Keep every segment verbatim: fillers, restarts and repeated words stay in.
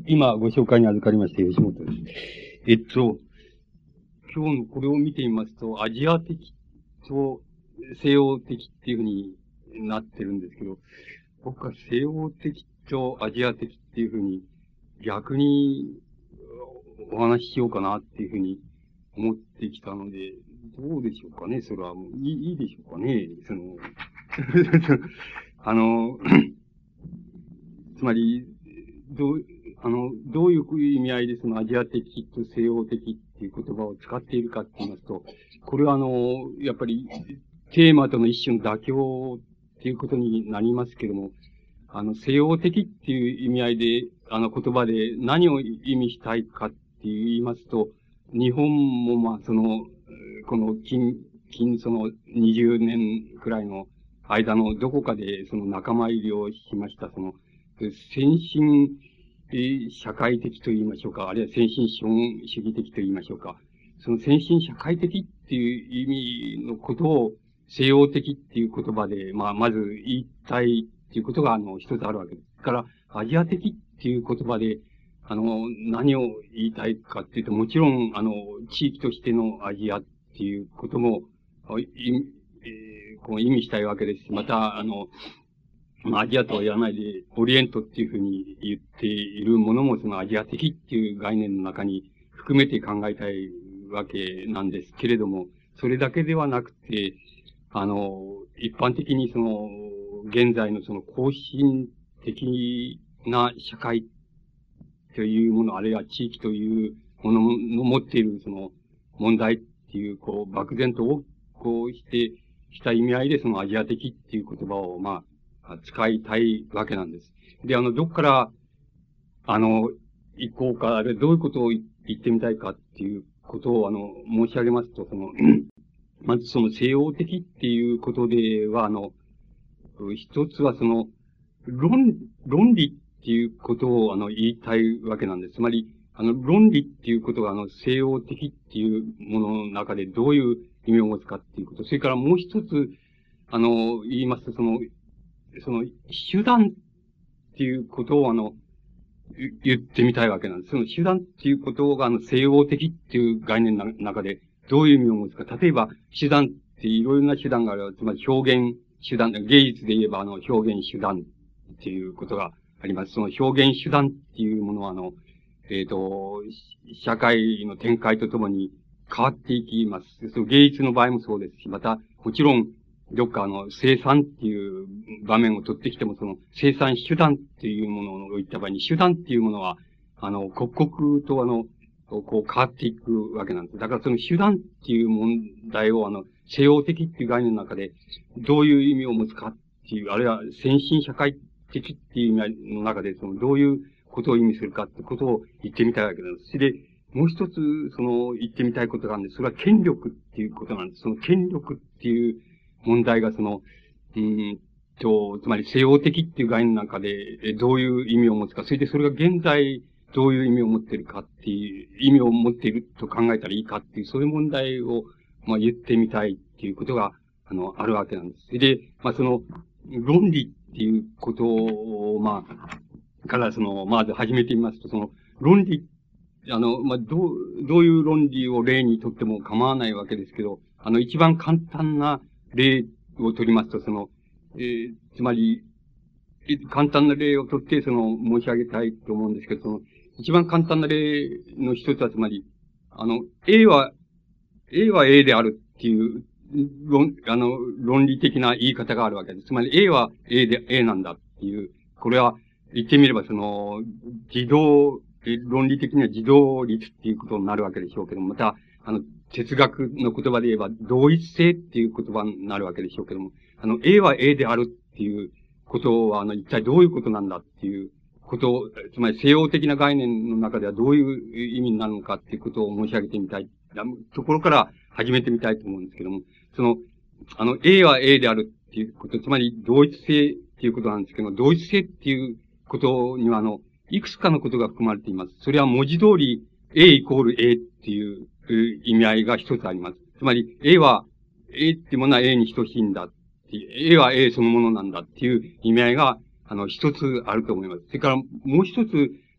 今ご紹介に預かりました吉本です。えっと、今日のこれを見てみますと、アジア的と西洋的っていうふうになってるんですけど、僕は西洋的とアジア的っていうふうに逆にお話ししようかなっていうふうに思ってきたので、どうでしょうかね、それはもういい、いいでしょうかね、その、あの、つまり、どう、あの、どういう意味合いでそのアジア的と西洋的っていう言葉を使っているかって言いますと、これはあの、やっぱりテーマとの一種の妥協っていうことになりますけども、あの、西洋的っていう意味合いで、あの言葉で何を意味したいかって言いますと、日本もまあその、この近、近そのにじゅうねんくらいの間のどこかでその仲間入りをしました、その、先進社会的と言いましょうか、あるいは先進資本主義的と言いましょうか。その先進社会的っていう意味のことを西洋的っていう言葉で、まあ、まず言いたいっていうことが、あの、一つあるわけです。から、アジア的っていう言葉で、あの、何を言いたいかっていうと、もちろん、あの、地域としてのアジアっていうことも、い、えー、こう意味したいわけですし、また、あの、まあ、アジアとは言わないで、オリエントっていうふうに言っているものも、そのアジア的っていう概念の中に含めて考えたいわけなんですけれども、それだけではなくて、あの、一般的にその、現在のその後進的な社会というもの、あるいは地域というものの持っているその問題っていう、こう、漠然とを、こうして、した意味合いでそのアジア的っていう言葉を、まあ、使いたいわけなんです。で、あの、どっから、あの、行こうか、あるいはどういうことを言ってみたいかっていうことを、あの、申し上げますと、その、まずその西洋的っていうことでは、あの、一つはその、論、論理っていうことを、あの、言いたいわけなんです。つまり、あの、論理っていうことが、あの、西洋的っていうものの中でどういう意味を持つかっていうこと。それからもう一つ、あの、言いますと、その、その、手段っていうことを、あの、言ってみたいわけなんです。その手段っていうことが、あの、西洋的っていう概念の中で、どういう意味を持つか。例えば、手段っていろいろな手段がある。つまり、表現手段、芸術で言えば、あの、表現手段っていうことがあります。その表現手段っていうものは、あの、えっと、社会の展開とともに変わっていきます。その芸術の場合もそうですし、また、もちろん、どっかあの、生産っていう場面を取ってきても、その、生産手段っていうものを言った場合に、手段っていうものは、あの、刻々とあの、こう変わっていくわけなんです。だからその手段っていう問題をあの、西洋的っていう概念の中で、どういう意味を持つかっていう、あるいは先進社会的っていう意味の中で、その、どういうことを意味するかってことを言ってみたいわけなんです。それで、もう一つ、その、言ってみたいことがあるんです。それは権力っていうことなんです。その権力っていう問題がその、うーんと、つまり西洋的っていう概念の中で、どういう意味を持つか、それでそれが現在、どういう意味を持っているかっていう、意味を持っていると考えたらいいかっていう、そういう問題を、まあ言ってみたいっていうことが、あの、あるわけなんです。で、まあその、論理っていうことを、まあ、からその、まず始めてみますと、その、論理、あの、まあ、どう、どういう論理を例にとっても構わないわけですけど、あの、一番簡単な例を取りますと、その、えー、つまり、簡単な例をとって、その、申し上げたいと思うんですけど、その、一番簡単な例の一つは、つまり、あの、A は、A は A であるっていう、論、あの、論理的な言い方があるわけです。つまり A は A で、A なんだっていう、これは、言ってみれば、その、自動、論理的には自動律っていうことになるわけでしょうけども、また、あの、哲学の言葉で言えば、同一性っていう言葉になるわけでしょうけども、あの、A は A であるっていうことは、あの、一体どういうことなんだっていうことを、つまり西洋的な概念の中ではどういう意味になるのかっていうことを申し上げてみたい。ところから始めてみたいと思うんですけども、その、あの、A は A であるっていうこと、つまり同一性っていうことなんですけど、同一性っていうことには、あの、いくつかのことが含まれています。それは文字通り A イコール A っていう意味合いが一つあります。つまり A は、A っていうものは A に等しいんだっていう、A は A そのものなんだっていう意味合いが、あの、一つあると思います。それからもう一つ、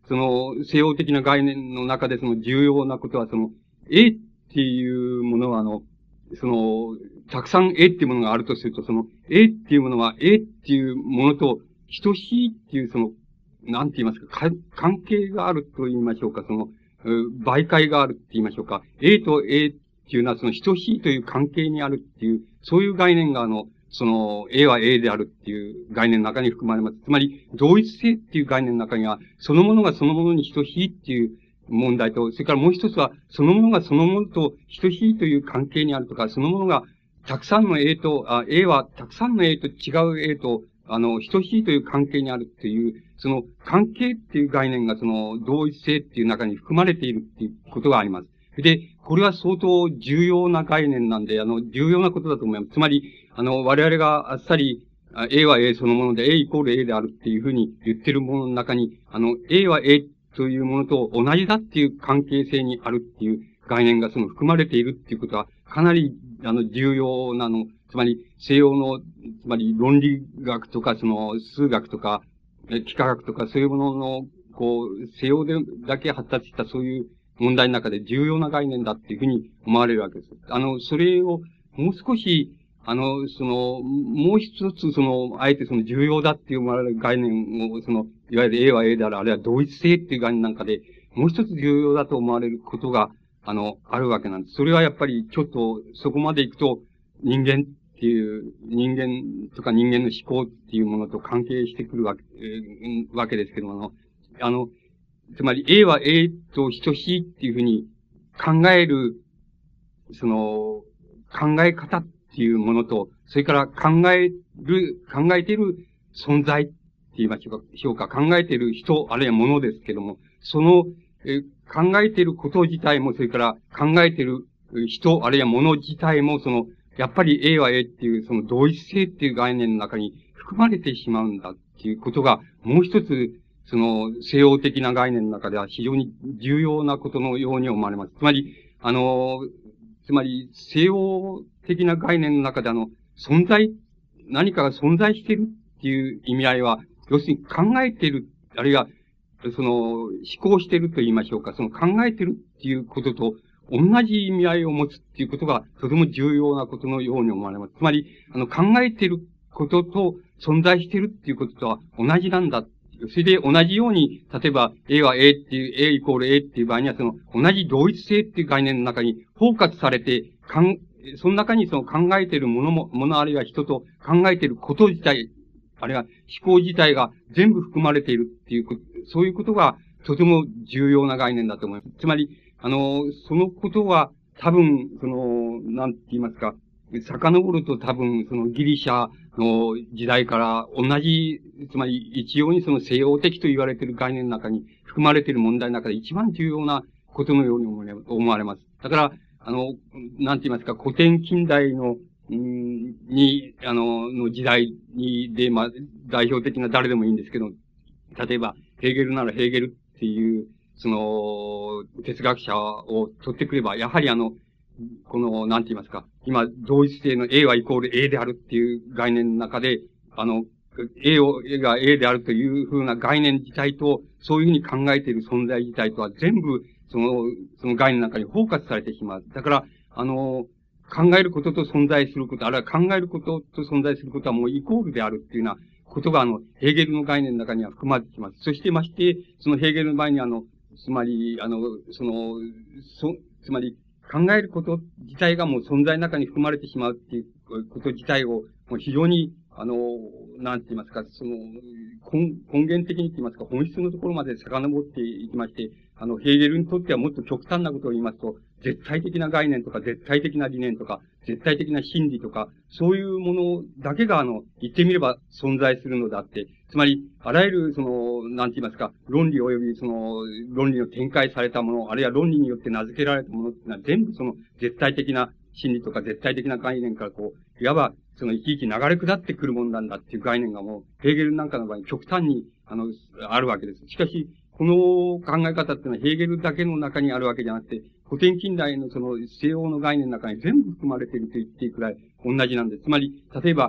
その、西洋的な概念の中でその重要なことは、その、A っていうものは、あの、その、たくさん A っていうものがあるとすると、その A っていうものは A っていうものと等しいっていう、その、なんて言いますか、か関係があると言いましょうか、その、媒介があるって言いましょうか。A と A っていうのはその等しいという関係にあるっていう、そういう概念があの、その、A は A であるっていう概念の中に含まれます。つまり、同一性っていう概念の中には、そのものがそのものに等しいっていう問題と、それからもう一つは、そのものがそのものと等しいという関係にあるとか、そのものがたくさんの A と、あ、A はたくさんの A と違う A と、あの、等しいという関係にあるっていう、その関係っていう概念がその同一性っていう中に含まれているっていうことがあります。で、これは相当重要な概念なんで、あの、重要なことだと思います。つまり、あの、我々があっさり、A は A そのもので、A イコール A であるっていうふうに言ってるものの中に、あの、A は A というものと同じだっていう関係性にあるっていう概念がその含まれているっていうことは、かなり、あの、重要なの。つまり、西洋の、つまり論理学とか、その、数学とか、幾何学とか、そういうものの、こう、西洋でだけ発達したそういう問題の中で重要な概念だっていうふうに思われるわけです。あの、それを、もう少し、あの、その、もう一つ、その、あえてその重要だって思われる概念を、その、いわゆる A は A である、あるいは同一性っていう概念なんかで、もう一つ重要だと思われることが、あの、あるわけなんです。それはやっぱり、ちょっと、そこまで行くと、人間っていう、人間とか人間の思考っていうものと関係してくるわけ、えー、わけですけども、あの、あの、つまり A は A と等しいっていうふうに考える、その、考え方っていうものと、それから考える、考えている存在って言いましょうか、考えている人、あるいはものですけども、その、え考えていること自体も、それから考えている人、あるいはもの自体も、その、やっぱり A は A っていう、その同一性っていう概念の中に含まれてしまうんだっていうことが、もう一つ、その、西洋的な概念の中では非常に重要なことのように思われます。つまり、あの、つまり、西洋的な概念の中であの、存在、何かが存在しているっていう意味合いは、要するに考えている、あるいは、その、思考していると言いましょうか、その考えているっていうことと、同じ意味合いを持つっていうことがとても重要なことのように思われます。つまり、あの、考えていることと存在しているっていうこととは同じなんだ。それで同じように、例えば A は A っていう、A イコール A っていう場合には、その同じ同一性っていう概念の中に包括されて、かん、その中にその考えているものも、ものあるいは人と考えていること自体、あるいは思考自体が全部含まれているっていうこと、そういうことがとても重要な概念だと思います。つまり、あの、そのことは、多分、その、なんて言いますか、遡ると多分、そのギリシャの時代から同じ、つまり一様にその西洋的と言われている概念の中に含まれている問題の中で一番重要なことのように思われます。だから、あの、なんて言いますか、古典近代の、んに、あの、の時代に、で、まあ、代表的な誰でもいいんですけど、例えば、ヘーゲルならヘーゲルっていう、その、哲学者を取ってくれば、やはりあの、この、なんて言いますか、今、同一性の A はイコール A であるっていう概念の中で、あの、A を、A が A であるというふうな概念自体と、そういうふうに考えている存在自体とは全部、その、その概念の中に包括されてしまう。だから、あの、考えることと存在すること、あるいは考えることと存在することはもうイコールであるっていうようなことが、あの、ヘーゲルの概念の中には含まれてきます。そしてまして、そのヘーゲルの場合にあの、つまり、あの、その、そ、つまり、考えること自体がもう存在の中に含まれてしまうっていうこと自体を、もう非常に、あの、なんて言いますか、その、根根源的に言いますか、本質のところまで遡っていきまして、あの、ヘーゲルにとってはもっと極端なことを言いますと、絶対的な概念とか、絶対的な理念とか、絶対的な真理とか、そういうものだけが、あの、言ってみれば存在するのであって、つまり、あらゆる、その、なんて言いますか、論理及び、その、論理の展開されたもの、あるいは論理によって名付けられたものっていうのは、全部その、絶対的な真理とか、絶対的な概念から、こう、いわば、その、生き生き流れ下ってくるもんなんだっていう概念がもう、ヘーゲルなんかの場合に極端に、あの、あるわけです。しかし、この考え方っていうのは、ヘーゲルだけの中にあるわけじゃなくて、古典近代のその西洋の概念の中に全部含まれていると言っていいくらい同じなんです。つまり、例えば、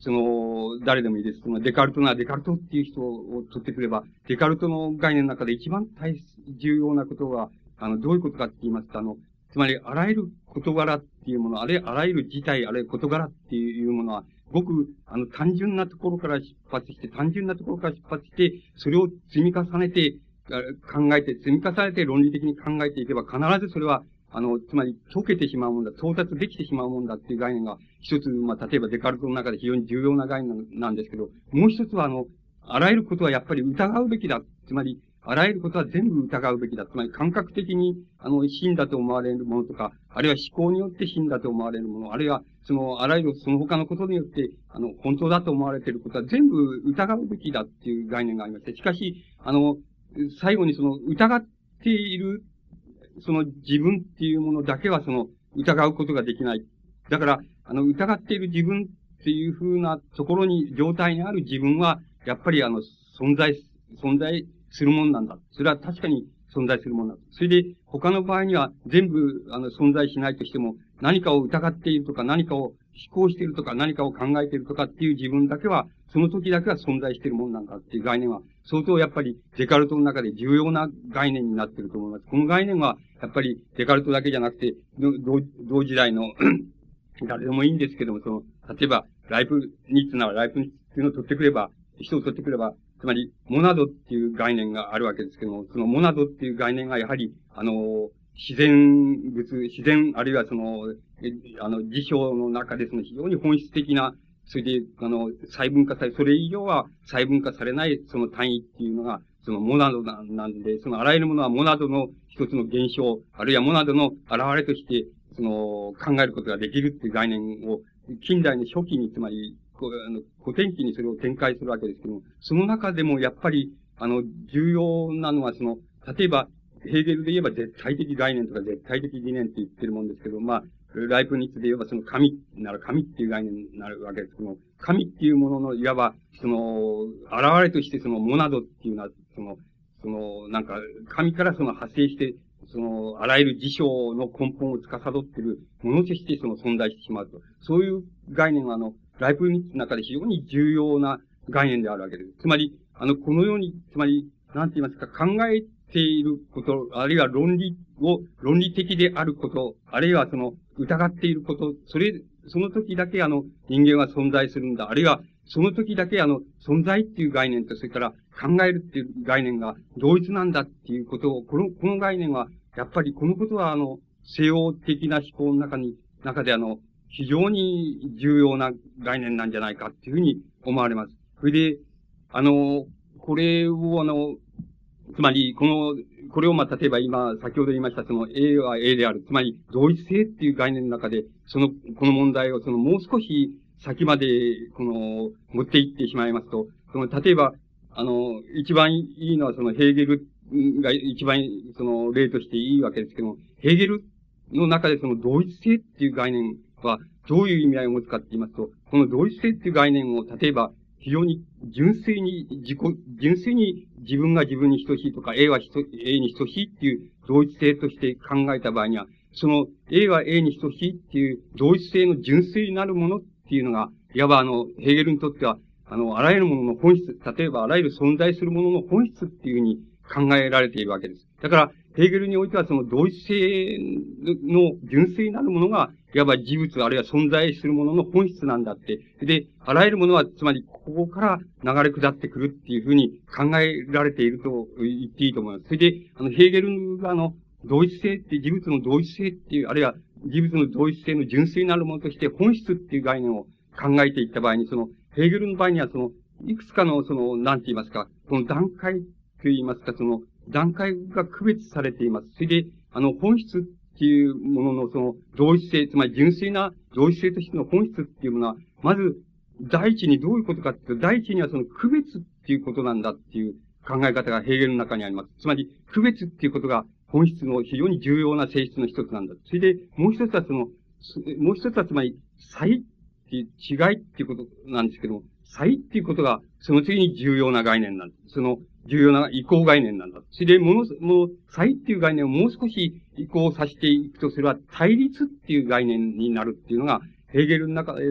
その、誰でもいいです。そのデカルトな、デカルトっていう人を取ってくれば、デカルトの概念の中で一番大重要なことは、あの、どういうことかって言いますと、あの、つまり、あらゆる事柄っていうもの、あれ、あらゆる事態、あるいは事柄っていうものは、ごく、あの、単純なところから出発して、単純なところから出発して、それを積み重ねて、考えて、積み重ねて論理的に考えていけば、必ずそれは、あの、つまり、解けてしまうもんだ、到達できてしまうもんだっていう概念が、一つ、まあ、例えばデカルトの中で非常に重要な概念なんですけど、もう一つは、あの、あらゆることはやっぱり疑うべきだ。つまり、あらゆることは全部疑うべきだ。つまり、感覚的に、あの、真だと思われるものとか、あるいは思考によって真だと思われるもの、あるいは、その、あらゆるその他のことによって、あの、本当だと思われていることは全部疑うべきだっていう概念がありまして、しかし、あの、最後にその、疑っている、その自分っていうものだけはその、疑うことができない。だから、あの、疑っている自分っていう風なところに、状態にある自分は、やっぱりあの、存在、存在するもんなんだ。それは確かに存在するもんだ。それで、他の場合には全部、あの、存在しないとしても、何かを疑っているとか、何かを思考しているとか、何かを考えているとかっていう自分だけは、その時だけは存在しているもんなんだっていう概念は、相当やっぱりデカルトの中で重要な概念になっていると思います。この概念は、やっぱりデカルトだけじゃなくて、同同時代の誰でもいいんですけども、その、例えば、ライプニッツならライプニッツっていうのを取ってくれば、人を取ってくれば、つまり、モナドっていう概念があるわけですけども、そのモナドっていう概念がやはり、あの、自然物、自然、あるいはその、あの、事象の中でその非常に本質的な、それで、あの、細分化され、それ以上は細分化されないその単位っていうのが、そのモナドなんで、そのあらゆるものはモナドの一つの現象、あるいはモナドの現れとして、その、考えることができるっていう概念を、近代の初期に、つまり、こうあの古典期にそれを展開するわけですけども、その中でもやっぱり、あの、重要なのはその、例えば、ヘーゲルで言えば絶対的概念とか絶対的理念って言ってるもんですけど、まあ、ライプニッツで言えばその神なら神っていう概念になるわけですけども、神っていうものの、いわば、その、現れとしてそのモナドっていうのは、その、その、なんか、神からその派生して、その、あらゆる事象の根本を司っているものとしてその存在してしまうと。そういう概念はあの、ライプニッツの中で非常に重要な概念であるわけです。つまり、あの、このように、つまり、なんて言いますか、考えていること、あるいは論理を、論理的であること、あるいはその、疑っていること、それ、その時だけあの、人間は存在するんだ。あるいは、その時だけあの、存在っていう概念と、それから考えるっていう概念が同一なんだっていうことを、この、この概念は、やっぱりこのことはあの、西洋的な思考の中に、中であの、非常に重要な概念なんじゃないかっていうふうに思われます。それで、あの、これをあの、つまり、この、これをまあ、例えば今、先ほど言いました、その A は A である。つまり、同一性っていう概念の中で、その、この問題を、その、もう少し先まで、この、持っていってしまいますと、その、例えば、あの、一番いいのは、その、ヘーゲルが一番、その、例としていいわけですけども、ヘーゲルの中でその同一性っていう概念は、どういう意味合いを持つかって言いますと、この同一性っていう概念を、例えば、非常に純粋に自己、純粋に自分が自分に等しいとか、A は A に等しいっていう同一性として考えた場合には、その A は A に等しいっていう同一性の純粋なるものっていうのが、いわばあの、ヘーゲルにとっては、あの、あらゆるものの本質、例えばあらゆる存在するものの本質っていうふうに考えられているわけです。だから、ヘーゲルにおいてはその同一性の純粋なるものが、いわば事物あるいは存在するものの本質なんだって。で、あらゆるものは、つまり、ここから流れ下ってくるっていうふうに考えられていると言っていいと思います。それで、あの、ヘーゲルがあの、同一性って、事物の同一性っていう、あるいは事物の同一性の純粋なるものとして本質っていう概念を考えていった場合に、その、ヘーゲルの場合にはその、いくつかのその、なんて言いますか、この段階と言いますか、その、段階が区別されています。それで、あの、本質っていうもののその、同一性、つまり純粋な同一性としての本質っていうものは、まず、第一にどういうことかっていうと、第一にはその区別っていうことなんだっていう考え方がヘーゲルの中にあります。つまり、区別っていうことが本質の非常に重要な性質の一つなんだ。それで、もう一つはその、もう一つはつまり、差異っていう違いっていうことなんですけども、差異っていうことがその次に重要な概念なんです。その、重要な移行概念なんだ。それで、もの、もう、差異っていう概念をもう少し移行させていくとすれば、対立っていう概念になるっていうのが、ヘーゲルの中で、その、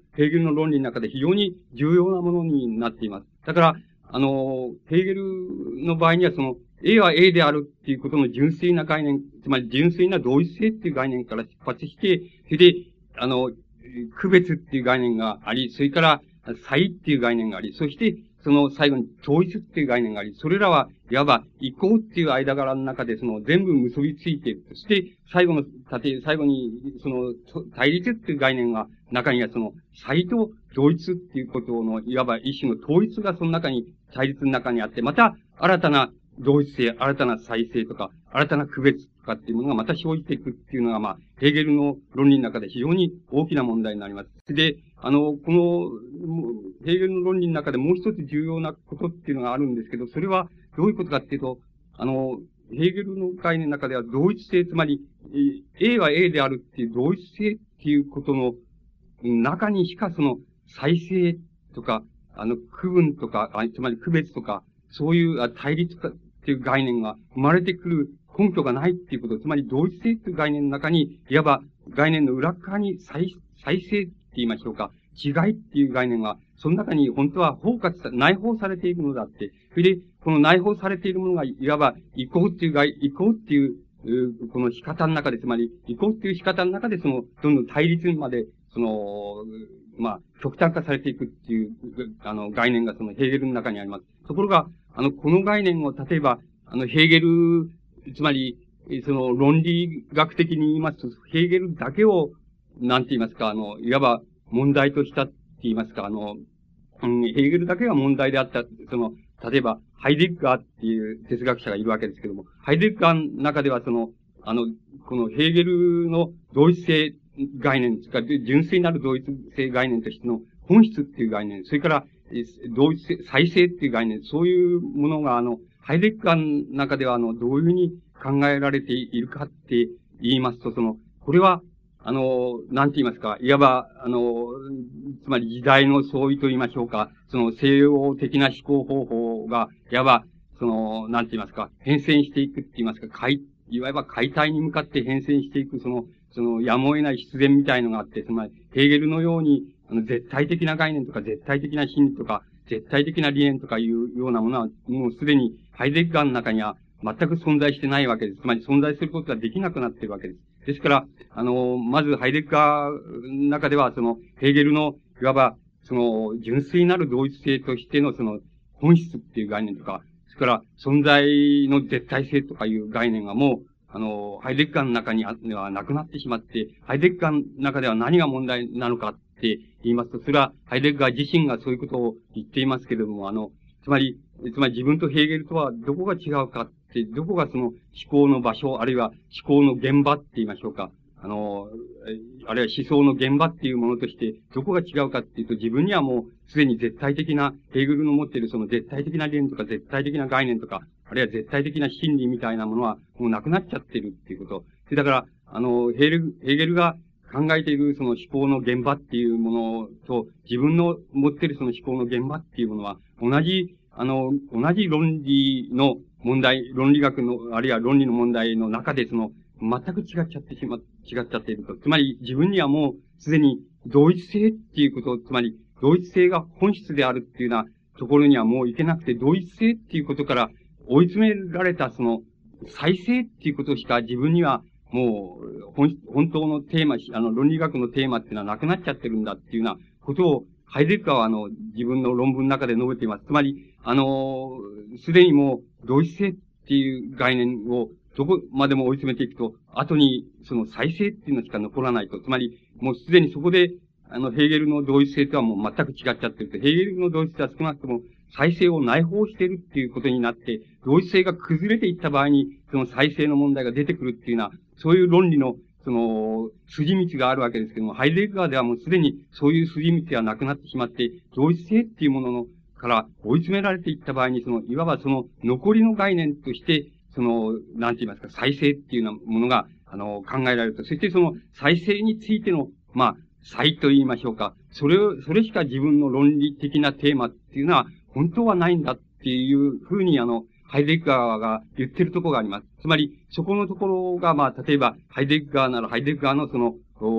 ヘーゲルの論理の中で非常に重要なものになっています。だから、あの、ヘーゲルの場合にはその、A は A であるっていうことの純粋な概念、つまり純粋な同一性っていう概念から出発して、それで、あの、区別っていう概念があり、それから、差異っていう概念があり、そして、その最後に統一っていう概念があり、それらはいわば移行っていう間柄の中でその全部結びついている。そして最後の、たて、最後にその対立っていう概念が中にはその差異と同一っていうことのいわば一種の統一がその中に、対立の中にあって、また新たな同一性、新たな再生とか、新たな区別とかっていうものがまた生じていくっていうのがまあ、ヘーゲルの論理の中で非常に大きな問題になります。で、あの、この、ヘーゲルの論理の中でもう一つ重要なことっていうのがあるんですけど、それはどういうことかっていうと、あの、ヘーゲルの概念の中では同一性、つまり、A は A であるっていう同一性っていうことの中にしかその再生とか、あの、区分とか、つまり区別とか、そういう対立かっていう概念が生まれてくる根拠がないっていうこと、つまり同一性っていう概念の中に、いわば概念の裏側に再、再生って言いましょうか、違いっていう概念が、その中に本当は包括さ、内包されているのだって。それで、この内包されているものが、いわば移行っていう概、移行っていう、この仕方の中で、つまり移行っていう仕方の中で、その、どんどん対立まで、その、まあ、極端化されていくっていう、あの、概念がそのヘーゲルの中にあります。ところが、あの、この概念を、例えば、あの、ヘーゲル、つまり、その、論理学的に言いますと、ヘーゲルだけを、なんて言いますか、あの、いわば問題としたって言いますか、あの、うん、ヘーゲルだけが問題であった、その、例えば、ハイデッガーっていう哲学者がいるわけですけども、ハイデッガーの中ではその、あの、このヘーゲルの同一性概念、か純粋なる同一性概念としての本質っていう概念、それから、同一性、再生っていう概念、そういうものが、あの、ハイデッガーの中では、あの、どういうふうに考えられているかって言いますと、その、これは、あの、なんて言いますか、いわば、あの、つまり時代の相違と言いましょうか、その西洋的な思考方法が、いわば、その、なんて言いますか、変遷していくって言いますか、解、いわば解体に向かって変遷していく、その、その、やむを得ない必然みたいのがあって、つまり、ヘーゲルのように、あの、絶対的な概念とか、絶対的な真理とか、絶対的な理念とかいうようなものは、もうすでに、ハイデッガーの中には全く存在してないわけです。つまり、存在することができなくなっているわけです。ですから、あの、まず、ハイデッガーの中では、その、ヘーゲルの、いわば、その、純粋なる同一性としての、その、本質っていう概念とか、それから、存在の絶対性とかいう概念がもう、あの、ハイデッガーの中にはなくなってしまって、ハイデッガーの中では何が問題なのかって言いますと、それは、ハイデッガー自身がそういうことを言っていますけれども、あの、つまり、つまり自分とヘーゲルとはどこが違うかって、どこがその思考の場所、あるいは思考の現場って言いましょうか。あの、あるいは思想の現場っていうものとして、どこが違うかっていうと、自分にはもうすでに絶対的な、ヘーゲルの持っているその絶対的な理念とか、絶対的な概念とか、あるいは絶対的な真理みたいなものはもうなくなっちゃってるっていうこと。で、だから、あの、ヘール、ヘーゲルが考えているその思考の現場っていうものと、自分の持っているその思考の現場っていうものは、同じ、あの、同じ論理の問題、論理学の、あるいは論理の問題の中でその、全く違っちゃってしま、違っちゃっていると。つまり、自分にはもう、すでに同一性っていうこと、つまり、同一性が本質であるっていうようなところにはもういけなくて、同一性っていうことから追い詰められたその、再生っていうことしか自分にはもう、本、本当のテーマ、あの、論理学のテーマっていうのはなくなっちゃってるんだっていうようなことを、ハイデッガーはあの、自分の論文の中で述べています。つまり、あの、すでにもう、同一性っていう概念を、どこまでも追い詰めていくと、後にその再生っていうのしか残らないと。つまり、もうすでにそこで、あの、ヘーゲルの同一性とはもう全く違っちゃってると。ヘーゲルの同一性は少なくとも再生を内包しているっていうことになって、同一性が崩れていった場合に、その再生の問題が出てくるっていうような、そういう論理の、その、筋道があるわけですけども、ハイデッガーではもうすでにそういう筋道がなくなってしまって、同一性っていうものの、から追い詰められていった場合に、その、いわばその残りの概念として、その、なんて言いますか、再生っていうようなものが、あの、考えられると。そしてその再生についての、まあ、差と言いましょうか。それを、それしか自分の論理的なテーマっていうのは、本当はないんだっていうふうに、あの、ハイデッガーが言ってるところがあります。つまり、そこのところが、まあ、例えば、ハイデッガーならハイデッガーのその、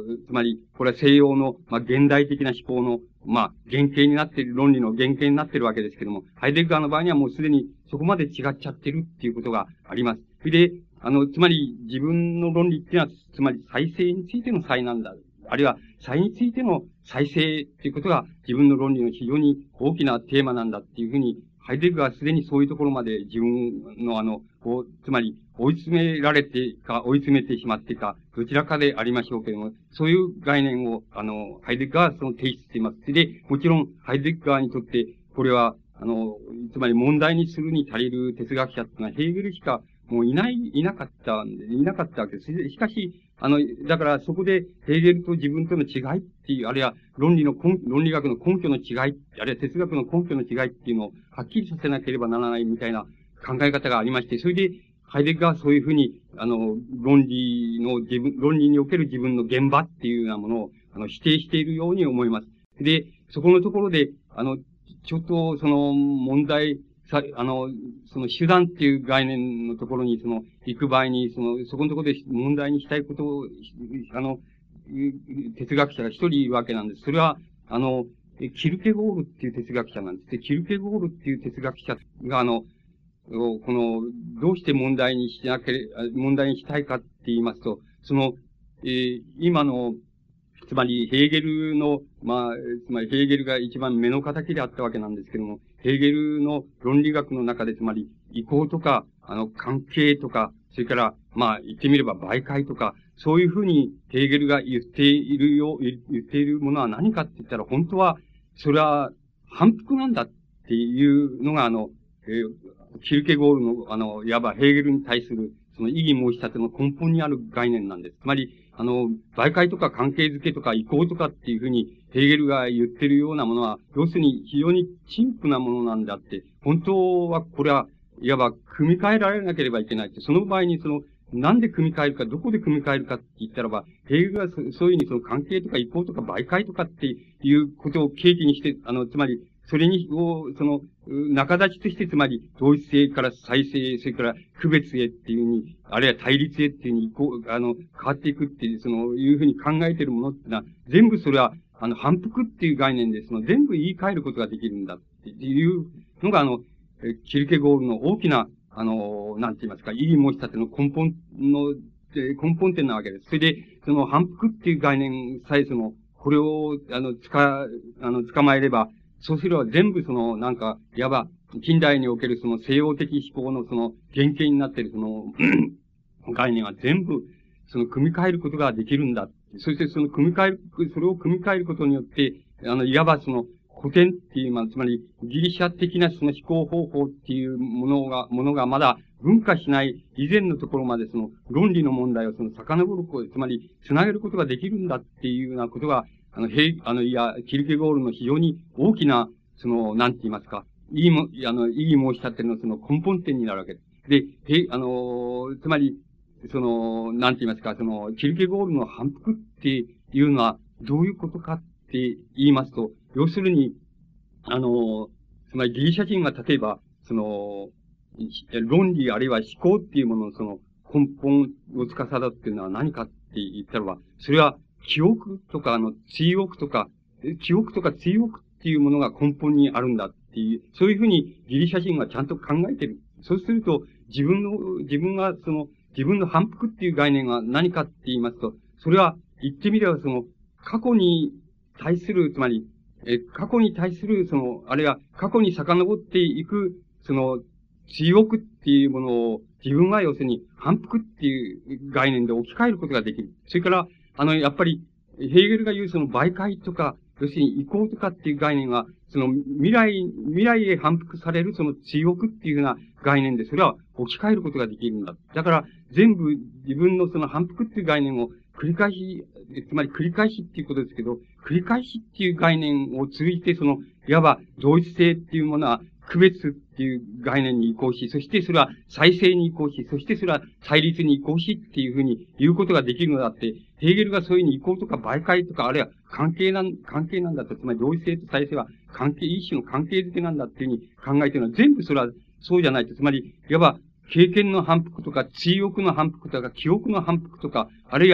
つまり、これは西洋の、まあ、現代的な思考の、まあ、原型になっている、論理の原型になっているわけですけども、ハイデッガーの場合にはもうすでにそこまで違っちゃってるっていうことがあります。それで、あの、つまり自分の論理っていうのは、つまり再生についての才なんだ。あるいは、才についての再生っていうことが自分の論理の非常に大きなテーマなんだっていうふうに、ハイデッガーはすでにそういうところまで自分のあの、つまり追い詰められてか、追い詰めてしまってか、どちらかでありましょうけれども、そういう概念を、あの、ハイデッガーはその提出しています。で、もちろん、ハイデッガーにとって、これは、あの、つまり問題にするに足りる哲学者っていうのは、ヘーゲルしかもういない、いなかったんで、いなかったわけです。しかし、あの、だからそこでヘーゲルと自分との違いっていう、あるいは論理の根、論理学の根拠の違い、あるいは哲学の根拠の違いっていうのをはっきりさせなければならないみたいな考え方がありまして、それで、ハイデッガーはそういうふうに、あの、論理の自分、論理における自分の現場っていうようなものを、あの、否定しているように思います。で、そこのところで、あの、ちょっと、その、問題、さ、あの、その手段っていう概念のところに、その、行く場合に、その、そこのところで問題にしたいことを、あの、哲学者が一人いるわけなんです。それは、あの、キルケゴールっていう哲学者なんです。で、キルケゴールっていう哲学者が、あの、この、どうして問題にしなければ、問題にしたいかって言いますと、その、えー、今の、つまり、ヘーゲルの、まあ、つまり、ヘーゲルが一番目の敵であったわけなんですけども、ヘーゲルの論理学の中で、つまり、意向とか、あの、関係とか、それから、まあ、言ってみれば媒介とか、そういうふうに、ヘーゲルが言っているよ、言っているものは何かって言ったら、本当は、それは、反復なんだっていうのが、あの、えーキルケゴールの、あの、いわばヘーゲルに対する、その異議申し立ての根本にある概念なんです。つまり、あの、媒介とか関係づけとか意向とかっていうふうに、ヘーゲルが言ってるようなものは、要するに非常に陳腐なものなんだって、本当はこれは、いわば組み替えられなければいけないって、その場合にその、なんで組み替えるか、どこで組み替えるかって言ったらば、ヘーゲルがそそういうふうにその関係とか意向とか媒介とかっていうことを契機にして、あの、つまり、それに、を、その、仲立ちとして、つまり、同一性から再生、それから区別へっていうふうに、あるいは対立へっていうふうに、こう、あの、変わっていくっていう、その、いうふうに考えているものってのは、全部それは、あの、反復っていう概念で、その、全部言い換えることができるんだっていうのが、あの、キルケゴールの大きな、あの、なんて言いますか、異議申し立ての根本の、根本点なわけです。それで、その反復っていう概念さえ、その、これを、あの、つか、あの、捕まえれば、そうすれば全部その、なんか、いわば、近代におけるその西洋的思考のその原型になっているその、概念は全部、その組み替えることができるんだ。そしてその組み替える、それを組み替えることによって、あの、いわばその、古典っていう、まあ、つまり、ギリシャ的なその思考方法っていうものが、ものがまだ分化しない以前のところまでその、論理の問題をその、遡ること、つまり、つなげることができるんだっていうようなことが、あの、へい、あの、いや、キルケゴールの非常に大きな、その、なんて言いますか、いいも、あの、いい申し立てのその根本点になるわけです。で、へ、あの、つまり、その、なんて言いますか、その、キルケゴールの反復っていうのはどういうことかって言いますと、要するに、あの、つまりギリシャ人が例えば、その、論理あるいは思考っていうもののその根本を司っているのは何かって言ったらば、それは記憶とか、あの、追憶とか、記憶とか追憶っていうものが根本にあるんだっていう、そういうふうにギリシャ人はちゃんと考えてる。そうすると、自分の、自分がその、自分の反復っていう概念は何かって言いますと、それは言ってみればその、過去に対する、つまり、え、過去に対する、その、あるいは過去に遡っていく、その、追憶っていうものを自分は要するに反復っていう概念で置き換えることができる。それから、あの、やっぱり、ヘーゲルが言うその媒介とか、要するに移行とかっていう概念は、その未来、未来へ反復されるその追憶っていうような概念で、それは置き換えることができるんだ。だから、全部自分のその反復っていう概念を繰り返し、つまり繰り返しっていうことですけど、繰り返しっていう概念を通じて、その、いわば同一性っていうものは、区別っていう概念に移行し、そしてそれは再生に移行し、そしてそれは対立に移行しっていうふうに言うことができるのだって、ヘーゲルがそういうふうに移行とか媒介とか、あるいは関係なん、関係なんだと、つまり同一性と再生は関係、一種の関係づけなんだっていうふうに考えているのは全部それはそうじゃないと、つまり、いわば経験の反復とか、追憶の反復とか、記憶の反復とか、あるいは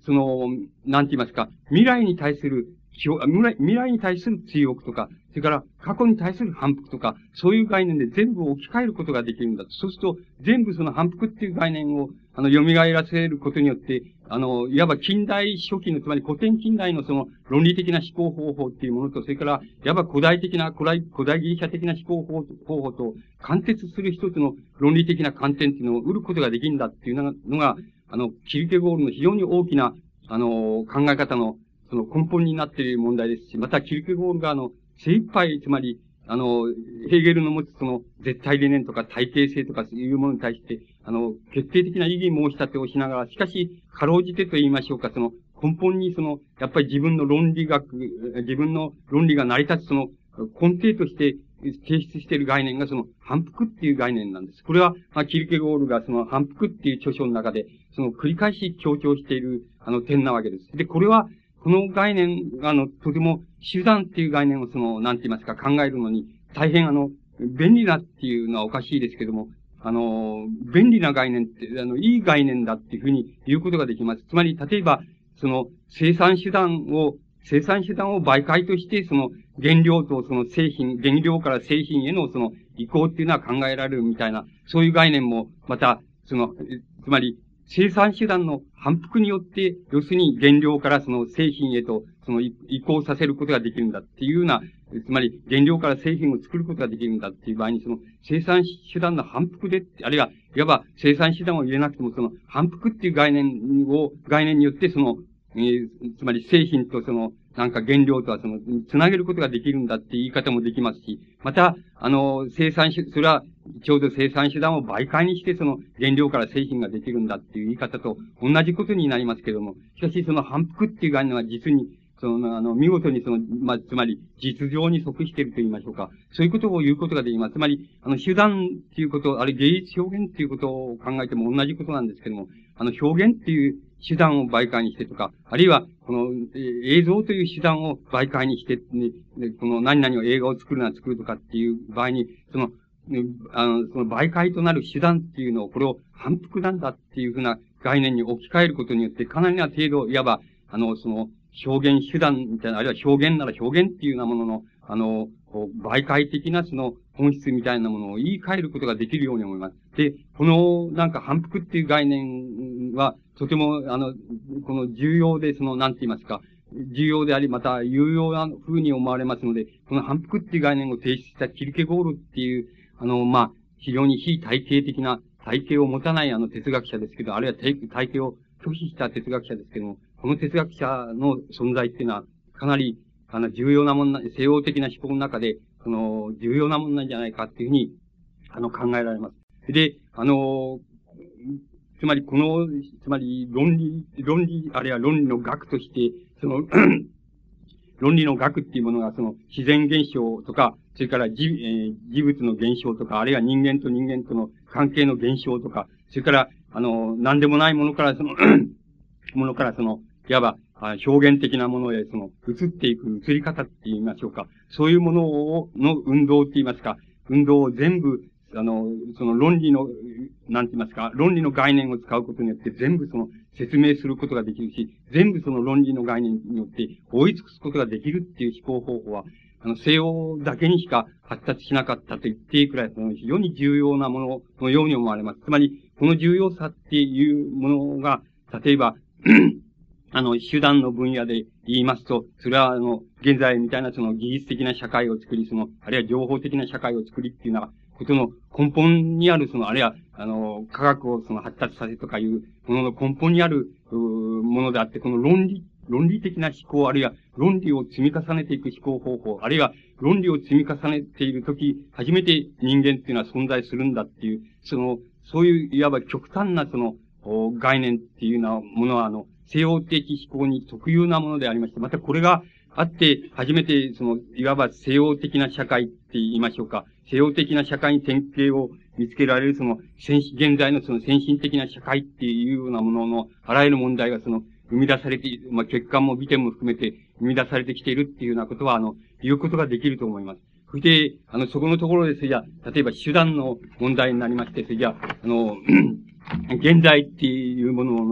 その、なんて言いますか、未来に対する、未来、未来に対する追憶とか、それから過去に対する反復とか、そういう概念で全部置き換えることができるんだ。そうすると、全部その反復っていう概念を、あの、蘇らせることによって、あの、いわば近代初期の、つまり古典近代のその論理的な思考方法っていうものと、それから、いわば古代的な、古代、古代ギリシャ的な思考方法と、貫徹する一つの論理的な観点っていうのを得ることができるんだっていうのが、あの、キルケゴールの非常に大きな、あの、考え方の、その根本になっている問題ですし、また、キルケゴールが、あの、精一杯、つまり、あの、ヘーゲルの持つその、絶対理念とか体系性とかいうものに対して、あの、決定的な意義申し立てをしながら、しかし、かろうじてと言いましょうか、その、根本にその、やっぱり自分の論理学、自分の論理が成り立つその、根底として提出している概念がその、反復っていう概念なんです。これは、まあ、キルケゴールがその、反復っていう著書の中で、その、繰り返し強調している、あの、点なわけです。で、これは、この概念、あの、とても、手段っていう概念をその、なんて言いますか、考えるのに、大変あの、便利なっていうのはおかしいですけども、あの、便利な概念って、あの、いい概念だっていうふうに言うことができます。つまり、例えば、その、生産手段を、生産手段を媒介として、その、原料とその製品、原料から製品へのその、移行っていうのは考えられるみたいな、そういう概念も、また、その、つまり、生産手段の反復によって、要するに原料からその製品へと、その移行させることができるんだっていうような、つまり原料から製品を作ることができるんだっていう場合に、その生産手段の反復で、あるいは、いわば生産手段を入れなくても、その反復っていう概念を、概念によって、その、えー、つまり製品とその、なんか原料とはその、つなげることができるんだって言い方もできますし、また、あの、生産手、それは、ちょうど生産手段を媒介にして、その原料から製品ができるんだっていう言い方と同じことになりますけれども、しかしその反復っていう概念は実に、その、あの、見事にその、まあ、つまり、実情に即していると言いましょうか。そういうことを言うことができます。つまり、あの、手段っていうこと、あれ芸術表現っていうことを考えても同じことなんですけども、あの、表現っていう手段を媒介にしてとか、あるいは、この、映像という手段を媒介にして、ね、この何々を映画を作るな作るとかっていう場合に、その、あの、その媒介となる手段っていうのを、これを反復なんだっていうふうな概念に置き換えることによって、かなりな程度、いわば、あの、その、表現手段みたいな、あるいは表現なら表現っていうようなものの、あの、媒介的なその本質みたいなものを言い換えることができるように思います。で、このなんか反復っていう概念は、とても、あの、この重要で、その、なんて言いますか、重要であり、また有用な風に思われますので、この反復っていう概念を提出したキルケゴールっていう、あの、まあ、非常に非体系的な、体系を持たないあの哲学者ですけど、あるいは体系を拒否した哲学者ですけども、この哲学者の存在っていうのは、かなり、あの、重要なもんな、西洋的な思考の中で、その、重要なもんなんじゃないかっていうふうに、あの、考えられます。で、あの、つまりこの、つまり論理、論理、あるいは論理の学として、その、論理の学っていうものが、その、自然現象とか、それから事、えー、事物の現象とか、あるいは人間と人間との関係の現象とか、それから、あの、何でもないものから、その、ものから、その、いわば、表現的なものへ、その、移っていく、移り方って言いましょうか。そういうものを、の運動って言いますか、運動を全部、あの、その論理の、なんて言いますか、論理の概念を使うことによって全部その説明することができるし、全部その論理の概念によって追い尽くすことができるっていう思考方法は、あの、西洋だけにしか発達しなかったと言っていいくらい、その非常に重要なもののように思われます。つまり、この重要さっていうものが、例えば、あの、手段の分野で言いますと、それは、あの、現在みたいなその技術的な社会を作り、その、あるいは情報的な社会を作りっていうのは、ことの根本にある、その、あるいは、あの、科学をその発達させとかいうものの根本にある、ものであって、この論理、論理的な思考、あるいは論理を積み重ねていく思考方法、あるいは論理を積み重ねているとき、初めて人間っていうのは存在するんだっていう、その、そういう、いわば極端なその、概念っていうようなものは、あの、西洋的思考に特有なものでありまして、またこれがあって、初めて、その、いわば西洋的な社会って言いましょうか。西洋的な社会に典型を見つけられる、その、先現在のその先進的な社会っていうようなものの、あらゆる問題がその、生み出されて、まあ、欠陥も美点も含めて生み出されてきているっていうようなことは、あの、言うことができると思います。そして、あの、そこのところです。じゃあ、例えば手段の問題になりまして、それじゃあ、あの、現在っていうものの、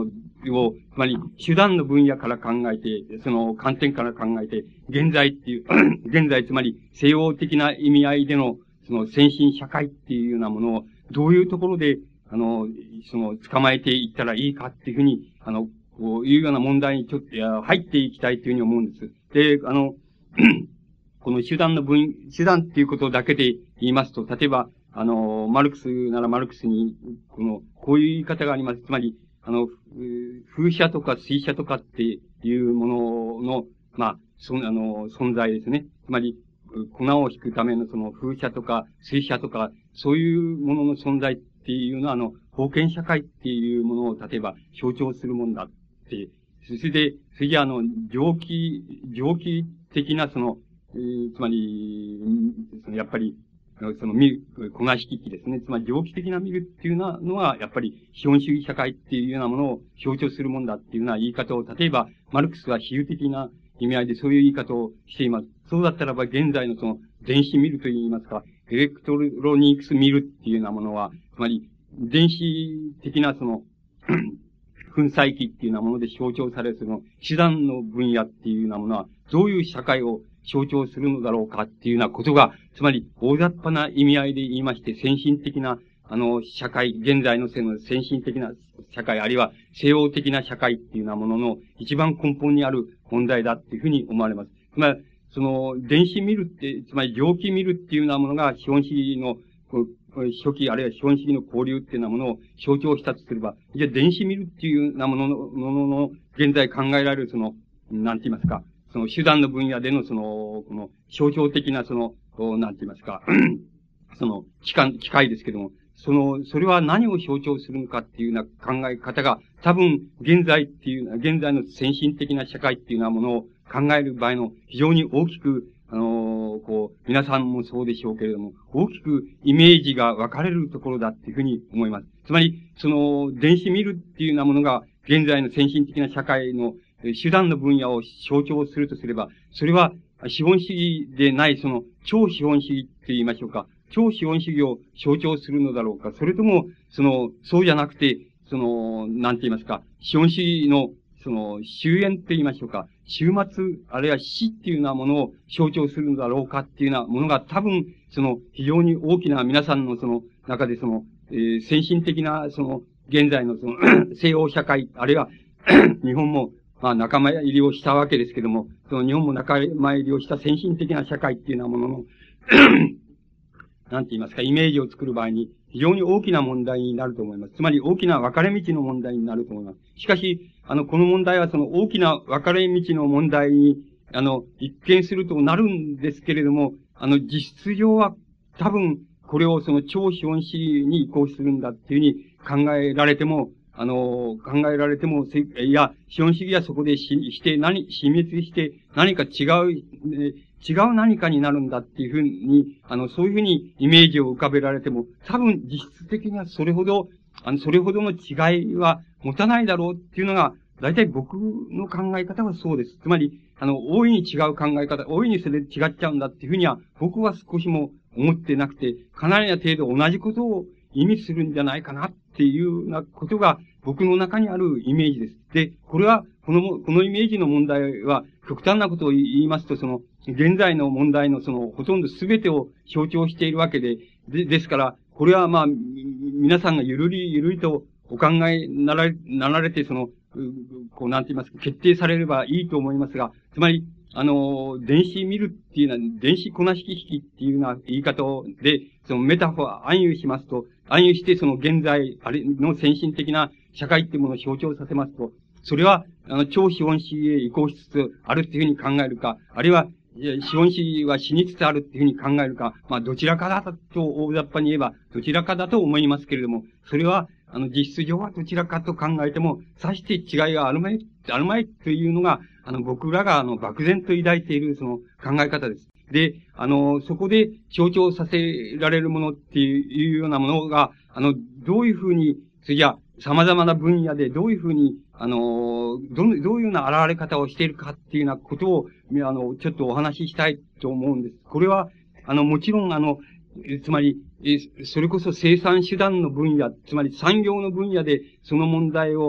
を、つまり手段の分野から考えて、その観点から考えて、現在っていう、現在つまり西洋的な意味合いでの、その先進社会っていうようなものを、どういうところで、あの、その、捕まえていったらいいかっていうふうに、あの、こういうような問題にちょっと、いや入っていきたいというふうに思うんです。で、あの、この手段の分、手段っていうことだけで言いますと、例えば、あの、マルクスならマルクスに、この、こういう言い方があります。つまり、あの、風車とか水車とかっていうものの、まあ、その、あの、存在ですね。つまり、粉を引くためのその風車とか水車とか、そういうものの存在っていうのは、あの、封建社会っていうものを、例えば、象徴するもんだって。それで、それじゃあの、蒸気、蒸気的なその、えー、つまり、そのやっぱり、その見る、粉引機ですね。つまり蒸気的な見るっていうのは、やっぱり資本主義社会っていうようなものを象徴するもんだっていうような言い方を、例えば、マルクスは比喩的な意味合いでそういう言い方をしています。そうだったらば、現在のその電子見ると言いますか、エレクトロニクス見るっていうようなものは、つまり、電子的なその、粉砕機っていうようなもので象徴されるその手段の分野っていうようなものは、どういう社会を象徴するのだろうかっていうようなことが、つまり大雑把な意味合いで言いまして、先進的な、あの、社会、現在のその先進的な社会、あるいは西洋的な社会っていうようなものの一番根本にある問題だっていうふうに思われます。つまり、その、電子見るって、つまり蒸気見るっていうようなものが資本主義の、初期、あるいは資本主義の交流っていうようなものを象徴したとすれば、じゃあ電子見るっていうようなものの、ものの、現在考えられるその、なんて言いますか、その手段の分野でのその、この象徴的なその、なんて言いますか、その、機関、機械ですけども、その、それは何を象徴するのかっていうような考え方が、多分、現在っていう、現在の先進的な社会っていうようなものを考える場合の非常に大きく、あのー、こう、皆さんもそうでしょうけれども、大きくイメージが分かれるところだっていうふうに思います。つまり、その、電子見るっていうようなものが、現在の先進的な社会の手段の分野を象徴するとすれば、それは資本主義でないその超資本主義って言いましょうか。超資本主義を象徴するのだろうか。それとも、その、そうじゃなくて、その、なんて言いますか、資本主義の、その、終焉って言いましょうか。終末、あるいは死っていうようなものを象徴するのだろうかっていうようなものが多分、その、非常に大きな皆さんのその中でその、えー、先進的な、その、現在のその、西洋社会、あるいは、日本も、まあ仲間入りをしたわけですけども、その日本も仲間入りをした先進的な社会っていうようなものの、なんて言いますか、イメージを作る場合に非常に大きな問題になると思います。つまり大きな分かれ道の問題になると思います。しかし、あの、この問題はその大きな分かれ道の問題に、あの、一見するとなるんですけれども、あの、実質上は多分、これをその超資本主義に移行するんだっていうふうに考えられても、あの、考えられても、いや、資本主義はそこでし、して何、死滅して何か違う、え違う何かになるんだっていうふうに、あの、そういうふうにイメージを浮かべられても、多分実質的にはそれほど、あの、それほどの違いは持たないだろうっていうのが、大体僕の考え方はそうです。つまり、あの、大いに違う考え方、大いにそれで違っちゃうんだっていうふうには、僕は少しも思ってなくて、かなりな程度同じことを意味するんじゃないかなっていうようなことが僕の中にあるイメージです。で、これは、この、このイメージの問題は、極端なことを言いますと、その、現在の問題のその、ほとんど全てを象徴しているわけで、で、ですから、これはまあ、皆さんがゆるりゆるりとお考えになられ、なられて、その、こう、なんて言いますか、決定されればいいと思いますが、つまり、あの、電子見るっていうのは、電子粉式引きっていうような言い方で、そのメタファー、暗喩しますと、暗喩してその現在、あれの先進的な社会っていうものを象徴させますと、それは、あの、超資本主義へ移行しつつあるっていうふうに考えるか、あるいは、資本主義は死につつあるっていうふうに考えるか、まあ、どちらかだと大雑把に言えば、どちらかだと思いますけれども、それは、あの、実質上はどちらかと考えても、さして違いがあるまい、あるまいというのが、あの、僕らが、あの、漠然と抱いている、その、考え方です。で、あの、そこで象徴させられるものっていうようなものが、あの、どういうふうに、次は、様々な分野でどういうふうに、あの、どの、どういうような現れ方をしているかっていうようなことを、あの、ちょっとお話ししたいと思うんです。これは、あの、もちろん、あの、つまり、それこそ生産手段の分野、つまり産業の分野でその問題を、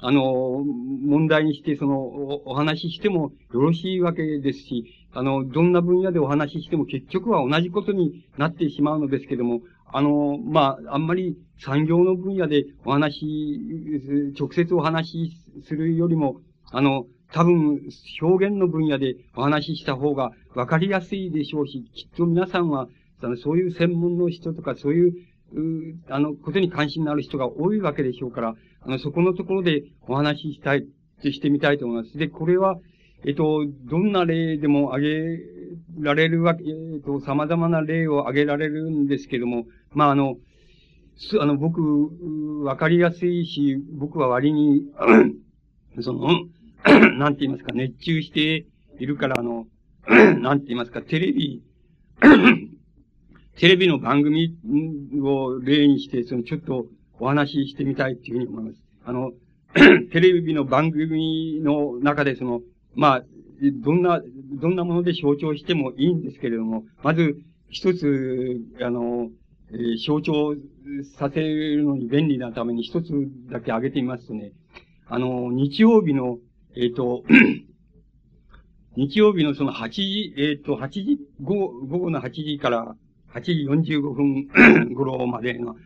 あの、問題にして、その、お、お話ししてもよろしいわけですし、あの、どんな分野でお話ししても結局は同じことになってしまうのですけども、あの、まあ、あんまり産業の分野でお話、直接お話しするよりも、あの、多分、表現の分野でお話しした方が分かりやすいでしょうし、きっと皆さんは、あの、そういう専門の人とか、そういう、うあの、ことに関心のある人が多いわけでしょうから、あの、そこのところでお話ししたい、してみたいと思います。で、これは、えっと、どんな例でも挙げられるわけ、えっと、様々な例を挙げられるんですけども、まあ、あの、す、あの、僕、わかりやすいし、僕は割に、その、なんて言いますか、熱中しているから、あの、なんて言いますか、テレビ、テレビの番組を例にして、その、ちょっとお話ししてみたいっていうふうに思います。あの、テレビの番組の中で、その、まあ、どんな、どんなもので象徴してもいいんですけれども、まず、一つ、あの、えー、象徴させるのに便利なために一つだけ挙げてみますとね、あの、日曜日の、えっと、日曜日のそのはちじ、えっと、はちじ、午後、午後のはちじからはちじよんじゅうごふん頃までの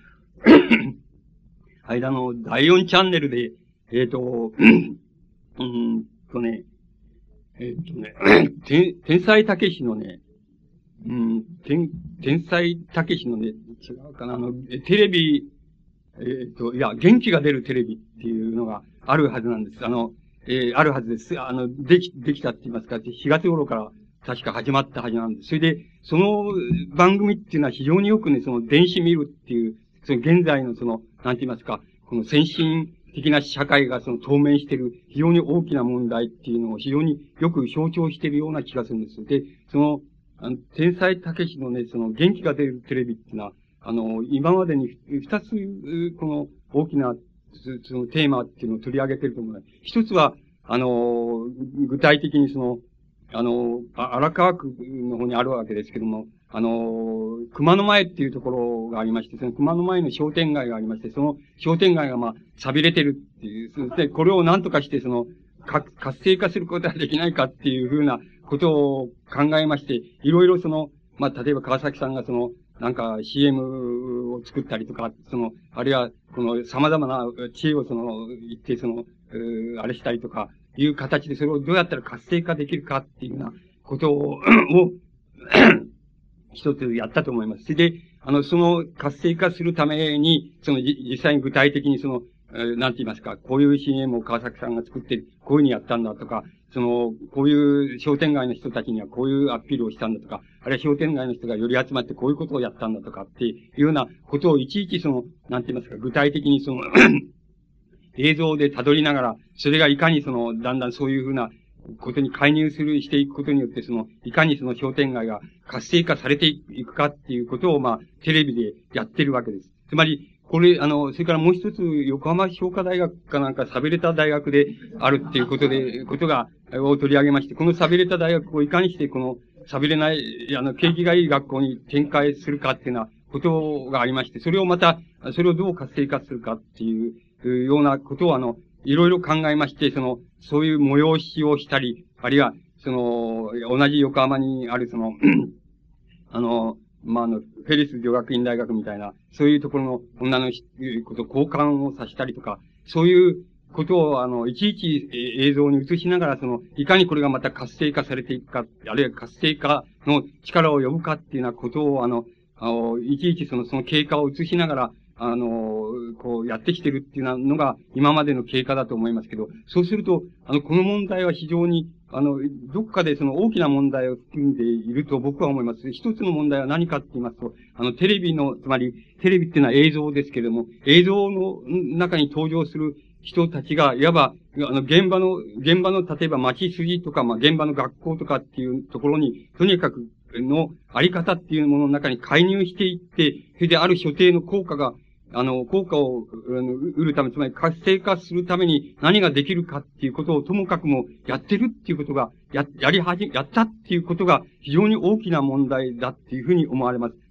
間のだいよんチャンネルで、えっと、うんとね、えっとね、天、天才たけしのね、うん、天、天才たけしのね、違うかな、あの、テレビ、えっと、いや、元気が出るテレビっていうのがあるはずなんです。あの、えー、あるはずです。あの、でき、できたって言いますか、しがつ頃から確か始まったはずなんです。それで、その番組っていうのは非常によくね、その電子見るっていう、その現在のその、なんて言いますか、この先進的な社会がその当面している非常に大きな問題っていうのを非常によく象徴しているような気がするんです。で、その、あの天才たけしのね、その元気が出るテレビっていうのは、あの、今までに二つ、この大きな、そのテーマっていうのを取り上げていると思います。一つは、あの、具体的にその、あの、荒川区の方にあるわけですけども、あの、熊野前っていうところがありまして、その熊野前の商店街がありまして、その商店街がまあ、錆びれてるっていう、そしてこれを何とかして、その、活性化することはできないかっていうふうなことを考えまして、いろいろその、まあ、例えば川崎さんがその、なんか シーエム を作ったりとか、その、あるいは、この様々な知恵をその、言ってその、あれしたりとか、いう形でそれをどうやったら活性化できるかっていうようなことを、を一つやったと思います。で、あの、その活性化するために、その、実際に具体的にその、なんて言いますか、こういう シーエム を川崎さんが作って、こういうふうにやったんだとか、その、こういう商店街の人たちにはこういうアピールをしたんだとか、あるいは商店街の人がより集まってこういうことをやったんだとかっていうようなことをいちいちその、なんて言いますか、具体的にその、映像で辿りながら、それがいかにその、だんだんそういうふうなことに介入する、していくことによって、その、いかにその商店街が活性化されていくかっていうことを、まあ、テレビでやってるわけです。つまり、これ、あの、それからもう一つ、横浜商科大学かなんか、寂れた大学であるっていうことで、ことが、を取り上げまして、この寂れた大学をいかにして、この、寂れない、あの、景気がいい学校に展開するかっていうようなことがありまして、それをまた、それをどう活性化するかっていう、ようなことを、あの、いろいろ考えまして、その、そういう催しをしたり、あるいは、その、同じ横浜にある、その、あの、まあ、あの、フェリス女学院大学みたいな、そういうところの女のこと、交換をさせたりとか、そういうことを、あの、いちいち映像に映しながら、その、いかにこれがまた活性化されていくか、あるいは活性化の力を呼ぶかっていうようなことを、あの、あのいちいちその、その経過を映しながら、あの、こうやってきてるっていうのが今までの経過だと思いますけど、そうすると、あの、この問題は非常に、あの、どっかでその大きな問題を含んでいると僕は思います。一つの問題は何かって言いますと、あの、テレビの、つまり、テレビっていうのは映像ですけれども、映像の中に登場する人たちが、いわば、あの、現場の、現場の、例えば町筋とか、まあ、現場の学校とかっていうところに、とにかく、のあり方っていうものの中に介入していって、それである所定の効果が、あの、効果を得るため、つまり活性化するために何ができるかっていうことをともかくもやってるっていうことが、や、やりはじ、やったっていうことが非常に大きな問題だっていうふうに思われます。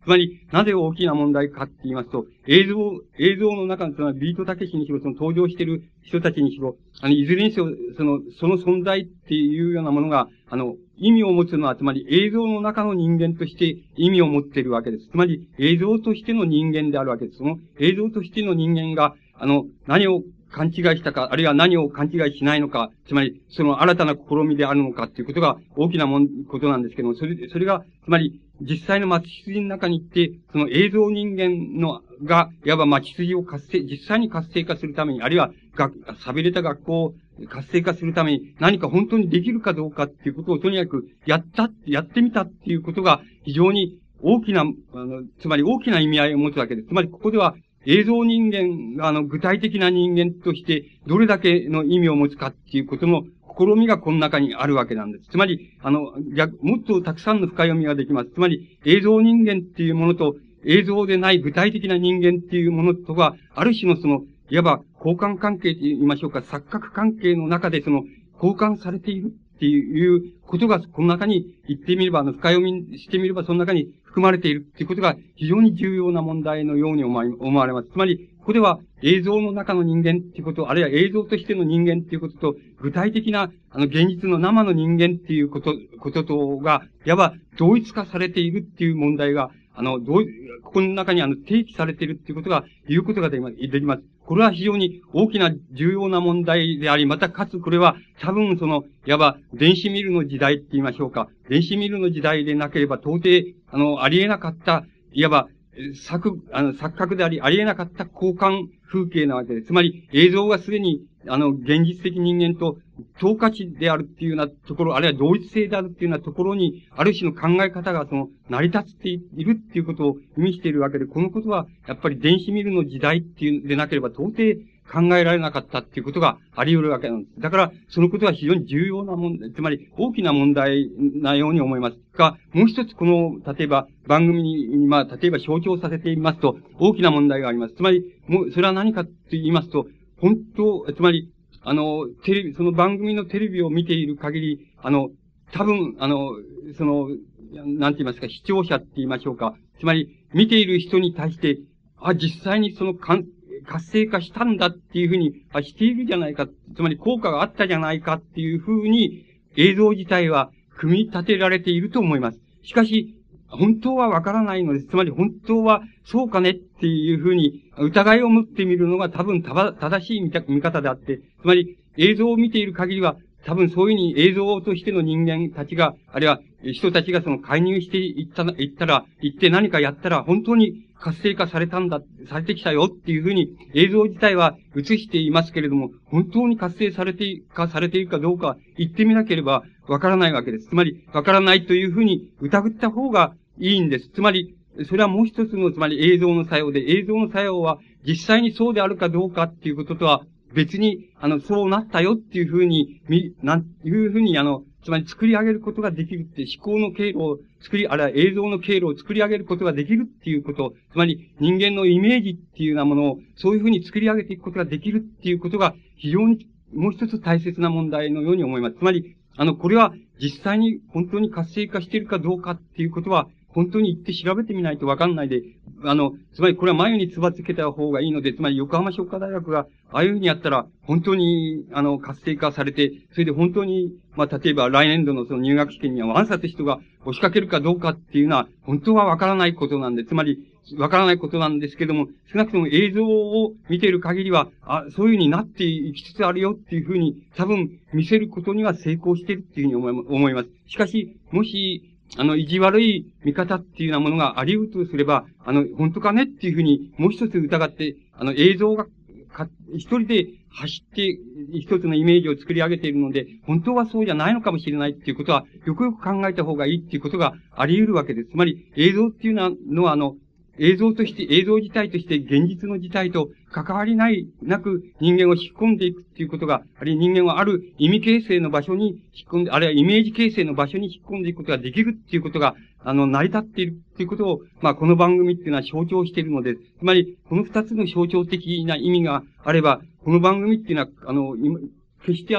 つまり、なぜ大きな問題かって言いますと、映像、映像の中の、つまりビートたけしにしろ、その登場している人たちにしろ、あの、いずれにしろ、その、その存在っていうようなものが、あの、意味を持つのは、つまり映像の中の人間として意味を持っているわけです。つまり映像としての人間であるわけです。その映像としての人間が、あの、何を勘違いしたか、あるいは何を勘違いしないのか、つまりその新たな試みであるのかっていうことが大きなもん、ことなんですけども、それ、それが、つまり実際の町筋の中に行って、その映像人間の、が、いわば町筋を活性、実際に活性化するために、あるいは、が、寂れた学校を活性化するために何か本当にできるかどうかっていうことをとにかくやった、やってみたっていうことが非常に大きな、あの、つまり大きな意味合いを持つわけです。つまりここでは映像人間が、あの、具体的な人間としてどれだけの意味を持つかっていうことの試みがこの中にあるわけなんです。つまり、あの、逆、もっとたくさんの深読みができます。つまり映像人間っていうものと映像でない具体的な人間っていうものとは、ある種のその、いわば交換関係と言いましょうか、錯覚関係の中でその、交換されているっていうことが、この中に言ってみれば、あの、深読みしてみれば、その中に含まれているっていうことが非常に重要な問題のように思われます。つまり、ここでは映像の中の人間っていうこと、あるいは映像としての人間っていうことと、具体的な、あの、現実の生の人間っていうこと、こととが、いわば同一化されているっていう問題が、あの、どう、ここの中にあの、提起されているっていうことが、言うことができます。これは非常に大きな重要な問題であり、またかつこれは多分その、いわば電子ミルの時代って言いましょうか。電子ミルの時代でなければ到底、あの、ありえなかった、いわば、錯、あの、錯覚であり、ありえなかった交換風景なわけです。つまり、映像がすでに、あの、現実的人間と等価値であるっていうようなところ、あるいは同一性であるっていうようなところに、ある種の考え方がその、成り立っているっていうことを意味しているわけで、このことは、やっぱり電子ミルの時代っていうでなければ到底考えられなかったっていうことがあり得るわけなんです。だから、そのことは非常に重要な問題、つまり大きな問題なように思いますが、もう一つこの、例えば番組に、まあ、例えば象徴させていますと、大きな問題があります。つまり、もう、それは何かと言いますと、本当、つまり、あの、テレビ、その番組のテレビを見ている限り、あの、多分、あの、その、なんて言いますか、視聴者って言いましょうか。つまり、見ている人に対して、あ、実際にその、かん、活性化したんだっていうふうに、あ、しているじゃないか。つまり効果があったじゃないかっていうふうに、映像自体は組み立てられていると思います。しかし、本当はわからないのです。つまり本当はそうかねっていうふうに疑いを持ってみるのが多分正しい見方であって、つまり映像を見ている限りは多分そういうふうに映像としての人間たちが、あるいは人たちがその介入していったら、いったら、行って何かやったら本当に活性化されたんだ、されてきたよっていうふうに映像自体は映していますけれども、本当に活性されてかされているかどうか言ってみなければわからないわけです。つまり、わからないというふうに疑った方がいいんです。つまり、それはもう一つの、つまり映像の作用で、映像の作用は実際にそうであるかどうかっていうこととは別に、あの、そうなったよっていうふうに、み、なんいうふうに、あの、つまり作り上げることができるって思考の経路を作り、あるいは映像の経路を作り上げることができるっていうこと、つまり人間のイメージっていうようなものをそういうふうに作り上げていくことができるっていうことが非常にもう一つ大切な問題のように思います。つまり、あの、これは実際に本当に活性化しているかどうかっていうことは、本当に行って調べてみないとわかんないで、あの、つまりこれは眉につばつけた方がいいので、つまり横浜商科大学がああいうふうにやったら、本当に、あの、活性化されて、それで本当に、まあ、例えば来年度のその入学試験にはワンサス人が押しかけるかどうかっていうのは、本当はわからないことなんで、つまり、わからないことなんですけども、少なくとも映像を見ている限りは、あ、そういうふうになっていきつつあるよっていうふうに、多分見せることには成功しているっていうふうに思います。しかし、もし、あの、意地悪い見方っていうようなものがあり得るとすれば、あの、本当かねっていうふうに、もう一つ疑って、あの、映像が、か、一人で走って、一つのイメージを作り上げているので、本当はそうじゃないのかもしれないっていうことは、よくよく考えた方がいいっていうことがあり得るわけです。つまり、映像っていうのは、あの、映像として、映像自体として現実の自体と関わりないなく人間を引っ込んでいくっていうことが、あるいは人間はある意味形成の場所に引っ込んで、あるいはイメージ形成の場所に引っ込んでいくことができるっていうことが、あの、成り立っているっていうことを、まあ、この番組っていうのは象徴しているので、つまり、この二つの象徴的な意味があれば、この番組っていうのは、あの、決してあの、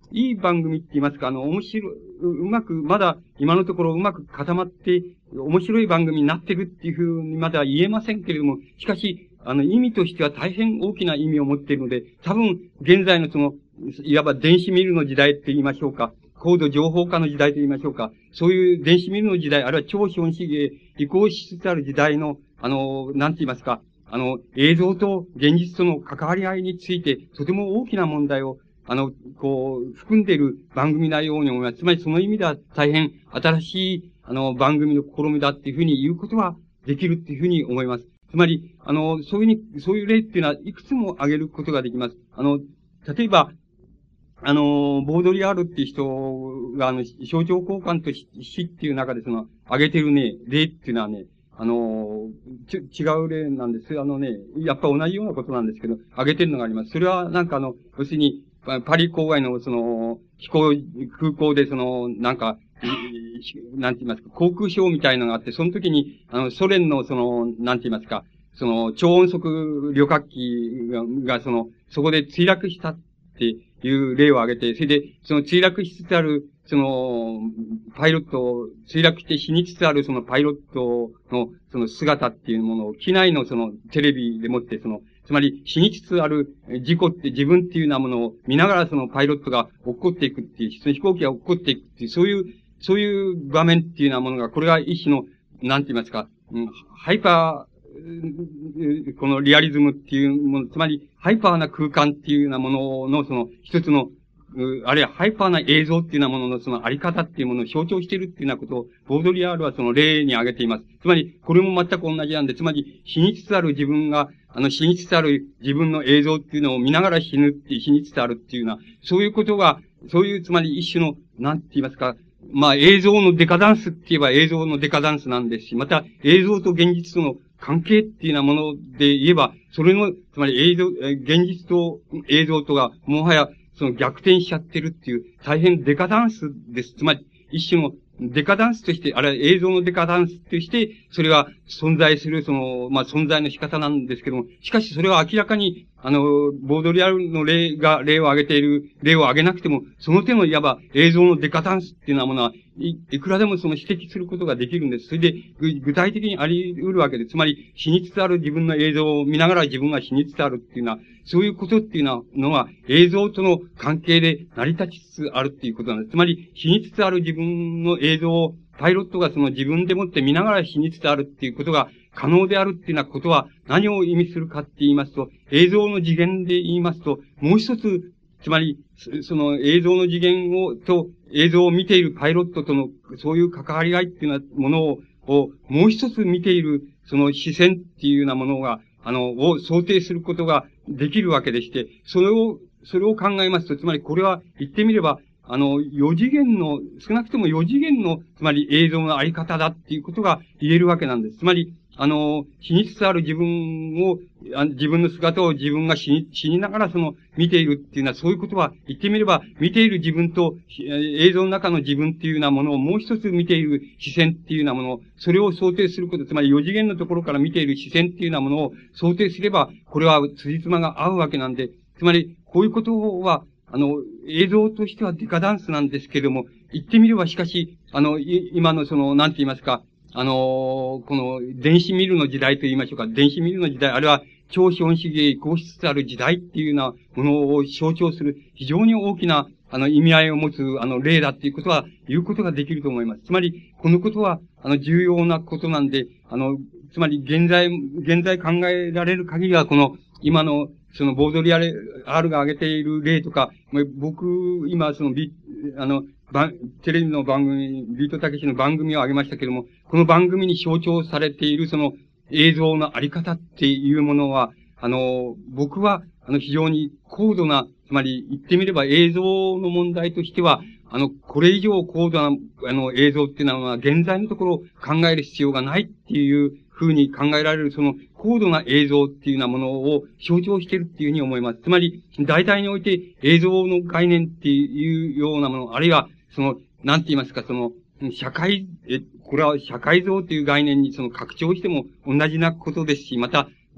いい番組って言いますか、あの、面白い、うまく、まだ今のところうまく固まって、面白い番組になってるっていうふうにまだ言えませんけれども、しかし、あの、意味としては大変大きな意味を持っているので、多分、現在のその、いわば電子ミルの時代って言いましょうか、高度情報化の時代と言いましょうか、そういう電子ミルの時代、あるいは超資本主義へ移行しつつある時代の、あの、なんて言いますか、あの、映像と現実との関わり合いについて、とても大きな問題を、あの、こう、含んでいる番組なように思います。つまりその意味では大変新しい、あの、番組の試みだっていうふうに言うことはできるっていうふうに思います。つまり、あの、そういうふうに、そういう例っていうのはいくつも挙げることができます。あの、例えば、あの、ボードリアールっていう人が、あの、象徴交換と死っていう中でその、挙げてるね、例っていうのはね、あの、ち、違う例なんです。あのね、やっぱ同じようなことなんですけど、挙げてるのがあります。それはなんかあの、要するに、パリ郊外のその、飛行、空港でその、なんか、なんて言いますか、航空ショーみたいのがあって、その時に、あの、ソ連のその、なんて言いますか、その、超音速旅客機が、がその、そこで墜落したっていう例を挙げて、それで、その墜落しつつある、その、パイロット、墜落して死につつあるそのパイロットのその姿っていうものを、機内のそのテレビでもって、その、つまり死につつある事故って自分っていうようなものを見ながらそのパイロットが落っこっていくっていう、その飛行機が落っこっていくっていう、そういう、そういう場面っていうようなものが、これが一種の、なんて言いますか、うん、ハイパー、このリアリズムっていうもの、つまりハイパーな空間っていうようなもののその一つの、あるいはハイパーな映像っていうようなもののそのあり方っていうものを象徴しているっていうようなことを、ボードリアールはその例に挙げています。つまり、これも全く同じなんで、つまり、死につつある自分が、あの、死につつある自分の映像っていうのを見ながら死ぬって、死につつあるっていうような、そういうことが、そういう、つまり一種の、なんて言いますか、まあ、映像のデカダンスって言えば映像のデカダンスなんですし、また、映像と現実との関係っていうようなもので言えば、それの、つまり映像、現実と映像とが、もはや、その逆転しちゃってるっていう、大変デカダンスです。つまり、一種のデカダンスとして、あるいは映像のデカダンスとして、それが存在する、その、まあ、存在の仕方なんですけども、しかしそれは明らかに、あの、ボードリアルの例が、例を挙げている、例を挙げなくても、その手のいわば映像のデカダンスっていうようなものは、い、いくらでもその指摘することができるんです。それで、具体的にあり得るわけです。つまり、死につつある自分の映像を見ながら自分が死につつあるっていうのは、そういうことっていうのは、映像との関係で成り立ちつつあるっていうことなんです。つまり、死につつある自分の映像を、パイロットがその自分でもって見ながら死につつあるっていうことが可能であるっていうようなことは何を意味するかって言いますと、映像の次元で言いますと、もう一つ、つまり、その映像の次元を、と映像を見ているパイロットとのそういう関わり合いっていうようなものを、をもう一つ見ているその視線っていうようなものが、あの、を想定することができるわけでして、それを、それを考えますと、つまりこれは言ってみれば、あの、四次元の、少なくとも四次元の、つまり映像のあり方だっていうことが言えるわけなんです。つまり、あの、死につつある自分を、自分の姿を自分が死に、死にながらその、見ているっていうのは、そういうことは、言ってみれば、見ている自分と、映像の中の自分っていうようなものをもう一つ見ている視線っていうようなもの、それを想定すること、つまり四次元のところから見ている視線っていうようなものを想定すれば、これは辻褄が合うわけなんで、つまり、こういうことは、あの、映像としてはデカダンスなんですけれども、言ってみればしかし、あの、今のその、なんて言いますか、あの、この、電子ミルの時代と言いましょうか、電子ミルの時代、あるいは超資本主義へ移行しつつある時代っていうようなものを象徴する、非常に大きな、あの、意味合いを持つ、あの、例だっていうことは、言うことができると思います。つまり、このことは、あの、重要なことなんで、あの、つまり、現在、現在考えられる限りは、この、今の、その、ボードリアル、R が挙げている例とか、僕、今、その、ビ、あの、テレビの番組、ビートたけしの番組を挙げましたけれども、この番組に象徴されているその映像のあり方っていうものは、あの、僕は、あの、非常に高度な、つまり言ってみれば映像の問題としては、あの、これ以上高度な、あの、映像っていうのは、現在のところ考える必要がないっていうふうに考えられる、その、高度な映像っていうようなものを象徴しているっていうふうに思います。つまり、大体において映像の概念っていうようなもの、あるいは、その、なんて言いますか、その、社会、え、これは社会像という概念にその拡張しても同じなことですし、また、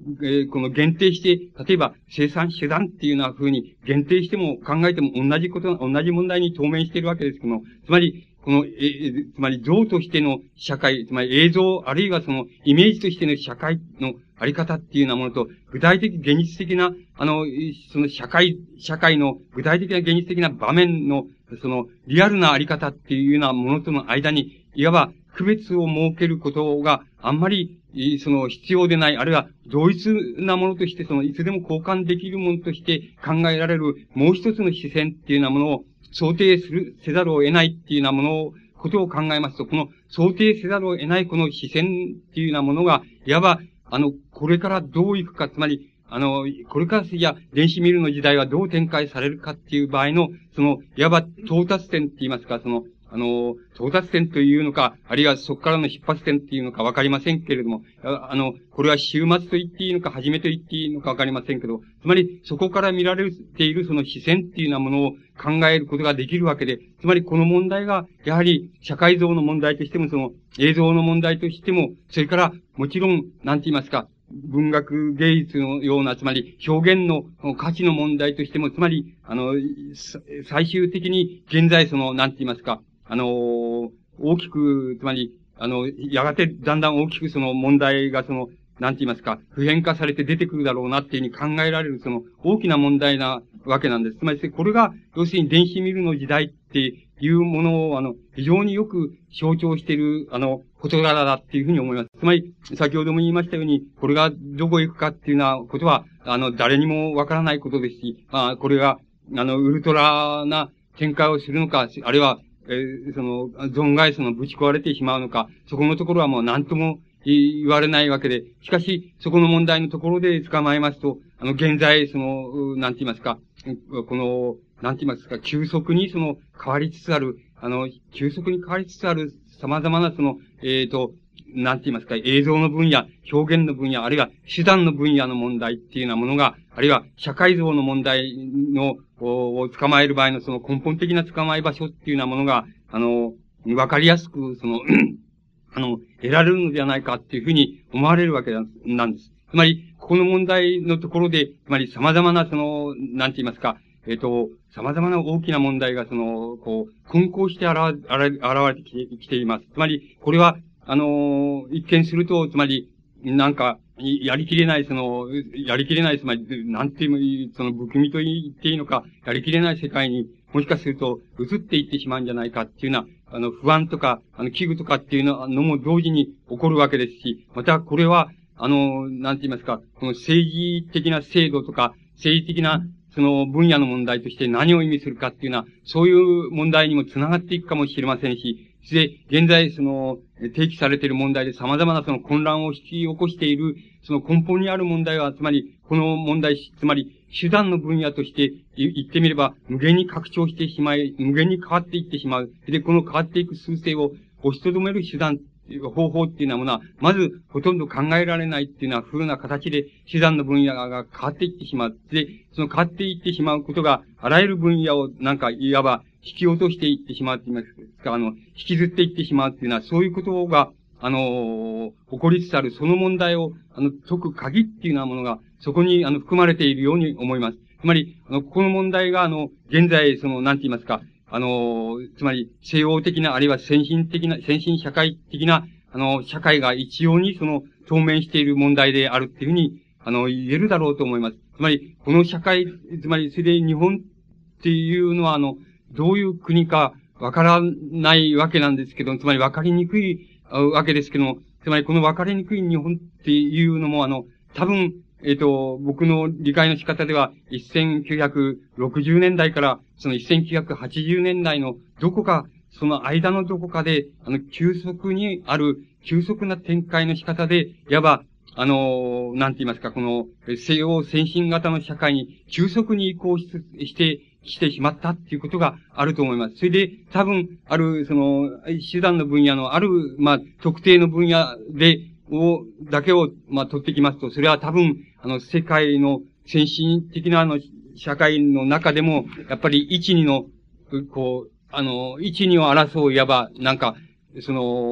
えー、この限定して、例えば生産手段っていうような風に限定しても考えても同じこと、同じ問題に当面しているわけですけども、つまり、この、えー、つまり像としての社会、つまり映像、あるいはそのイメージとしての社会のあり方っていうようなものと、具体的、現実的な、あの、その社会、社会の具体的な現実的な場面の、そのリアルなあり方っていうようなものとの間に、いわば区別を設けることがあんまり、その必要でない、あるいは同一なものとして、そのいつでも交換できるものとして考えられるもう一つの視線っていうようなものを想定する、せざるを得ないっていうようなものを、ことを考えますと、この想定せざるを得ないこの視線っていうようなものが、いわば、あの、これからどういくか、つまり、あの、これから先は電子ミルの時代はどう展開されるかっていう場合の、その、いわば到達点って言いますか、その、あの、到達点というのか、あるいはそこからの出発点っていうのかわかりませんけれども、ああの、これは終末と言っていいのか、始めと言っていいのかわかりませんけど、つまりそこから見られているその視線っていうようなものを考えることができるわけで、つまりこの問題が、やはり社会像の問題としても、その映像の問題としても、それからもちろん、なんて言いますか、文学芸術のような、つまり表現の価値の問題としても、つまり、あの、最終的に現在その、なんて言いますか、あの、大きく、つまり、あの、やがてだんだん大きくその問題がその、なんて言いますか、普遍化されて出てくるだろうなっていうふうに考えられるその大きな問題なわけなんです。つまり、これが、要するに電子ミルの時代っていうものを、あの、非常によく象徴している、あの、事柄だっていうふうに思います。つまり、先ほども言いましたように、これがどこへ行くかっていうようなことは、あの、誰にもわからないことですし、まあ、これが、あの、ウルトラな展開をするのか、あるいは、えー、その、存外そのぶち壊れてしまうのか、そこのところはもう何とも言われないわけで、しかし、そこの問題のところで捕まえますと、あの、現在、その、なんて言いますか、この、なんて言いますか、急速にその、変わりつつある、あの、急速に変わりつつある様々なその、えっと、なんて言いますか、映像の分野、表現の分野、あるいは手段の分野の問題っていうようなものが、あるいは社会像の問題の、を捕まえる場合のその根本的な捕まえ場所っていうようなものが、あの、わかりやすく、その、あの、得られるのではないかっていうふうに思われるわけなんです。つまり、この問題のところで、つまり様々なその、なんて言いますか、えっと、様々な大きな問題がその、こう、混交して現れ、現れてきてきています。つまり、これは、あの、一見すると、つまり、なんか、やりきれない、その、やりきれない、つまり、なんていう、その、不気味と言っていいのか、やりきれない世界に、もしかすると、移っていってしまうんじゃないかっていうような、あの、不安とか、あの、危惧とかっていうのも同時に起こるわけですし、また、これは、あの、なんて言いますか、この政治的な制度とか、政治的な、その分野の問題として何を意味するかっていうのは、そういう問題にもつながっていくかもしれませんし、で、現在、その、提起されている問題で様々なその混乱を引き起こしている、その根本にある問題は、つまり、この問題、つまり、手段の分野として言ってみれば、無限に拡張してしまい、無限に変わっていってしまう。で、この変わっていく数勢を押しとどめる手段、方法っていうようなものは、まず、ほとんど考えられないっていうような風な形で、手段の分野が変わっていってしまう。で、その変わっていってしまうことが、あらゆる分野を、なんか、いわば、引き落としていってしまうって言いますか、あの、引きずっていってしまうっていうのは、そういうことが、あの、起こりつつある、その問題を、あの、解く鍵っていうようなものが、そこに、あの、含まれているように思います。つまり、あの、この問題が、あの、現在、その、なんて言いますか、あの、つまり、西欧的な、あるいは先進的な、先進社会的な、あの、社会が一様に、その、当面している問題であるっていうふうに、あの、言えるだろうと思います。つまり、この社会、つまり、それで日本っていうのは、あの、どういう国かわからないわけなんですけど、つまりわかりにくいわけですけども、つまりこのわかりにくい日本っていうのも、あの、多分、えっと、僕の理解の仕方では、せんきゅうひゃくろくじゅうねんだいから、そのせんきゅうひゃくはちじゅうねんだいのどこか、その間のどこかで、あの、急速にある、急速な展開の仕方で、いわば、あの、なんて言いますか、この、西洋先進型の社会に急速に移行し、して、してしまったっていうことがあると思います。それで、多分、ある、その、手段の分野のある、まあ、特定の分野で、を、だけを、まあ、取ってきますと、それは多分、あの、世界の先進的な、あの、社会の中でも、やっぱり、一、二の、こう、あの、一、二を争う、いわば、なんか、その、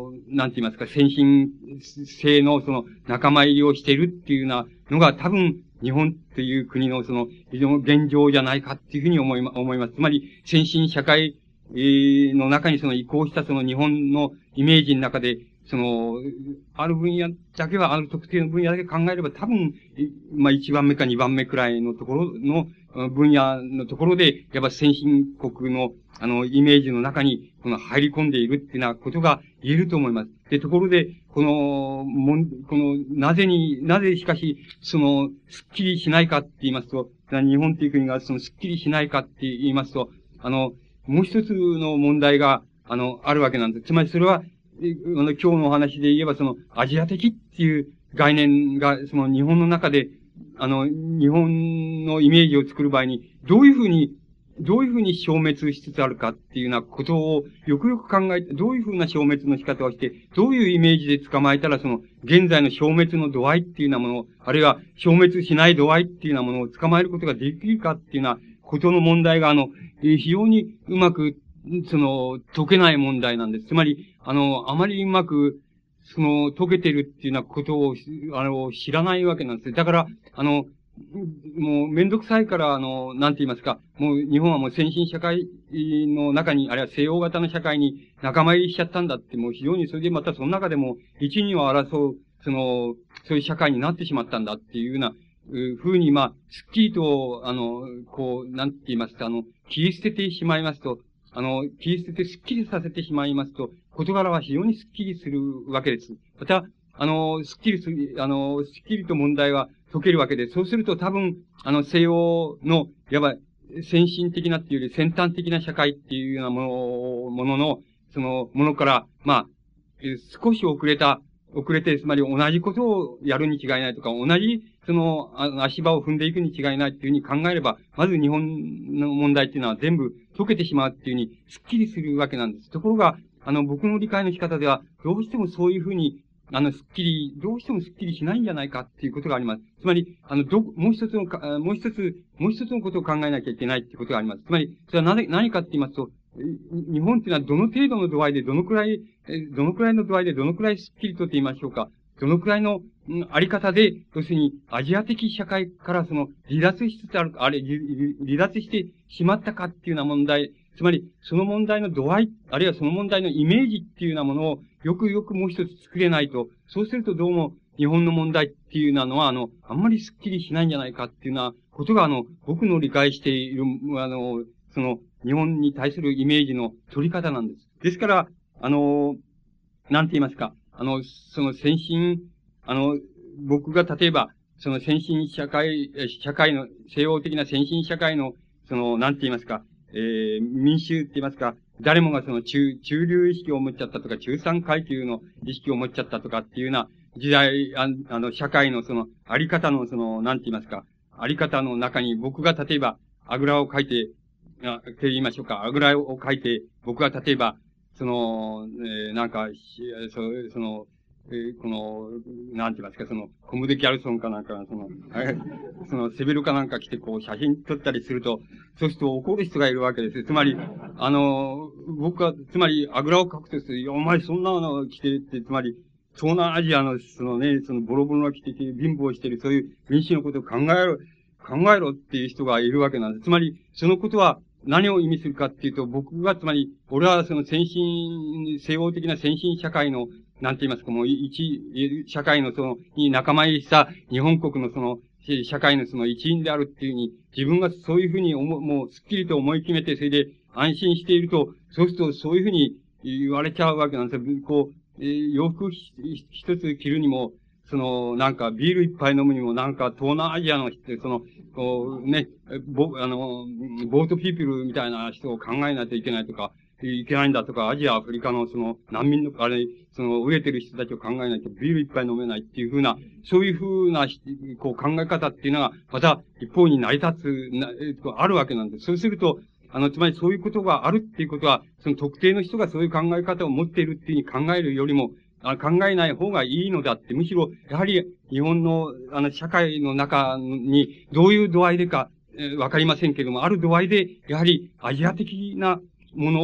の、なんて言いますか、先進性のその仲間入りをしているっていうようなのが多分、日本という国のその、非常に現状じゃないかっていうふうに思いま、思います。つまり、先進社会の中にその移行したその日本のイメージの中で、その、ある分野だけは、ある特定の分野だけ考えれば多分、まあ一番目か二番目くらいのところの分野のところで、やっぱ先進国のあの、イメージの中に、この入り込んでいるっていうようなことが言えると思います。で、ところで、この、もん、この、なぜに、なぜしかし、その、スッキリしないかって言いますと、日本という国がそのスッキリしないかって言いますと、あの、もう一つの問題が、あの、あるわけなんです。つまりそれは、あの、今日のお話で言えば、その、アジア的っていう概念が、その日本の中で、あの、日本のイメージを作る場合に、どういうふうに、どういうふうに消滅しつつあるかっていうようなことをよくよく考えて、どういうふうな消滅の仕方をして、どういうイメージで捕まえたらその現在の消滅の度合いっていうようなもの、あるいは消滅しない度合いっていうようなものを捕まえることができるかっていうようなことの問題が、あの、非常にうまく、その、解けない問題なんです。つまり、あの、あまりうまく、その、解けてるっていうようなことを、あの、知らないわけなんです。だから、あの、もうめんどくさいから、あの、なんて言いますか、もう日本はもう先進社会の中に、あるいは西洋型の社会に仲間入りしちゃったんだって、もう非常にそれでまたその中でも一二を争う、その、そういう社会になってしまったんだっていうような、ふうに、まあ、すっきりと、あの、こう、なんて言いますか、あの、切り捨ててしまいますと、あの、切り捨ててすっきりさせてしまいますと、事柄は非常にすっきりするわけです。また、あの、すっきりする、あの、すっきりと問題は解けるわけで、そうすると多分、あの、西洋の、いわば、先進的なっていうより先端的な社会っていうようなもの、ものの、その、ものから、まあ、少し遅れた、遅れて、つまり同じことをやるに違いないとか、同じ、その、足場を踏んでいくに違いないっていうふうに考えれば、まず日本の問題っていうのは全部解けてしまうっていうふうに、すっきりするわけなんです。ところが、あの、僕の理解の仕方では、どうしてもそういうふうに、あの、すっきり、どうしてもすっきりしないんじゃないかっていうことがあります。つまり、あの、ど、もう一つのか、もう一つ、もう一つのことを考えなきゃいけないっていうことがあります。つまり、それはなぜ、何かって言いますと、日本っていうのはどの程度の度合いで、どのくらい、どのくらいの度合いで、どのくらいすっきりとって言いましょうか。どのくらいの、うん、あり方で、要するに、アジア的社会からその、離脱しつつある、あれ、離脱してしまったかっていうような問題、つまり、その問題の度合い、あるいはその問題のイメージっていうようなものを、よくよくもう一つ作れないと、そうするとどうも、日本の問題っていうのは、あの、あんまりスッキリしないんじゃないかっていうようなことが、あの、僕の理解している、あの、その、日本に対するイメージの取り方なんです。ですから、あの、なんて言いますか、あの、その先進、あの、僕が例えば、その先進社会、社会の、西洋的な先進社会の、その、なんて言いますか、えー、民衆って言いますか、誰もがその中、中流意識を持っちゃったとか、中産階級の意識を持っちゃったとかっていうような時代、ああの、社会のその、あり方のその、なんて言いますか、あり方の中に僕が例えば、あぐらを書いて、あ、と言いましょうか、あぐらを書いて、僕が例えば、その、えー、なんか、そその、えー、この、なんて言いますか、その、コムデ・ギャルソンかなんか、その、その、セベルかなんか来て、こう、写真撮ったりすると、そうすると怒る人がいるわけです。つまり、あの、僕は、つまり、あぐらをかくとする、いや、お前そんなの着てって、つまり、東南アジアの、そのね、その、ボロボロが着てて、貧乏してる、そういう民主のことを考えろ、考えろっていう人がいるわけなんです。つまり、そのことは、何を意味するかっていうと、僕が、つまり、俺はその先進、西欧的な先進社会の、なんて言いますか、もう一、社会のその、に仲間入りした日本国のその、社会のその一員であるっていうふうに、自分がそういうふうに思、もうすっきりと思い決めて、それで安心していると、そうするとそういうふうに言われちゃうわけなんですよ。こう、えー、洋服一つ着るにも、その、なんか、ビール一杯飲むにも、なんか、東南アジアの人、その、こう、ね、ぼ、あの、ボートピープルみたいな人を考えないといけないとか、いけないんだとか、アジア、アフリカのその、難民の、あれ、その、飢えてる人たちを考えないと、ビール一杯飲めないっていうふうな、そういうふうな、こう、考え方っていうのが、また、一方に成り立つ、な、あるわけなんです。そうすると、あの、つまりそういうことがあるっていうことは、その特定の人がそういう考え方を持っているっていうふうに考えるよりも、考えない方がいいのだって、むしろ、やはり、日本の、あの、社会の中に、どういう度合いでか、えー、わかりませんけれども、ある度合いで、やはり、アジア的なものっ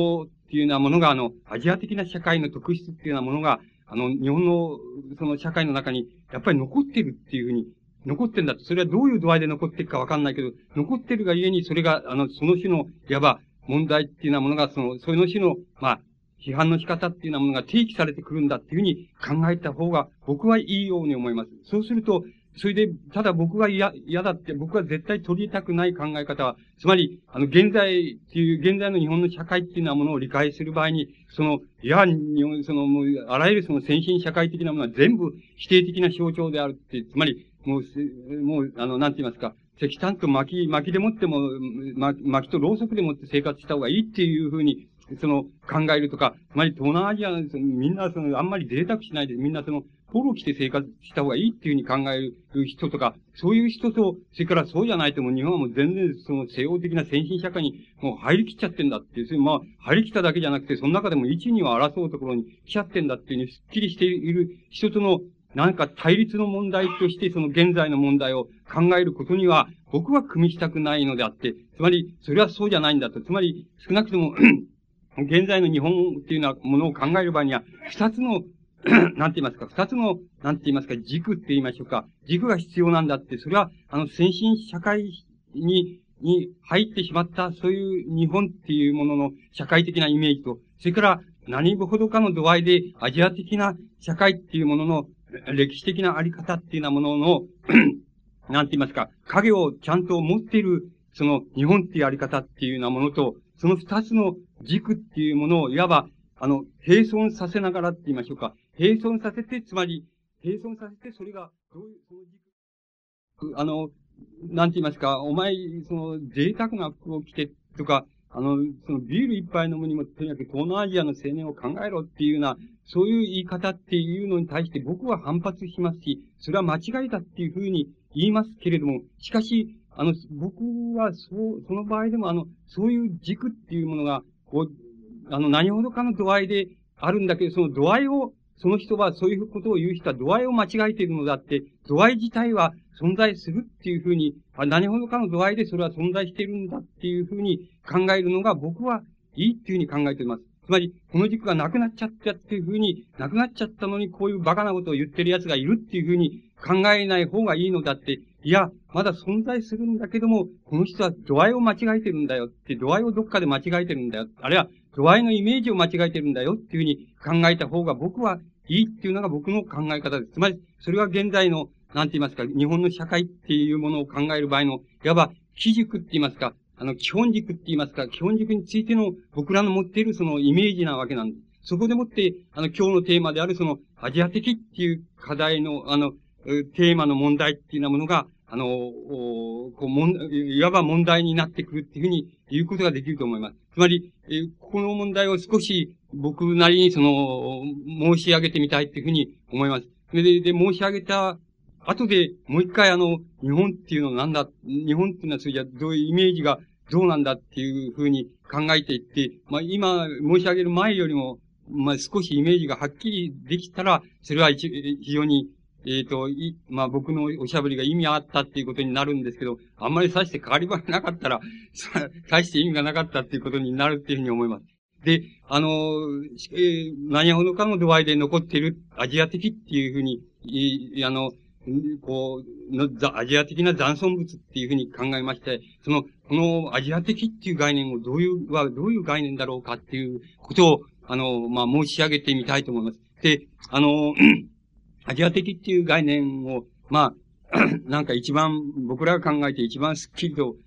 っていうようなものが、あの、アジア的な社会の特質っていうようなものが、あの、日本の、その社会の中に、やっぱり残ってるっていうふうに、残ってんだと。それはどういう度合いで残っていくかわかんないけど、残ってるがゆえに、それが、あの、その種の、いわば、問題っていうようなものが、その、その種の、まあ、批判の仕方っていうようなものが提起されてくるんだっていうふうに考えた方が、僕はいいように思います。そうすると、それで、ただ僕が嫌、嫌だって、僕が絶対取り入れたくない考え方は、つまり、あの、現在っていう、現在の日本の社会っていうようなものを理解する場合に、その、いや、日本、その、もう、あらゆるその先進社会的なものは全部否定的な象徴であるって、つまり、もう、もう、あの、なんて言いますか、石炭と薪、薪でもっても、ま、薪とろうそくでもって生活した方がいいっていうふうに、その、考えるとか、つまり東南アジアの、そのみんな、その、あんまり贅沢しないで、みんなその、ポロ着て生活した方がいいっていうふうに考える人とか、そういう人と、それからそうじゃないともう日本はもう全然その西欧的な先進社会にもう入りきっちゃってんだっていう、それまあ、入りきっただけじゃなくて、その中でも一二を争うところに来ちゃってんだっていうふうにすっきりしている人との、なんか対立の問題としてその現在の問題を考えることには、僕は組みしたくないのであって、つまり、それはそうじゃないんだと。つまり、少なくとも、現在の日本っていうようなものを考える場合には、二つの、なんて言いますか、二つの、なんて言いますか、軸って言いましょうか、軸が必要なんだって、それは、あの、先進社会に、に入ってしまった、そういう日本っていうものの社会的なイメージと、それから何ほどかの度合いでアジア的な社会っていうものの歴史的なあり方っていうようなものの、なんて言いますか、影をちゃんと持っている、その日本っていうあり方っていうようなものと、その二つの軸っていうものを、いわば、あの、並存させながらって言いましょうか。並存させて、つまり、並存させて、それが、どういう、その軸、あの、なんて言いますか、お前、その、贅沢な服を着て、とか、あの、その、ビール一杯飲むにも、とにかく東南アジアの青年を考えろっていうような、そういう言い方っていうのに対して僕は反発しますし、それは間違いだっていうふうに言いますけれども、しかし、あの、僕は、そう、その場合でも、あの、そういう軸っていうものが、こう、あの、何ほどかの度合いであるんだけど、その度合いを、その人は、そういうことを言う人は度合いを間違えているのであって、度合い自体は存在するっていうふうに、何ほどかの度合いでそれは存在しているんだっていうふうに考えるのが僕はいいっていうふうに考えています。つまり、この軸がなくなっちゃったっていうふうに、なくなっちゃったのにこういうバカなことを言ってる奴がいるっていうふうに考えない方がいいのだって、いや、まだ存在するんだけども、この人は度合いを間違えてるんだよって、度合いをどっかで間違えてるんだよ。あるいは、度合いのイメージを間違えてるんだよっていうふうに考えた方が僕はいいっていうのが僕の考え方です。つまり、それは現在の、なんて言いますか、日本の社会っていうものを考える場合の、いわば、基軸って言いますか、あの、基本軸って言いますか、基本軸についての僕らの持っているそのイメージなわけなんです。そこでもって、あの、今日のテーマであるその、アジア的っていう課題の、あの、テーマの問題っていうようなものが、あの、こう、もん、いわば問題になってくるっていうふうに言うことができると思います。つまり、えこの問題を少し僕なりにその、申し上げてみたいっていうふうに思います。で、で、で申し上げた後で、もう一回あの、日本っていうのはなんだ、日本っていうのはそれじゃどういうイメージがどうなんだっていうふうに考えていって、まあ今申し上げる前よりも、まあ少しイメージがはっきりできたら、それは一非常にえっ、ー、と、い、まあ僕のおしゃべりが意味あったっていうことになるんですけど、あんまりさして変わり場がなかったら、さして意味がなかったっていうことになるっていうふうに思います。で、あの、えー、何ほどかの度合いで残っているアジア的っていうふうに、いあの、こうの、アジア的な残存物っていうふうに考えまして、その、このアジア的っていう概念をどういう、はどういう概念だろうかっていうことを、あの、まあ申し上げてみたいと思います。で、あの、アジア的っていう概念を、まあ、なんか一番、僕らが考えて一番スッキリと、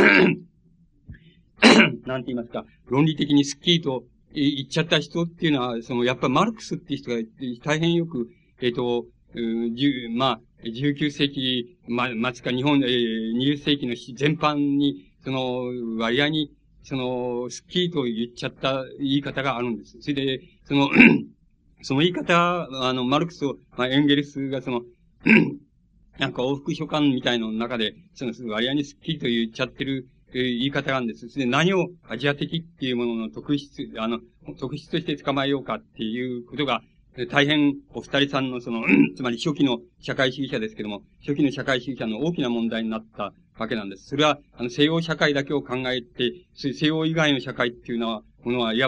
なんて言いますか、論理的にスッキリと言っちゃった人っていうのは、その、やっぱりマルクスっていう人が大変よく、えっ、ー、と、まあ、じゅうきゅう世紀、ま、末か日本、えー、にじゅっ世紀の全般に、その、割合に、その、スッキリと言っちゃった言い方があるんです。それで、その、その言い方、あの、マルクスと、まあ、エンゲルスがその、なんか往復書簡みたいの中で、その割合にスッキリと言っちゃってる、えー、言い方があるんです。それで何をアジア的っていうものの特質、あの、特質として捕まえようかっていうことが、大変お二人さんのその、つまり初期の社会主義者ですけども、初期の社会主義者の大きな問題になったわけなんです。それは、あの、西洋社会だけを考えて、西洋以外の社会っていうのは、ものは、いわば、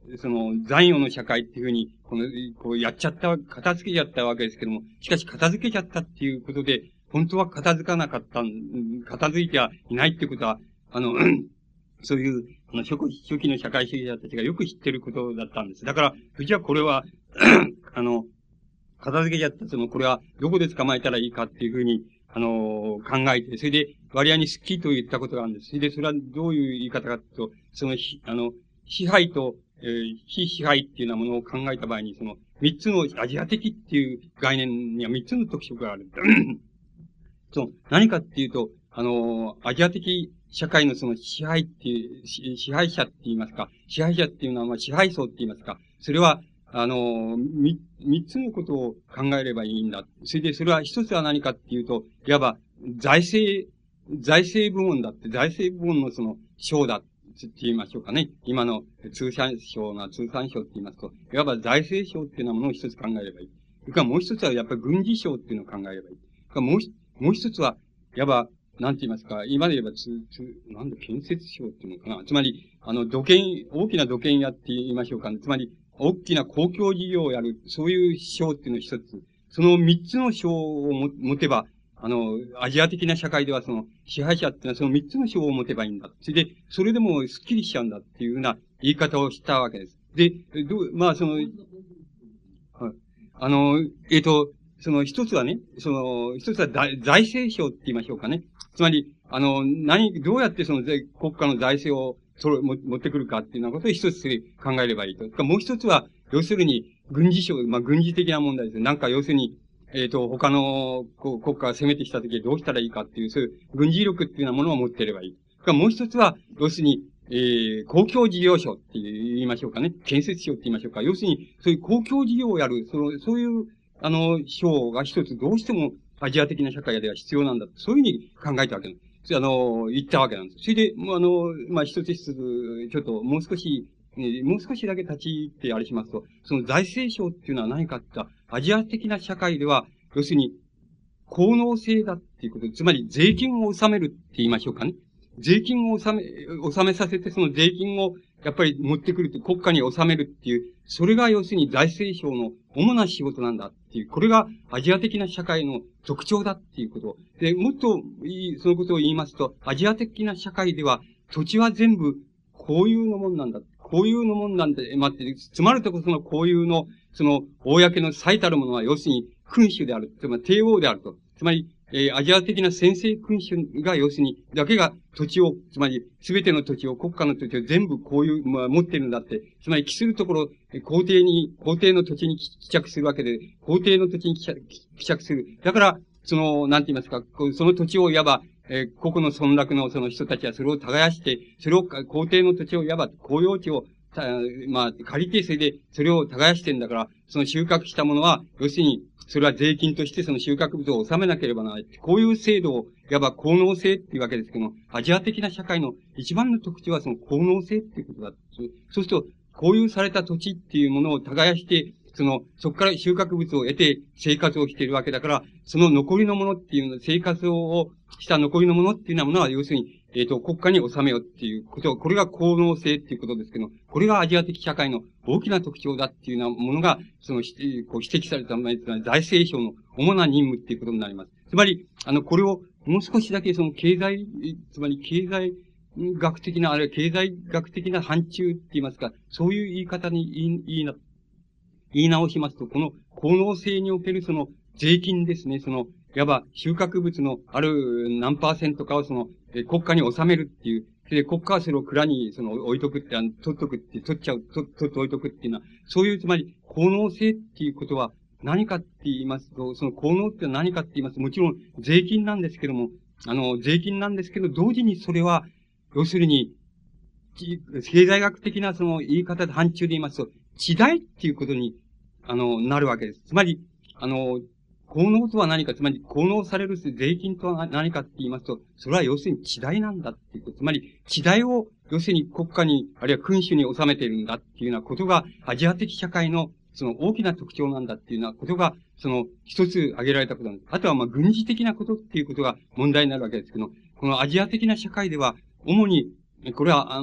その、残余の社会っていうふうに、この、こうやっちゃった、片付けちゃったわけですけども、しかし片付けちゃったっていうことで、本当は片付かなかった、片付いてはいないってことは、あの、そういう、あの、初期、初期の社会主義者たちがよく知ってることだったんです。だから、うちはこれは、あの、片付けちゃった、その、これはどこで捕まえたらいいかっていうふうに、あの、考えて、それで、割合に好きと言ったことがあるんです。それで、それはどういう言い方かというと、その、あの、支配と、えー、非支配っていうようなものを考えた場合に、その、三つのアジア的っていう概念には三つの特色がある。その、何かっていうと、あの、アジア的社会のその支配っていう、支配者って言いますか、支配者っていうのは、まあ、支配層って言いますか、それは、あの、み、三つのことを考えればいいんだ。それで、それは一つは何かっていうと、いわば、財政、財政部門だって、財政部門のその、省だって言いましょうかね。今の通産省な、通産省って言いますと、いわば財政省っていうようなものを一つ考えればいい。それからもう一つはやっぱり軍事省っていうのを考えればいい。それからもう、もう一つは、いわば、なんて言いますか、今で言えばつ、つ、なんだ、建設省っていうのかな。つまり、あの、土建、大きな土建屋って言いましょうかね。つまり、大きな公共事業をやる、そういう省っていうのを一つ。その三つの省をも持てば、あの、アジア的な社会ではその、支配者っていうのはその三つの省を持てばいいんだ。それで、それでもスッキリしちゃうんだっていうような言い方をしたわけです。で、どう、まあその、はい、あの、えっと、その一つはね、その、一つは財政省って言いましょうかね。つまり、あの、何、どうやってその国家の財政をそれ、も、持ってくるかっていうようなことを一つ考えればいいと。もう一つは、要するに、軍事省、まあ、軍事的な問題です。なんか、要するに、えっと、他のこ国家が攻めてきたときどうしたらいいかっていう、そういう軍事力っていうようなものを持っていればいい。もう一つは、要するに、えー、公共事業省って言いましょうかね。建設省って言いましょうか。要するに、そういう公共事業をやる、その、そういう、あの、省が一つどうしてもアジア的な社会では必要なんだ。そういうふうに考えたわけです。あの、言ったわけなんです。それで、もうあの、まあ、一つ一つ、ちょっと、もう少し、ね、もう少しだけ立ち入ってあれしますと、その財政省っていうのは何かって言ったら、アジア的な社会では、要するに、効能性だっていうこと、つまり税金を納めるって言いましょうかね。税金を納め、納めさせて、その税金をやっぱり持ってくるって、国家に納めるっていう、それが要するに財政省の主な仕事なんだっていう、これがアジア的な社会の特徴だっていうこと。で、もっといい、そのことを言いますと、アジア的な社会では土地は全部公有のもんなんだ。公有のもんなんだ。待って、つまるとこその公有の、その、公の最たるものは要するに君主である。つまり帝王であると。つまり、えー、アジア的な先制君主が要するに、だけが土地を、つまり、すべての土地を、国家の土地を全部こういう、まあ、持ってるんだって。つまり、帰するところ、皇帝に、皇帝の土地に帰着するわけで、皇帝の土地に帰着する。だから、その、なんて言いますか、その土地をいわば、えー、個々の村落のその人たちはそれを耕して、それを、皇帝の土地をいわば公用地を、まあ、借りて、それで、それを耕してんだから、その収穫したものは、要するに、それは税金としてその収穫物を納めなければならない。こういう制度を、いわば効能性っていうわけですけども、アジア的な社会の一番の特徴はその効能性っていうことだ。そうすると、公有された土地っていうものを耕して、その、そこから収穫物を得て生活をしているわけだから、その残りのものっていうの、生活をした残りのものっていうようなものは、要するに、えっと、国家に納めようっていうこと、これが効能性っていうことですけど、これがアジア的社会の大きな特徴だっていうようなものが、その、こう指摘されたのは、財政省の主な任務っていうことになります。つまり、あの、これをもう少しだけその経済、つまり経済学的な、あるいは経済学的な範疇って言いますか、そういう言い方に言い、言いな、言い直しますと、この効能性におけるその税金ですね、その、いわば収穫物のある何パーセントかをその、え国家に納めるっていう、で、国家はそれを蔵にその置いとくって、あの取っとくって、取っちゃう、取取って置いとくっていうのは、そういう、つまり、効能性っていうことは何かって言いますと、その効能って何かって言いますと、もちろん税金なんですけども、あの、税金なんですけど、同時にそれは、要するに、経済学的なその言い方で範疇で言いますと、地代っていうことに、あの、なるわけです。つまり、あの、効能とは何か、つまり、効能される税金とは何かって言いますと、それは要するに地代なんだっていうこと。つまり、地代を、要するに国家に、あるいは君主に収めているんだっていうようなことが、アジア的社会の、その大きな特徴なんだっていうようなことが、その、一つ挙げられたことなんです。あとは、まあ、軍事的なことっていうことが問題になるわけですけど、このアジア的な社会では、主に、これは、あの、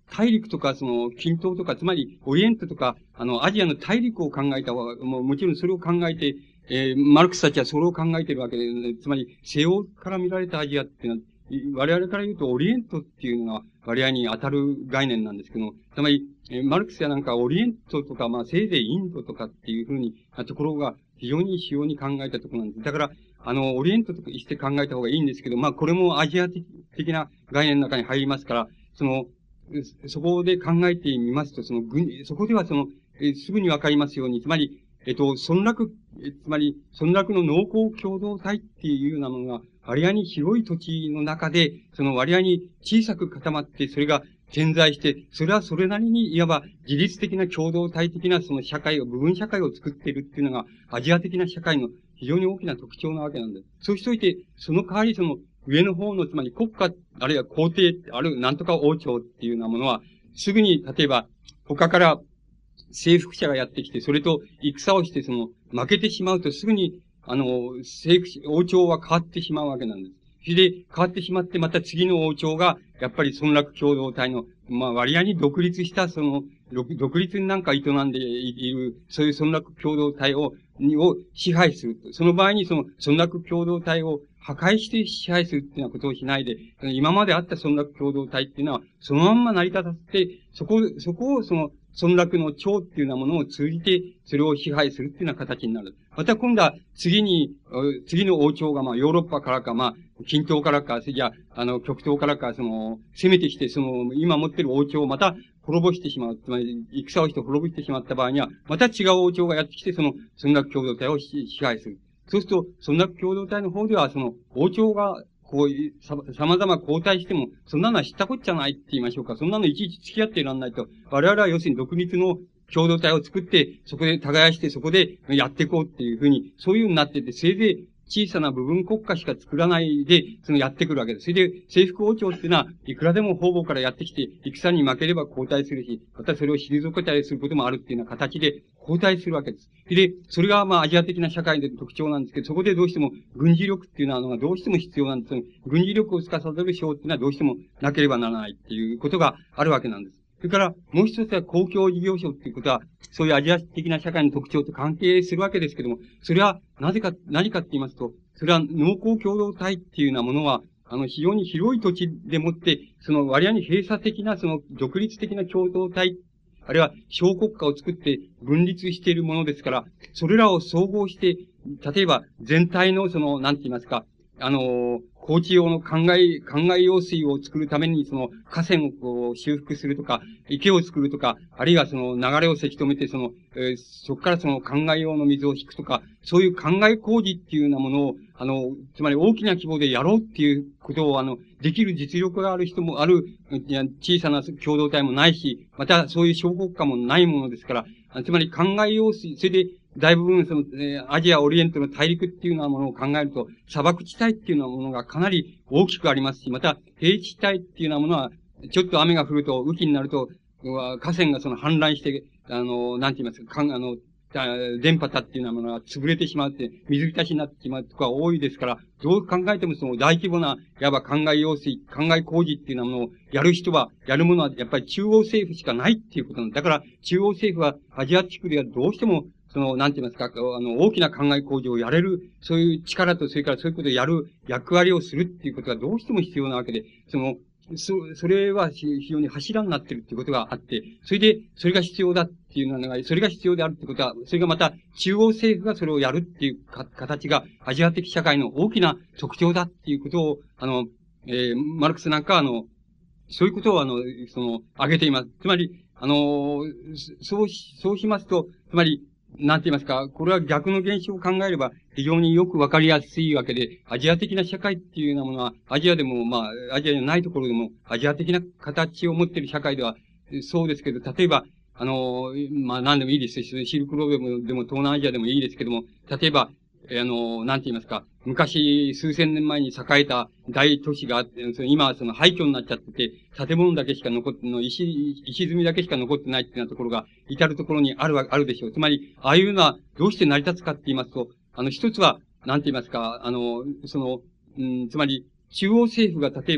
大陸とか、その、近東とか、つまり、オリエントとか、あの、アジアの大陸を考えた方が、もう、もちろんそれを考えて、えー、マルクスたちはそれを考えているわけで、ね、つまり、西欧から見られたアジアっていうのは、我々から言うと、オリエントっていうのが、割合に当たる概念なんですけども、つまり、えー、マルクスやなんか、オリエントとか、まあ、せいぜいインドとかっていうふうに、ところが、非常に主要に考えたところなんです。だから、あの、オリエントとして考えた方がいいんですけど、まあ、これもアジア的な概念の中に入りますから、その、そこで考えてみますと、その、そこではその、えすぐにわかりますように、つまり、えっと、村落、つまり、村落の農耕共同体っていうようなものが、割合に広い土地の中で、その割合に小さく固まって、それが点在して、それはそれなりに、いわば自律的な共同体的なその社会を、部分社会を作っているっていうのが、アジア的な社会の非常に大きな特徴なわけなんです。そうしておいて、その代わりその、上の方の、つまり国家、あるいは皇帝、あるいはなんとか王朝っていうようなものは、すぐに、例えば、他から征服者がやってきて、それと戦をして、その、負けてしまうとすぐに、あの、征服者、王朝は変わってしまうわけなんです。それで、変わってしまって、また次の王朝が、やっぱり村落共同体の、まあ、割合に独立した、その、独立になんか営んでいる、そういう村落共同体を、を支配する。その場合にその村落共同体を破壊して支配するっていうようなことをしないで、今まであった村落共同体っていうのは、そのまんま成り立たせて、そこ、そこをその村落の長っていうようなものを通じて、それを支配するっていうような形になる。また今度は次に、次の王朝がまあヨーロッパからか、まあ、近東からか、じゃあ、あの、極東からか、その、攻めてきて、その、今持ってる王朝をまた滅ぼしてしまう。つまり、戦をして滅ぼしてしまった場合には、また違う王朝がやってきて、その、村落共同体を支配する。そうすると、村落共同体の方では、その、王朝が、こういう、さ、様々交代しても、そんなのは知ったこっちゃないって言いましょうか。そんなのいちいち付き合っていらんないと、我々は要するに独立の共同体を作って、そこで耕して、そこでやっていこうっていうふうに、そういうふうになってて、せいぜい小さな部分国家しか作らないで、そのやってくるわけです。それで、征服王朝っていうのは、いくらでも方々からやってきて、戦に負ければ交代するし、またそれを退けたりすることもあるっていうような形で交代するわけです。で、それがまあアジア的な社会で特徴なんですけど、そこでどうしても軍事力っていうのはどうしても必要なんです。軍事力を司る省っていうのはどうしてもなければならないっていうことがあるわけなんです。それから、もう一つは公共事業省っていうことは、そういうアジア的な社会の特徴と関係するわけですけども、それは、なぜか、何かって言いますと、それは農耕共同体っていうようなものは、あの、非常に広い土地でもって、その割合に閉鎖的な、その独立的な共同体、あるいは小国家を作って分立しているものですから、それらを総合して、例えば全体のその、なんて言いますか、あの、高知用の灌漑、灌漑用水を作るために、その河川をこう修復するとか、池を作るとか、あるいはその流れをせき止めて、その、えー、そこからその灌漑用の水を引くとか、そういう灌漑工事っていうようなものを、あの、つまり大きな規模でやろうっていうことを、あの、できる実力がある人もある、いや小さな共同体もないし、またそういう小国家もないものですから、つまり灌漑用水、それで、大部分、その、えー、アジア、オリエントの大陸っていうようなものを考えると、砂漠地帯っていうようなものがかなり大きくありますし、また、平地帯っていうようなものは、ちょっと雨が降ると、雨季になると、河川がその氾濫して、あの、なんて言いますか、かん、あの、電波たっていうようなものが潰れてしまって、水浸しになってしまうとか多いですから、どう考えてもその大規模な、いわば灌漑用水、灌漑工事っていうようなものをやる人は、やるものはやっぱり中央政府しかないっていうことなんだ。だから、中央政府はアジア地区ではどうしても、その、なんて言いますか、あの、大きな灌漑工事をやれる、そういう力と、それからそういうことをやる役割をするっていうことがどうしても必要なわけで、その、そ、それは非常に柱になってるっていうことがあって、それで、それが必要だっていうのが、それが必要であるってことは、それがまた中央政府がそれをやるっていうか形がアジア的社会の大きな特徴だっていうことを、あの、えー、マルクスなんかはあの、そういうことをあの、その、挙げています。つまり、あの、そうし、そうしますと、つまり、なんて言いますか、これは逆の現象を考えれば非常によくわかりやすいわけで、アジア的な社会っていうようなものは、アジアでも、まあ、アジアじゃないところでも、アジア的な形を持っている社会では、そうですけど、例えば、あの、まあ、何でもいいですし、シルクロードでも、でも東南アジアでもいいですけども、例えば、あの、なんて言いますか、昔、数千年前に栄えた大都市があって、今はその廃墟になっちゃってて、建物だけしか残って、の石、石積みだけしか残ってないっていうようなところが、至るところにあるわ、あるでしょう。つまり、ああいうのはどうして成り立つかって言いますと、あの、一つは、なんて言いますか、あの、その、うん、つまり、中央政府が例えば、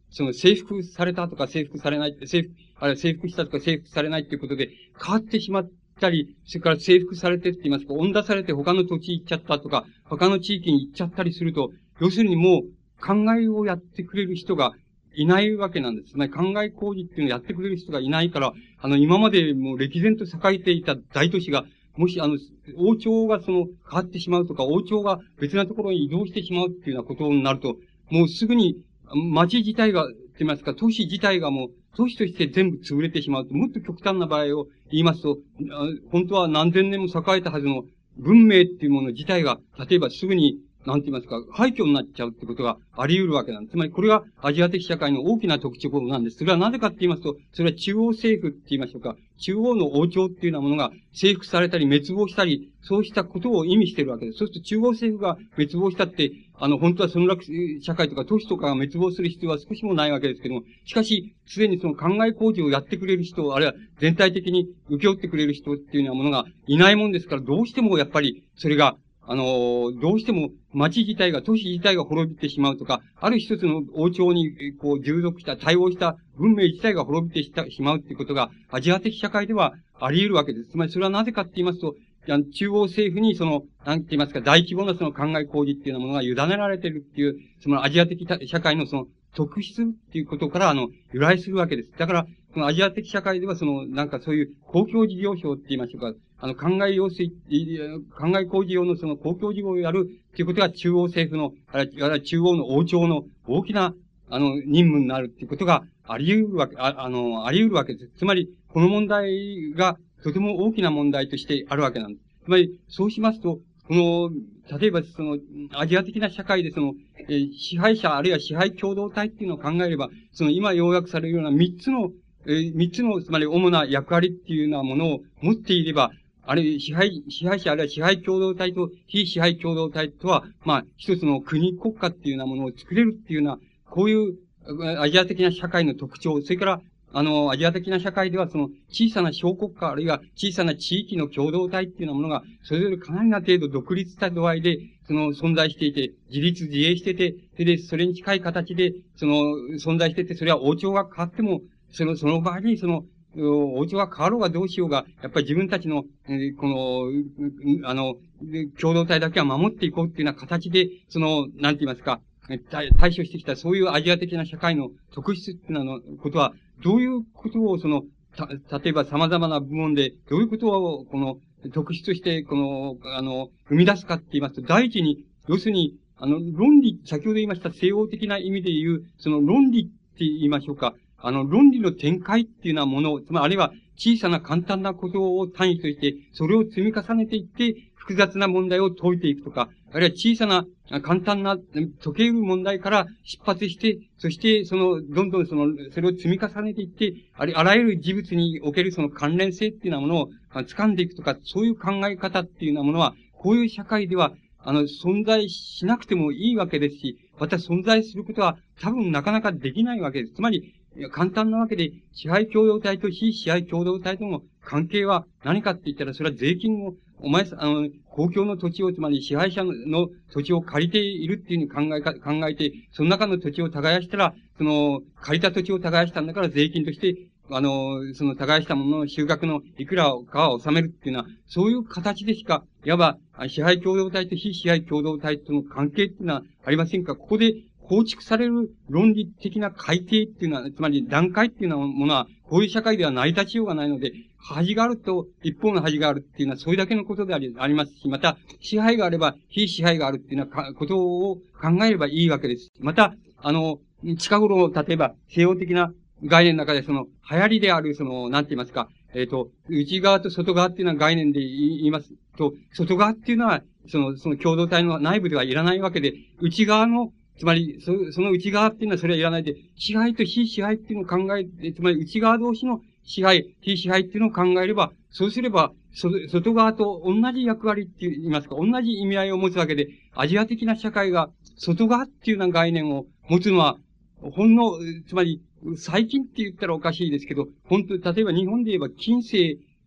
その征服されたとか征服されない、征服、あるいは征服したとか征服されないっていうことで変わってしまったり、それから征服されてって言いますか、恩出されて他の土地行っちゃったとか、他の地域に行っちゃったりすると、要するにもう考えをやってくれる人がいないわけなんです。つまり考え工事っていうのをやってくれる人がいないから、あの、今までもう歴然と栄えていた大都市が、もし、あの、王朝がその、変わってしまうとか、王朝が別なところに移動してしまうっていうようなことになると、もうすぐに、町自体が、と言いますか、都市自体がもう、都市として全部潰れてしまうと、もっと極端な場合を言いますと、本当は何千年も栄えたはずの文明っていうもの自体が、例えばすぐに、なんて言いますか、廃墟になっちゃうってことがあり得るわけなんです。つまりこれがアジア的社会の大きな特徴なんです。それはなぜかって言いますと、それは中央政府って言いましょうか、中央の王朝っていうようなものが征服されたり滅亡したり、そうしたことを意味しているわけです。そうすると中央政府が滅亡したって、あの、本当はその落社会とか都市とかが滅亡する必要は少しもないわけですけども、しかし、すでにその考え工事をやってくれる人、あるいは全体的に請け負ってくれる人っていうようなものがいないもんですから、どうしてもやっぱり、それが、あの、どうしても町自体が、都市自体が滅びてしまうとか、ある一つの王朝に、こう、従属した、対応した文明自体が滅びてしたしまうっていうことが、アジア的社会ではあり得るわけです。つまりそれはなぜかって言いますと、中央政府にその、なんて言いますか、大規模なその考え工事っていうようなものが委ねられているっていう、そのアジア的社会のその特質っていうことから、あの、由来するわけです。だから、そのアジア的社会ではその、なんかそういう公共事業省って言いましょうか、あの、考え用水、考え工事用のその公共事業をやるっていうことが中央政府の、あるいは中央の王朝の大きな、あの、任務になるっていうことがあり得るわけ、あ、あの、あり得るわけです。つまり、この問題がとても大きな問題としてあるわけなんです。つまり、そうしますと、この、例えばその、アジア的な社会でその、えー、支配者あるいは支配共同体っていうのを考えれば、その今要約されるような三つの、えー、三つの、つまり主な役割っていうようなものを持っていれば、あれ、支配、支配者あるいは支配共同体と非支配共同体とは、まあ、一つの国、国家っていうようなものを作れるっていうような、こういうアジア的な社会の特徴、それから、あの、アジア的な社会では、その、小さな小国家、あるいは小さな地域の共同体っていうようなものが、それぞれかなりな程度独立した度合いで、その、存在していて、自立自衛してて、それで、それに近い形で、その、存在してて、それは王朝が変わっても、その、その場合に、その、王朝が変わろうがどうしようが、やっぱり自分たちの、えー、この、あの、共同体だけは守っていこうっていうような形で、その、なんて言いますか、対処してきた、そういうアジア的な社会の特質っていうのことは、どういうことを、その、た、例えば様々な部門で、どういうことを、この、特質として、この、あの、生み出すかって言いますと、第一に、要するに、あの、論理、先ほど言いました西洋的な意味で言う、その論理って言いましょうか、あの、論理の展開っていうようなものを、つまり、あるいは小さな簡単なことを単位として、それを積み重ねていって、複雑な問題を解いていくとか、あるいは小さな、簡単な、解ける問題から出発して、そして、その、どんどんその、それを積み重ねていって、あり、あらゆる事物におけるその関連性っていうようなものを掴んでいくとか、そういう考え方っていうようなものは、こういう社会では、あの、存在しなくてもいいわけですし、また存在することは多分なかなかできないわけです。つまり、簡単なわけで、支配共同体と非支配共同体との関係は何かって言ったら、それは税金を、お前さ、あの、公共の土地を、つまり支配者の土地を借りているっていうふうに考えか、考えて、その中の土地を耕したら、その、借りた土地を耕したんだから税金として、あの、その耕したものの収穫のいくらかを納めるっていうのは、そういう形でしか、いわば、支配共同体と非支配共同体との関係っていうのはありませんか？ここで、構築される論理的な改定っていうのは、つまり段階っていうようなものは、こういう社会では成り立ちようがないので、端があると一方の端があるっていうのは、それだけのことであり、ありますし、また、支配があれば非支配があるっていうようなことを考えればいいわけです。また、あの、近頃、例えば、西洋的な概念の中で、その、流行りである、その、なんて言いますか、えっと、内側と外側っていうような概念で言いますと、外側っていうのは、その、その共同体の内部ではいらないわけで、内側のつまり、そ、その内側っていうのはそれはいらないで、支配と非支配っていうのを考えて、つまり内側同士の支配、非支配っていうのを考えれば、そうすれば、そ、外側と同じ役割って言いますか、同じ意味合いを持つわけで、アジア的な社会が外側っていうような概念を持つのは、ほんの、つまり、最近って言ったらおかしいですけど、本当、例えば日本で言えば近世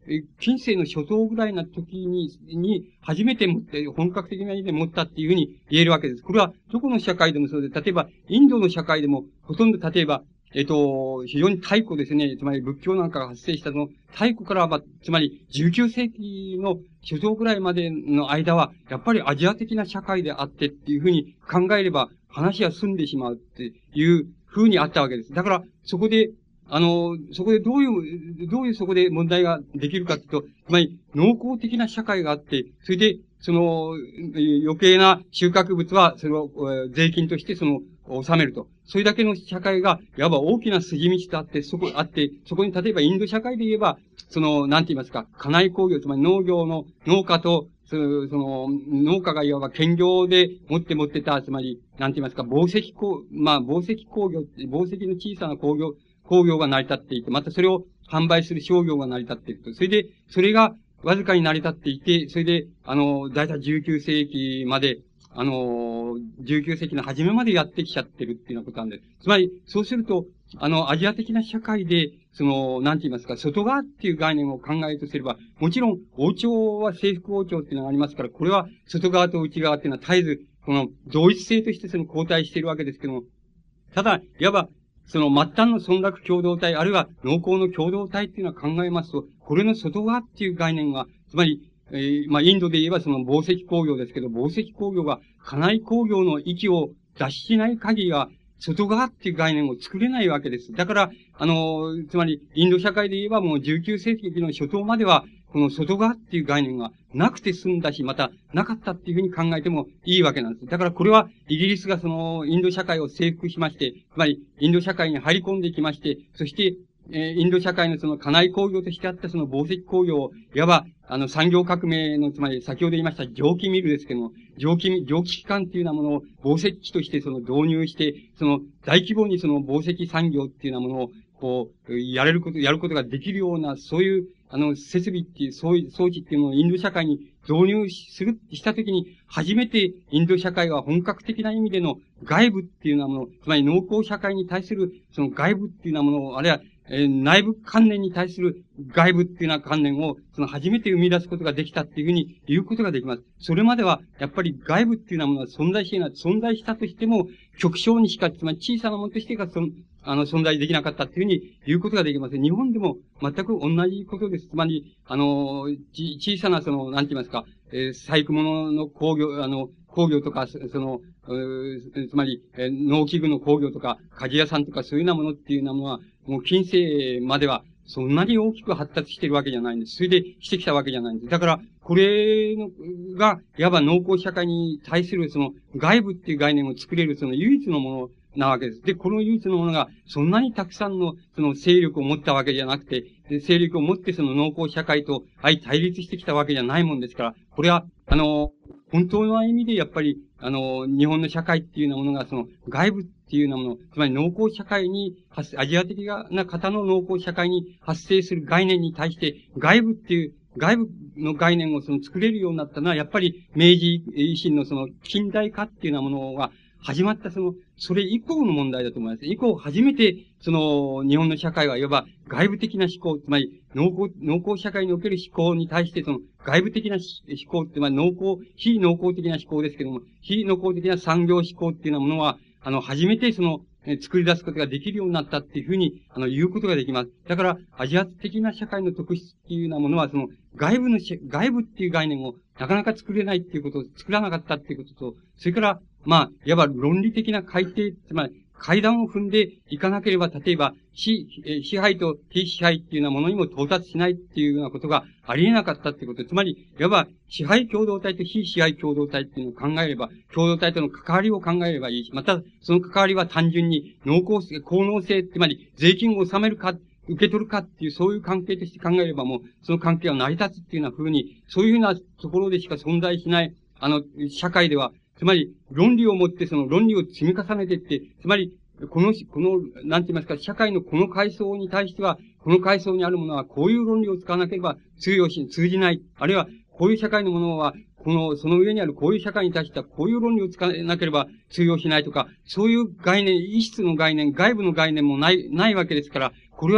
近世の初頭ぐらいな時に、に、初めて持って、本格的な意味で持ったっていうふうに言えるわけです。これは、どこの社会でもそうで、例えば、インドの社会でも、ほとんど、例えば、えっと、非常に太古ですね。つまり仏教なんかが発生したその、太古からは、つまりじゅうきゅう世紀の初頭ぐらいまでの間は、やっぱりアジア的な社会であってっていうふうに考えれば、話は済んでしまうっていうふうにあったわけです。だから、そこで、あの、そこでどういう、どういうそこで問題ができるかというと、つまり農耕的な社会があって、それで、その、余計な収穫物は、それを、税金としてその、納めると。それだけの社会が、いわば大きな筋道とあって、そこ、あって、そこに例えばインド社会で言えば、その、なんて言いますか、家内工業、つまり農業の農家と、その、その農家がいわば兼業で持って持ってた、つまり、なんて言いますか、紡績工、まあ、紡績工業、紡績の小さな工業、工業が成り立っていて、またそれを販売する商業が成り立っていると。それで、それがわずかに成り立っていて、それで、あの、だいたいじゅうきゅう世紀まで、あの、じゅうきゅう世紀の初めまでやってきちゃってるっていうようなことなんです。つまり、そうすると、あの、アジア的な社会で、その、なんて言いますか、外側っていう概念を考えるとすれば、もちろん、王朝は征服王朝っていうのがありますから、これは外側と内側っていうのは絶えず、この、同一性としてその交代しているわけですけども、ただ、いわば、その末端の村落共同体、あるいは農耕の共同体っていうのは考えますと、これの外側っていう概念は、つまり、えー、まあ、インドで言えばその紡績工業ですけど、紡績工業が家内工業の域を脱しない限りは、外側っていう概念を作れないわけです。だから、あの、つまり、インド社会で言えばもうじゅうきゅう世紀の初頭までは、この外側っていう概念がなくて済んだし、またなかったっていうふうに考えてもいいわけなんです。だからこれはイギリスがそのインド社会を征服しまして、つまりインド社会に入り込んでいきまして、そして、えー、インド社会のその家内工業としてあったその紡績工業を、いわば、あの産業革命の、つまり先ほど言いました蒸気ミルですけども、蒸気、蒸気機関っていうようなものを紡績機としてその導入して、その大規模にその紡績産業っていうようなものを、こう、やれること、やることができるような、そういう、あの、設備っていう、そういう装置っていうのをインド社会に導入する、したときに、初めてインド社会は本格的な意味での外部っていうようなもの、つまり農耕社会に対する、その外部っていうようなものを、あるいは、えー、内部関連に対する外部っていうような関連を、その初めて生み出すことができたっていうふうに言うことができます。それまでは、やっぱり外部っていうようなものは存在していない。存在したとしても、極小にしか、つまり小さなものとしてが、その、あの、存在できなかったっていうふうに言うことができます。日本でも全く同じことです。つまり、あの、ち、小さなその、なんて言いますか、えー、細工物の工業、あの、工業とか、その、つまり、えー、農機具の工業とか、鍛冶屋さんとかそういうようなものっていうようなものは、もう近世までは、そんなに大きく発達してるわけじゃないんです。それでしてきたわけじゃないんです。だから、これのが、いわば農耕社会に対するその外部っていう概念を作れるその唯一のものなわけです。で、この唯一のものが、そんなにたくさんのその勢力を持ったわけじゃなくて、勢力を持ってその農耕社会と相対立してきたわけじゃないもんですから、これは、あの、本当の意味でやっぱり、あの、日本の社会っていうようなものが、その外部っていうようなもの、つまり農耕社会に発、アジア的な方の農耕社会に発生する概念に対して、外部っていう、外部の概念をその作れるようになったのは、やっぱり明治維新のその近代化っていうようなものが始まったその、それ以降の問題だと思います。以降、初めて、その、日本の社会はいわば外部的な思考、つまり農耕、農耕社会における思考に対して、その、外部的な思考って、まあ、農耕、非農耕的な思考ですけども、非農耕的な産業思考っていうようなものは、あの、初めてその、作り出すことができるようになったっていうふうに、あの、言うことができます。だから、アジア的な社会の特質っていうようなものは、その、外部の、外部っていう概念をなかなか作れないっていうことを、作らなかったっていうことと、それから、まあ、いわば論理的な改定、つまり、階段を踏んでいかなければ、例えば、支、支配と非支配っていうようなものにも到達しないっていうようなことがありえなかったっていうこと。つまり、いわば、支配共同体と非支配共同体っていうのを考えれば、共同体との関わりを考えればいいし、また、その関わりは単純に農耕性、効能性、つまり、税金を納めるか、受け取るかっていう、そういう関係として考えればもう、その関係は成り立つっていうような風に、そういうふうなところでしか存在しない、あの、社会では、つまり、論理を持ってその論理を積み重ねていって、つまり、この、この、なんて言いますか、社会のこの階層に対しては、この階層にあるものは、こういう論理を使わなければ通用し、通じない。あるいは、こういう社会のものは、この、その上にあるこういう社会に対しては、こういう論理を使わなければ通用しないとか、そういう概念、異質の概念、外部の概念もない、ないわけですから、これは、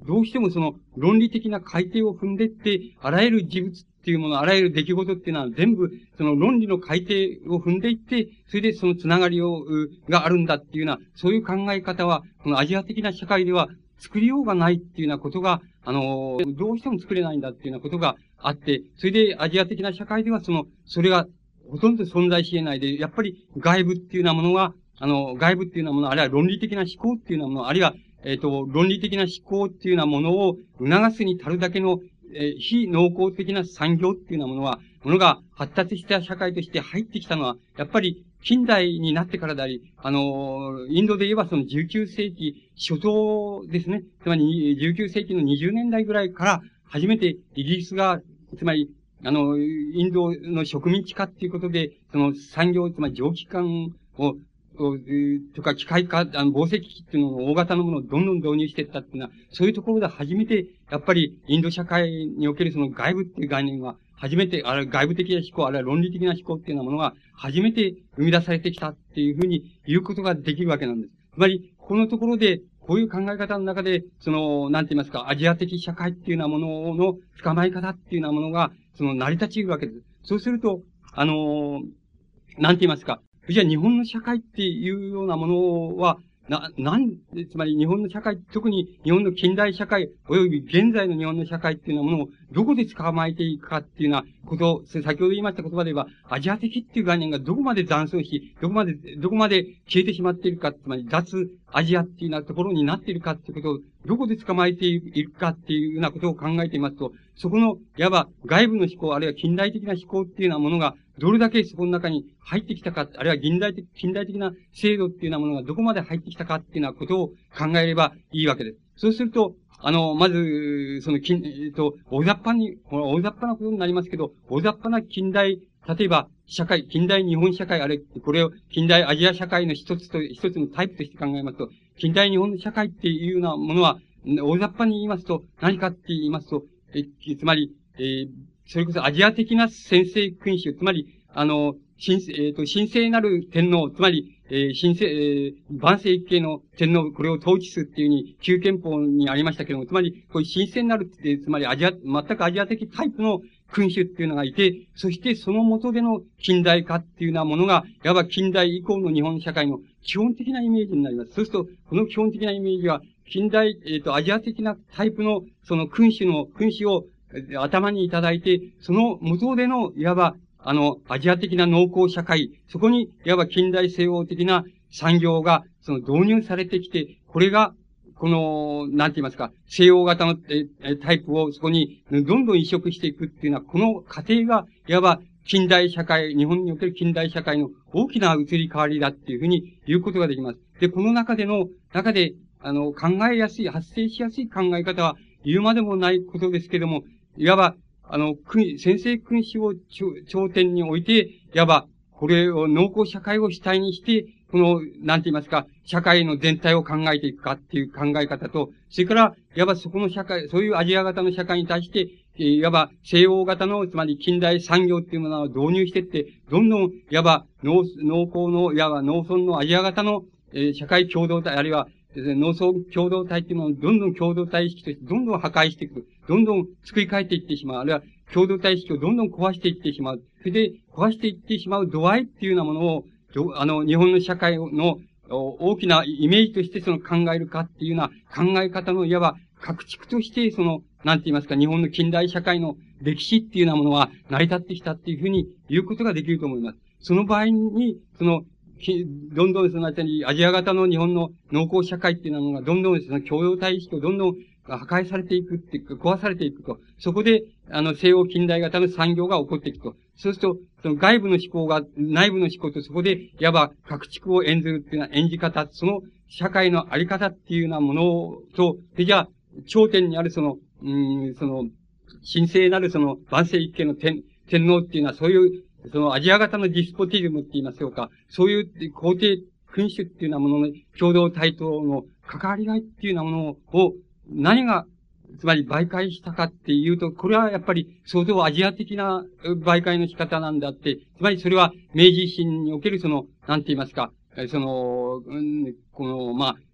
どうしてもその論理的な改定を踏んでって、あらゆる事物っていうもの、あらゆる出来事っていうのは全部、その論理の改定を踏んでいって、それでそのつながりを、があるんだっていうような、そういう考え方は、このアジア的な社会では作りようがないっていうようなことが、あの、どうしても作れないんだっていうようなことがあって、それでアジア的な社会ではその、それがほとんど存在し得ないで、やっぱり外部っていうようなものが、あの、外部っていうようなもの、あるいは論理的な思考っていうようなもの、あるいは、えっと、論理的な思考っていうようなものを促すに足るだけの、えー、非農耕的な産業っていうようなものは、ものが発達した社会として入ってきたのは、やっぱり近代になってからであり、あの、インドで言えばそのじゅうきゅうせいき初頭ですね。つまりじゅうきゅうせいきのにじゅうねんだいぐらいから初めてイギリスが、つまり、あの、インドの植民地化っていうことで、その産業、つまり蒸気管を、とか機械化、あの、紡績機っていうのを大型のものをどんどん導入していったっていうのは、そういうところで初めて、やっぱりインド社会におけるその外部っていう概念は、初めて、あれ、外部的な思考、あるいは論理的な思考っていうようなものが、初めて生み出されてきたっていうふうに言うことができるわけなんです。つまり、このところで、こういう考え方の中で、その、なんて言いますか、アジア的社会っていうようなものの捕まえ方っていうようなものが、その、成り立ち得るわけです。そうすると、あの、なんて言いますか、じゃあ日本の社会っていうようなものは、な、なん、つまり日本の社会、特に日本の近代社会、および現在の日本の社会っていうようなものをどこで捕まえていくかっていうようなことを、先ほど言いました言葉で言えば、アジア的っていう概念がどこまで残存し、どこまで、どこまで消えてしまっているか、つまり脱アジアっていうようなところになっているかっていうことを、どこで捕まえているかっていうようなことを考えていますと、そこの、いわば外部の思考、あるいは近代的な思考っていうようなものが、どれだけそこの中に入ってきたか、あるいは近代的、近代的な制度っていうようなものがどこまで入ってきたかっていうようなことを考えればいいわけです。そうすると、あの、まず、その、近、えっと、大雑把に、大雑把なことになりますけど、大雑把な近代、例えば、社会、近代日本社会、あれ、これを近代アジア社会の一つと、一つのタイプとして考えますと、近代日本の社会っていうようなものは、大雑把に言いますと、何かって言いますと、え、つまり、えー、それこそアジア的な先制君主、つまり、あの、神、えっ、ー、と、神聖なる天皇、つまり、えー、神聖、えー、万世一系の天皇、これを統治するっていうふうに、旧憲法にありましたけども、つまり、こういう神聖なるって、つまりアジア、全くアジア的タイプの君主っていうのがいて、そしてその下での近代化っていうようなものが、いわば近代以降の日本社会の基本的なイメージになります。そうすると、この基本的なイメージは、近代、えっ、ー、と、アジア的なタイプの、その君主の、君主を頭にいただいて、その元での、いわば、あの、アジア的な農耕社会、そこに、いわば近代西欧的な産業が、その導入されてきて、これが、この、なんて言いますか、西欧型のタイプをそこにどんどん移植していくっていうのは、この過程が、いわば近代社会、日本における近代社会の大きな移り変わりだっていうふうに言うことができます。で、この中での、中で、あの、考えやすい、発生しやすい考え方は言うまでもないことですけども、いわば、あの、国、先制君主を頂点に置いて、いわば、これを農耕社会を主体にして、この、なんて言いますか、社会の全体を考えていくかっていう考え方と、それから、いわばそこの社会、そういうアジア型の社会に対して、いわば西欧型の、つまり近代産業っていうものを導入していって、どんどん、いわば農、農耕の、いわば農村のアジア型の、えー、社会共同体、あるいは、農村共同体っていうのをどんどん共同体意識としてどんどん破壊していく。どんどん作り変えていってしまう。あるいは共同体意識をどんどん壊していってしまう。それで壊していってしまう度合いっていうようなものを、あの、日本の社会の大きなイメージとしてその考えるかっていうような考え方のいわば拡築として、その、なんて言いますか、日本の近代社会の歴史っていうようなものは成り立ってきたっていうふうに言うことができると思います。その場合に、その、どんどんそのあたり、アジア型の日本の農耕社会っていうのが、どんどんその共同体意識をどんどん破壊されていくっていうか、壊されていくと。そこで、あの、西欧近代型の産業が起こっていくと。そうすると、その外部の思考が、内部の思考とそこで、いわば、拡築を演ずるっていうのは演じ方、その社会のあり方っていうようなものと、で、じゃあ、頂点にあるその、うん、その、神聖なるその、万世一系の天、天皇っていうのは、そういう、そのアジア型のディスポティズムって言いましょうか。そういう皇帝君主っていうようなものの共同体との関わりがいっていうようなものを何が、つまり媒介したかっていうと、これはやっぱり相当アジア的な媒介の仕方なんだって、つまりそれは明治維新におけるその、なんて言いますか、その、うん、この、まあ、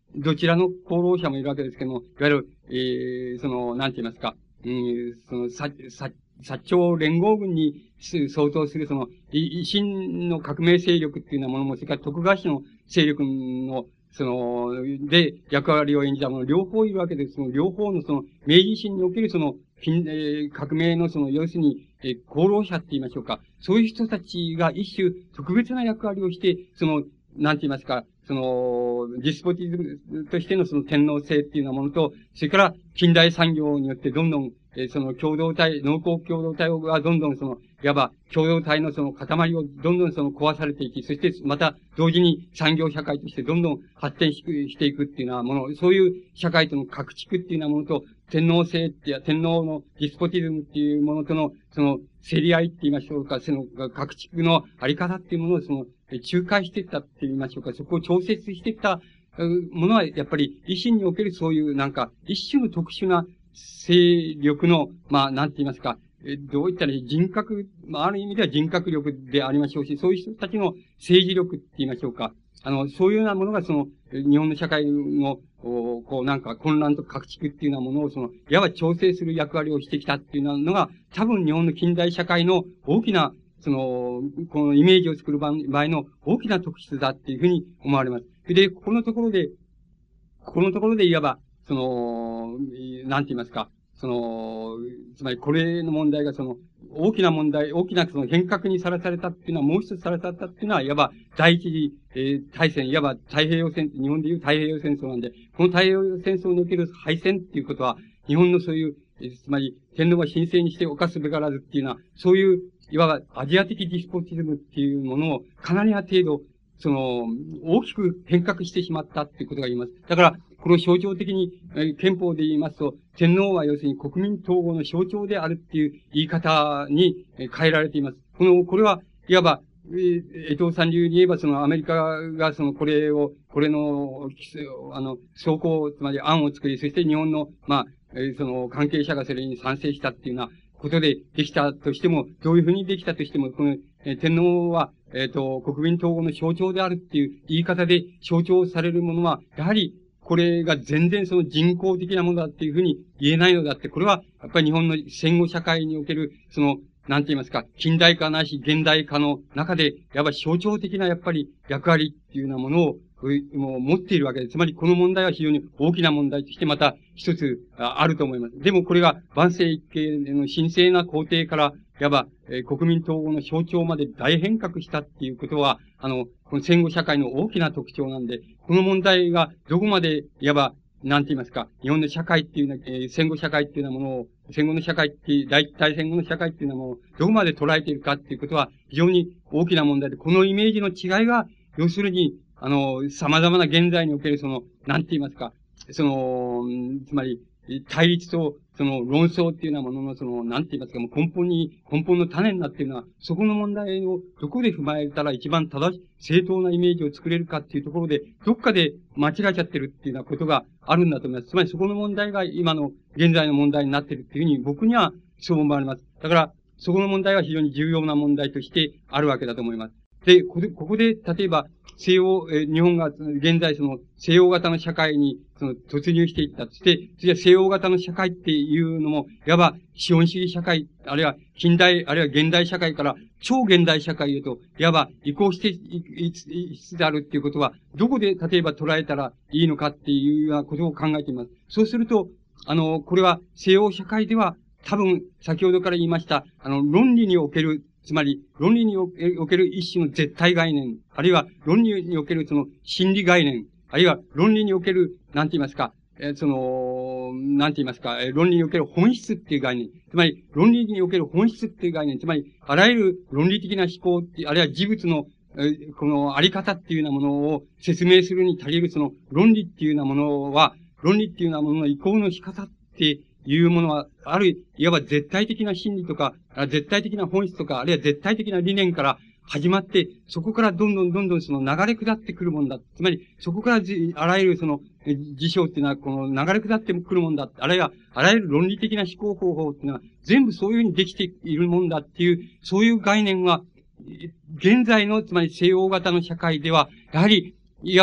どちらの功労者もいるわけですけども、いわゆる、えー、その、なんて言いますか、うん、その、さ、さ、薩長連合軍に相当するその、維新の革命勢力っていうようなものも、それから徳川氏の勢力の、その、で、役割を演じたもの、両方いるわけです。その両方のその、明治維新におけるその、えー、革命のその、要するに、えー、功労者って言いましょうか。そういう人たちが一種特別な役割をして、その、なんて言いますか、その、ディスポティズムとしてのその天皇制っていうようなものと、それから近代産業によってどんどん、えー、その共同体、農耕共同体がどんどんその、いわば共同体のその塊をどんどんその壊されていき、そしてまた同時に産業社会としてどんどん発展していくっていうようなもの、そういう社会との拡築っていうようなものと、天皇制ってや、天皇のディスポティズムっていうものとの、その、競り合いって言いましょうか、その、拡築のあり方っていうものをその、仲介していったって言いましょうか、そこを調節していったものは、やっぱり維新におけるそういうなんか、一種の特殊な勢力の、まあ、なんて言いますか、どういったら人格、まあ、ある意味では人格力でありましょうし、そういう人たちの政治力って言いましょうか。あの、そういうようなものがその、日本の社会の、こう、なんか混乱と拡築っていうようなものをその、いわば調整する役割をしてきたっていうようなのが、多分日本の近代社会の大きな、その、このイメージを作る場合の大きな特質だっていうふうに思われます。で、ここのところで、ここのところでいわば、その、なんて言いますか、その、つまりこれの問題がその、大きな問題、大きなその変革にさらされたっていうのは、もう一つさらされたっていうのは、いわば第一次、えー、大戦、いわば太平洋戦、日本でいう太平洋戦争なんで、この太平洋戦争における敗戦っていうことは、日本のそういう、えー、つまり天皇が神聖にして犯すべからずっていうのは、そういう、いわばアジア的ディスポティズムっていうものをかなりな程度、その、大きく変革してしまったっていうことが言います。だから、これを象徴的に、えー、憲法で言いますと、天皇は要するに国民統合の象徴であるっていう言い方に、えー、変えられています。この、これは、いわば、えー、江藤さん流に言えば、そのアメリカがそのこれを、これの、あの、走行、つまり案を作り、そして日本の、まあ、えー、その関係者がそれに賛成したっていうようなことでできたとしても、どういうふうにできたとしても、この、えー、天皇は、えっと、国民統合の象徴であるっていう言い方で象徴されるものは、やはり、これが全然その人工的なものだっていうふうに言えないのだって、これは、やっぱり日本の戦後社会における、その、なんて言いますか、近代化ないし現代化の中で、やっぱり象徴的なやっぱり役割っていうようなものを、もう持っているわけです。つまりこの問題は非常に大きな問題としてまた一つあると思います。でもこれが万世一系の神聖な皇帝から、いわば、えー、国民統合の象徴まで大変革したっていうことは、あの、この戦後社会の大きな特徴なんで、この問題がどこまで、いわば、なんて言いますか、日本の社会っていうのは、えー、戦後社会っていうようなものを、戦後の社会っていう、大大戦後の社会っていうようなものを、どこまで捉えているかっていうことは、非常に大きな問題で、このイメージの違いが、要するに、あの、様々な現在におけるその、なんて言いますか、その、つまり、対立と、その論争っていうようなものの、その、なんて言いますか、もう根本に、根本の種になっているのは、そこの問題をどこで踏まえたら一番正しい、正当なイメージを作れるかっていうところで、どっかで間違えちゃってるっていうようなことがあるんだと思います。つまりそこの問題が今の、現在の問題になっているっていうふうに僕にはそう思われます。だから、そこの問題は非常に重要な問題としてあるわけだと思います。で、ここで、ここで例えば、西洋、え、日本が、現在その、西洋型の社会に、その、突入していった。そして、次は西洋型の社会っていうのも、いわば、資本主義社会、あるいは、近代、あるいは現代社会から、超現代社会へと、いわば、移行していつつあるっていうことは、どこで、例えば捉えたらいいのかっていうようなことを考えています。そうすると、あの、これは、西洋社会では、多分、先ほどから言いました、あの、論理における、つまり、論理における一種の絶対概念、あるいは論理におけるその心理概念、あるいは論理における、なんて言いますか、えー、その、なんて言いますか、えー、論理における本質っていう概念、つまり、論理における本質っていう概念、つまり、あらゆる論理的な思考って、あるいは事物の、えー、このあり方っていうようなものを説明するに足りるその論理っていうようなものは、論理っていうようなものの移行の仕方っていうものは、ある、いわば絶対的な真理とか、絶対的な本質とか、あるいは絶対的な理念から始まって、そこからどんどんどんどんその流れ下ってくるもんだ。つまり、そこからあらゆるその事象っていうのは、この流れ下ってくるもんだ。あるいは、あらゆる論理的な思考方法っていうのは、全部そういうふうにできているもんだっていう、そういう概念は、現在の、つまり西欧型の社会では、やはり、いわば、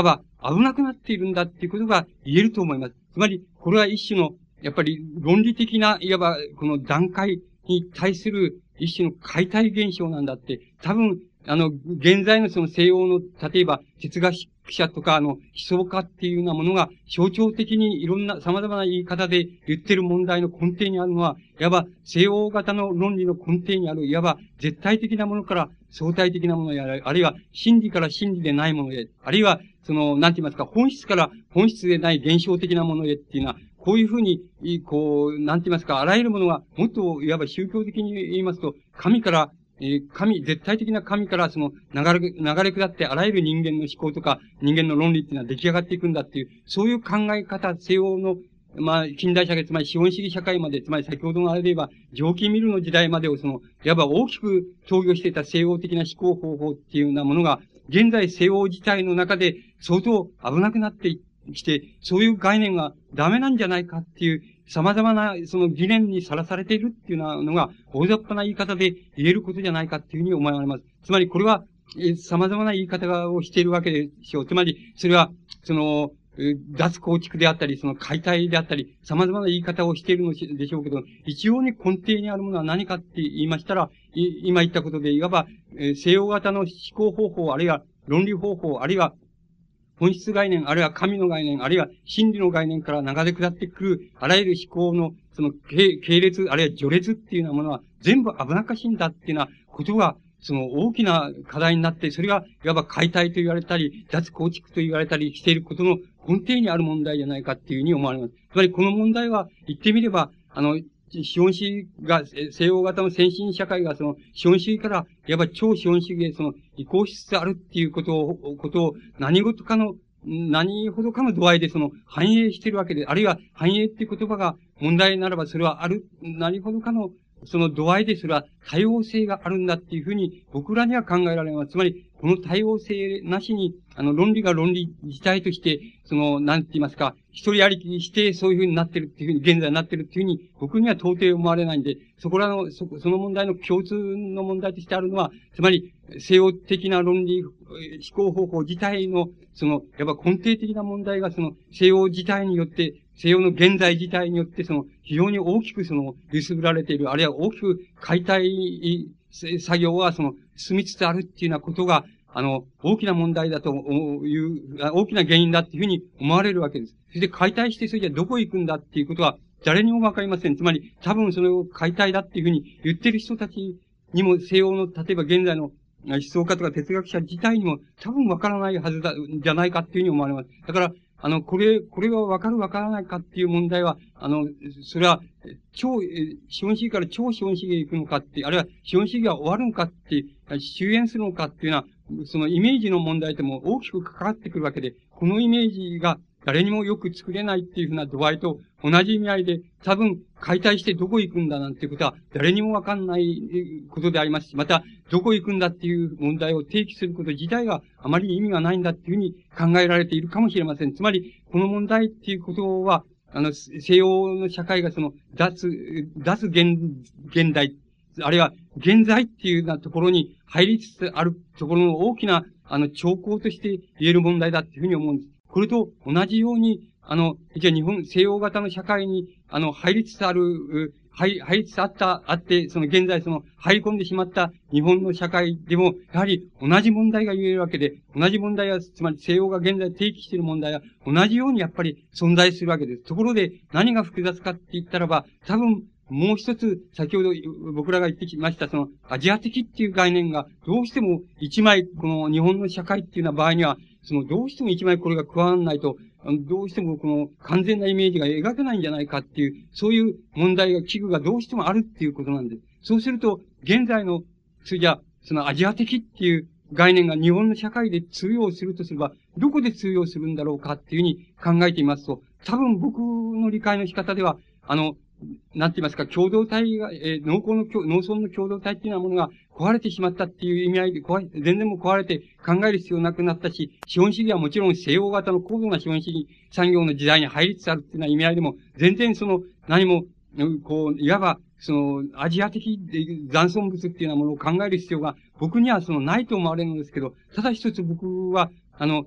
危なくなっているんだっていうことが言えると思います。つまり、これは一種の、やっぱり論理的な、いわば、この段階に対する一種の解体現象なんだって、多分、あの、現在のその西洋の、例えば、哲学者とか、あの、思想家っていうようなものが、象徴的にいろんな様々な言い方で言ってる問題の根底にあるのは、いわば、西洋型の論理の根底にある、いわば、絶対的なものから相対的なものや、あるいは、真理から真理でないものへ、あるいは、その、なんて言いますか、本質から本質でない現象的なものへっていうのは、こういうふうに、こう、なんて言いますか、あらゆるものが、もっと、いわば宗教的に言いますと、神から、えー、神、絶対的な神からその流れ、流れ下ってあらゆる人間の思考とか人間の論理っていうのは出来上がっていくんだっていう、そういう考え方、西洋の、まあ、近代社会、つまり資本主義社会まで、つまり先ほどのあれで言えば、蒸気ミルの時代までをその、いわば大きく統御していた西洋的な思考方法っていうようなものが、現在西洋自体の中で相当危なくなってきて、そういう概念がダメなんじゃないかっていう、様々な、その疑念にさらされているっていうようなのが、大雑把な言い方で言えることじゃないかっていうふうに思われます。つまり、これは、え様々な言い方をしているわけでしょう。つまり、それは、その、脱構築であったり、その解体であったり、様々な言い方をしているのでしょうけど、一応に根底にあるものは何かって言いましたら、今言ったことで、いわば、西洋型の思考方法、あるいは論理方法、あるいは本質概念、あるいは神の概念、あるいは真理の概念から流れ下ってくる、あらゆる思考の、その、系列、あるいは序列っていうようなものは、全部危なっかしいんだっていうようなことが、その大きな課題になって、それが、いわば解体と言われたり、脱構築と言われたりしていることの根底にある問題じゃないかっていうふうに思われます。つまりこの問題は、言ってみれば、あの、資本主義が、西洋型の先進社会がその資本主義から、いわば超資本主義へその移行しつつあるっていうことを、ことを何事かの、何ほどかの度合いでその反映しているわけで、あるいは反映っていう言葉が問題ならばそれはある、何ほどかのその度合いでそれは多様性があるんだっていうふうに僕らには考えられます。つまり、この多様性なしに、あの、論理が論理自体として、その、なんて言いますか、一人ありきにしてそういうふうになってるっていうふうに、現在なってるっていうふうに、僕には到底思われないんで、そこらの、そ、その問題の共通の問題としてあるのは、つまり、西洋的な論理、思考方法自体の、その、やっぱ根底的な問題が、その、西洋自体によって、西洋の現在自体によって、その、非常に大きくその、揺すぶられている、あるいは大きく解体作業は、その、進みつつあるっていうようなことが、あの、大きな問題だという、大きな原因だっていうふうに思われるわけです。それで解体して、それじゃどこ行くんだっていうことは、誰にもわかりません。つまり、多分それを解体だっていうふうに言ってる人たちにも、西洋の、例えば現在の思想家とか哲学者自体にも、多分わからないはずだ、じゃないかっていうふうに思われます。だから、あの、これ、これがわかるわからないかっていう問題は、あの、それは、超、資本主義から超資本主義へ行くのかって、あるいは資本主義が終わるのかって、終焉するのかっていうのは、そのイメージの問題とも大きく関わってくるわけで、このイメージが誰にもよく作れないっていうふうな度合いと同じ意味合いで、多分解体してどこ行くんだなんていうことは誰にもわかんないことでありますし、またどこ行くんだっていう問題を提起すること自体があまり意味がないんだっていうふうに考えられているかもしれません。つまり、この問題っていうことは、あの、西洋の社会がその、脱、脱現、現代、あるいは現在っていうようなところに入りつつあるところの大きな、あの、兆候として言える問題だっていうふうに思うんです。これと同じように、あの、じゃあ日本、西洋型の社会に、あの、入りつつある、入、入りつつあった、あって、その現在その、入り込んでしまった日本の社会でも、やはり同じ問題が言えるわけで、同じ問題は、つまり西洋が現在提起している問題は、同じようにやっぱり存在するわけです。ところで、何が複雑かって言ったらば、多分、もう一つ、先ほど僕らが言ってきました、その、アジア的っていう概念が、どうしても一枚、この日本の社会っていうような場合には、その、どうしても一枚これが加わらないと、どうしてもこの完全なイメージが描けないんじゃないかっていう、そういう問題が、危惧がどうしてもあるっていうことなんです。そうすると、現在の、それじゃ、そのアジア的っていう概念が日本の社会で通用するとすれば、どこで通用するんだろうかっていうふうに考えていますと、多分僕の理解の仕方では、あの、なんて言いますか、共同体が、えー、農耕の、農村の共同体っていうようなものが壊れてしまったっていう意味合いで、壊れ、全然もう壊れて考える必要なくなったし、資本主義はもちろん西洋型の高度な資本主義産業の時代に入りつつあるっていうような意味合いでも、全然その、何も、こう、いわば、その、アジア的残存物っていうようなものを考える必要が、僕にはその、ないと思われるんですけど、ただ一つ僕は、あの、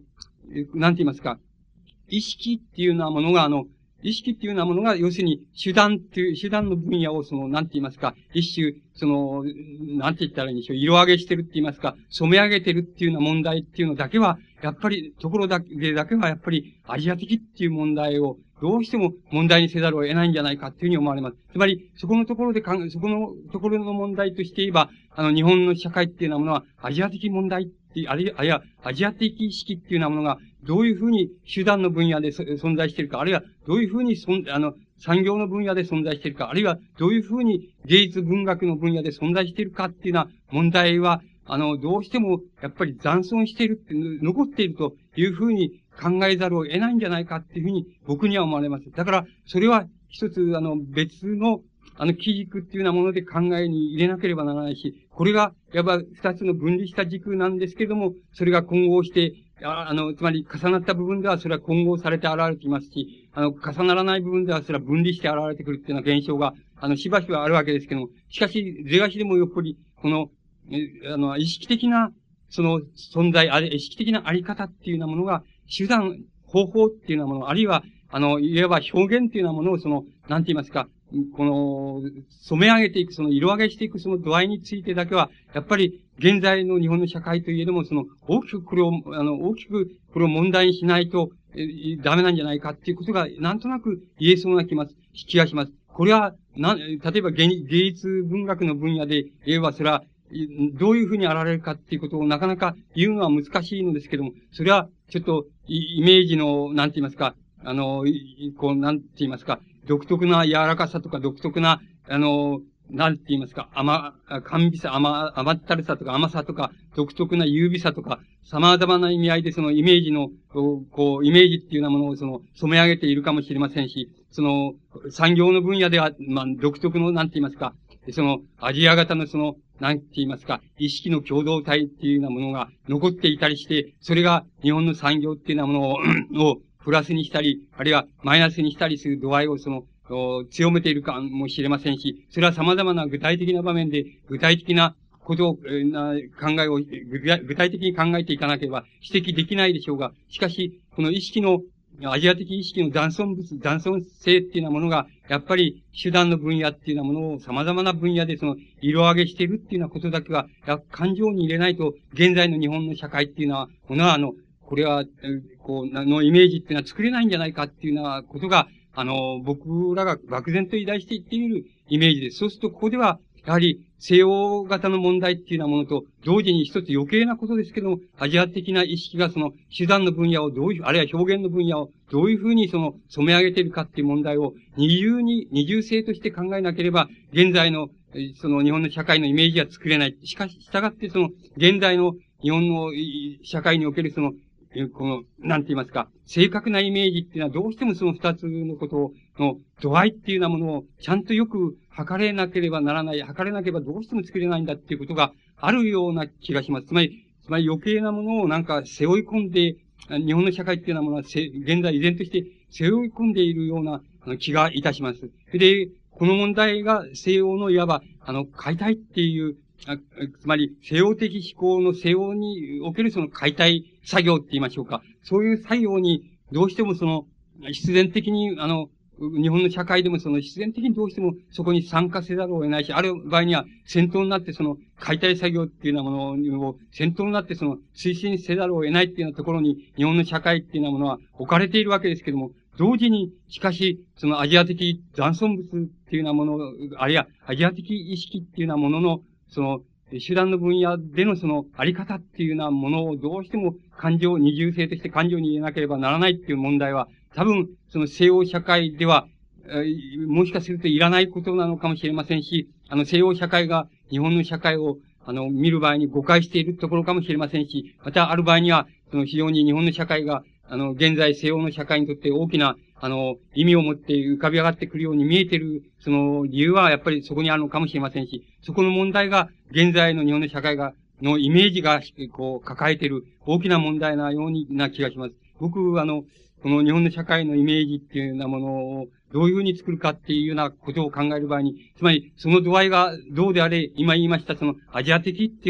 なんて言いますか、意識っていうようなものが、あの、意識っていうようなものが、要するに、手段っていう、手段の分野を、その、なんて言いますか、一種、その、なんて言ったらいいんでしょう、色上げしてるって言いますか、染め上げてるっていうような問題っていうのだけは、やっぱり、ところだけだけは、やっぱり、アジア的っていう問題を、どうしても問題にせざるを得ないんじゃないかっていうふうに思われます。つまり、そこのところでかん、そこのところの問題として言えば、あの、日本の社会っていうようなものは、アジア的問題って、あるいは、あるいは、アジア的意識っていうようなものが、どういうふうに手段の分野で存在しているか、あるいは、どういうふうにそん、あの、産業の分野で存在しているか、あるいは、どういうふうに芸術文学の分野で存在しているかっていうような問題は、あの、どうしても、やっぱり残存しているって、残っているというふうに考えざるを得ないんじゃないかっていうふうに僕には思われます。だから、それは一つ、あの、別の、あの、基軸っていうようなもので考えに入れなければならないし、これが、やっぱ二つの分離した軸なんですけれども、それが混合して、ああの、つまり重なった部分ではそれは混合されて現れていますし、あの、重ならない部分ではそれは分離して現れてくるっていうような現象が、あの、しばしばあるわけですけども、しかし、是が非でもやっぱり、この、え、あの、意識的な、その、存在、あれ、意識的なあり方っていうようなものが、手段、方法っていうようなもの、あるいは、あの、いわば表現っていうようなものを、その、なんて言いますか、この、染め上げていく、その色上げしていくその度合いについてだけは、やっぱり、現在の日本の社会といえども、その、大きくこれを、あの、大きくこれを問題にしないと、え、ダメなんじゃないかっていうことが、なんとなく言えそうな気ます、気がします。これは、な、例えば芸芸術文学の分野で言えば、それは、どういうふうにあられるかっていうことをなかなか言うのは難しいのですけども、それは、ちょっと、イメージの、なんて言いますか、あの、こう、なんて言いますか、独特な柔らかさとか、独特な、あの、なんて言いますか、甘、甘美さ、甘、甘ったるさとか甘さとか、独特な優美さとか、様々な意味合いでそのイメージの、こう、イメージっていうようなものをその、染め上げているかもしれませんし、その、産業の分野では、まあ、独特の、なんて言いますか、その、アジア型のその、なんて言いますか、意識の共同体っていうようなものが残っていたりして、それが日本の産業っていうようなものを、をプラスにしたり、あるいはマイナスにしたりする度合いをその、強めているかもしれませんし、それは様々な具体的な場面で、具体的なことを、な考えを、具体的に考えていかなければ指摘できないでしょうが、しかし、この意識の、アジア的意識の残存物、残存性っていうようなものが、やっぱり手段の分野っていうようなものを様々な分野でその色上げしているっていうようなことだけは、感情に入れないと、現在の日本の社会っていうのは、ものはあの、これは、こう、のイメージっていうのは作れないんじゃないかっていうようなことが、あの、僕らが漠然と依頼していっているイメージです。そうすると、ここでは、やはり、西洋型の問題っていうようなものと、同時に一つ余計なことですけども、アジア的な意識がその、手段の分野をどういう、あるいは表現の分野をどういうふうにその、染め上げているかっていう問題を、二重に、二重性として考えなければ、現在の、その、日本の社会のイメージは作れない。しかし、従ってその、現在の日本の社会におけるその、この、なんて言いますか、正確なイメージっていうのはどうしてもその二つのことの度合いっていうようなものをちゃんとよく測れなければならない、測れなければどうしても作れないんだっていうことがあるような気がします。つまり、つまり余計なものをなんか背負い込んで、日本の社会っていうようなものは現在依然として背負い込んでいるような気がいたします。で、この問題が西洋のいわば、あの、解体っていう、つまり、西洋的思考の西洋におけるその解体作業って言いましょうか。そういう作業に、どうしてもその、必然的に、あの、日本の社会でもその必然的にどうしてもそこに参加せざるを得ないし、ある場合には先頭になってその解体作業っていうようなものを先頭になってその推進せざるを得ないっていうようなところに日本の社会っていうようなものは置かれているわけですけども、同時に、しかし、そのアジア的残存物っていうようなもの、あるいはアジア的意識っていうようなものの、その、手段の分野でのそのあり方っていうようなものをどうしても感情、二重性として感情に入れなければならないっていう問題は、多分、その西洋社会では、えー、もしかするといらないことなのかもしれませんし、あの西洋社会が日本の社会を、あの、見る場合に誤解しているところかもしれませんし、またある場合には、その非常に日本の社会が、あの、現在西洋の社会にとって大きな、あの、意味を持って浮かび上がってくるように見えている、その理由はやっぱりそこにあるのかもしれませんし、そこの問題が、現在の日本の社会が、のイメージが、こう、抱えている大きな問題なようにな気がします。僕、あの、この日本の社会のイメージっていうようなものを、どういうふうに作るかっていうようなことを考える場合に、つまり、その度合いがどうであれ、今言いました、その、アジア的っていう、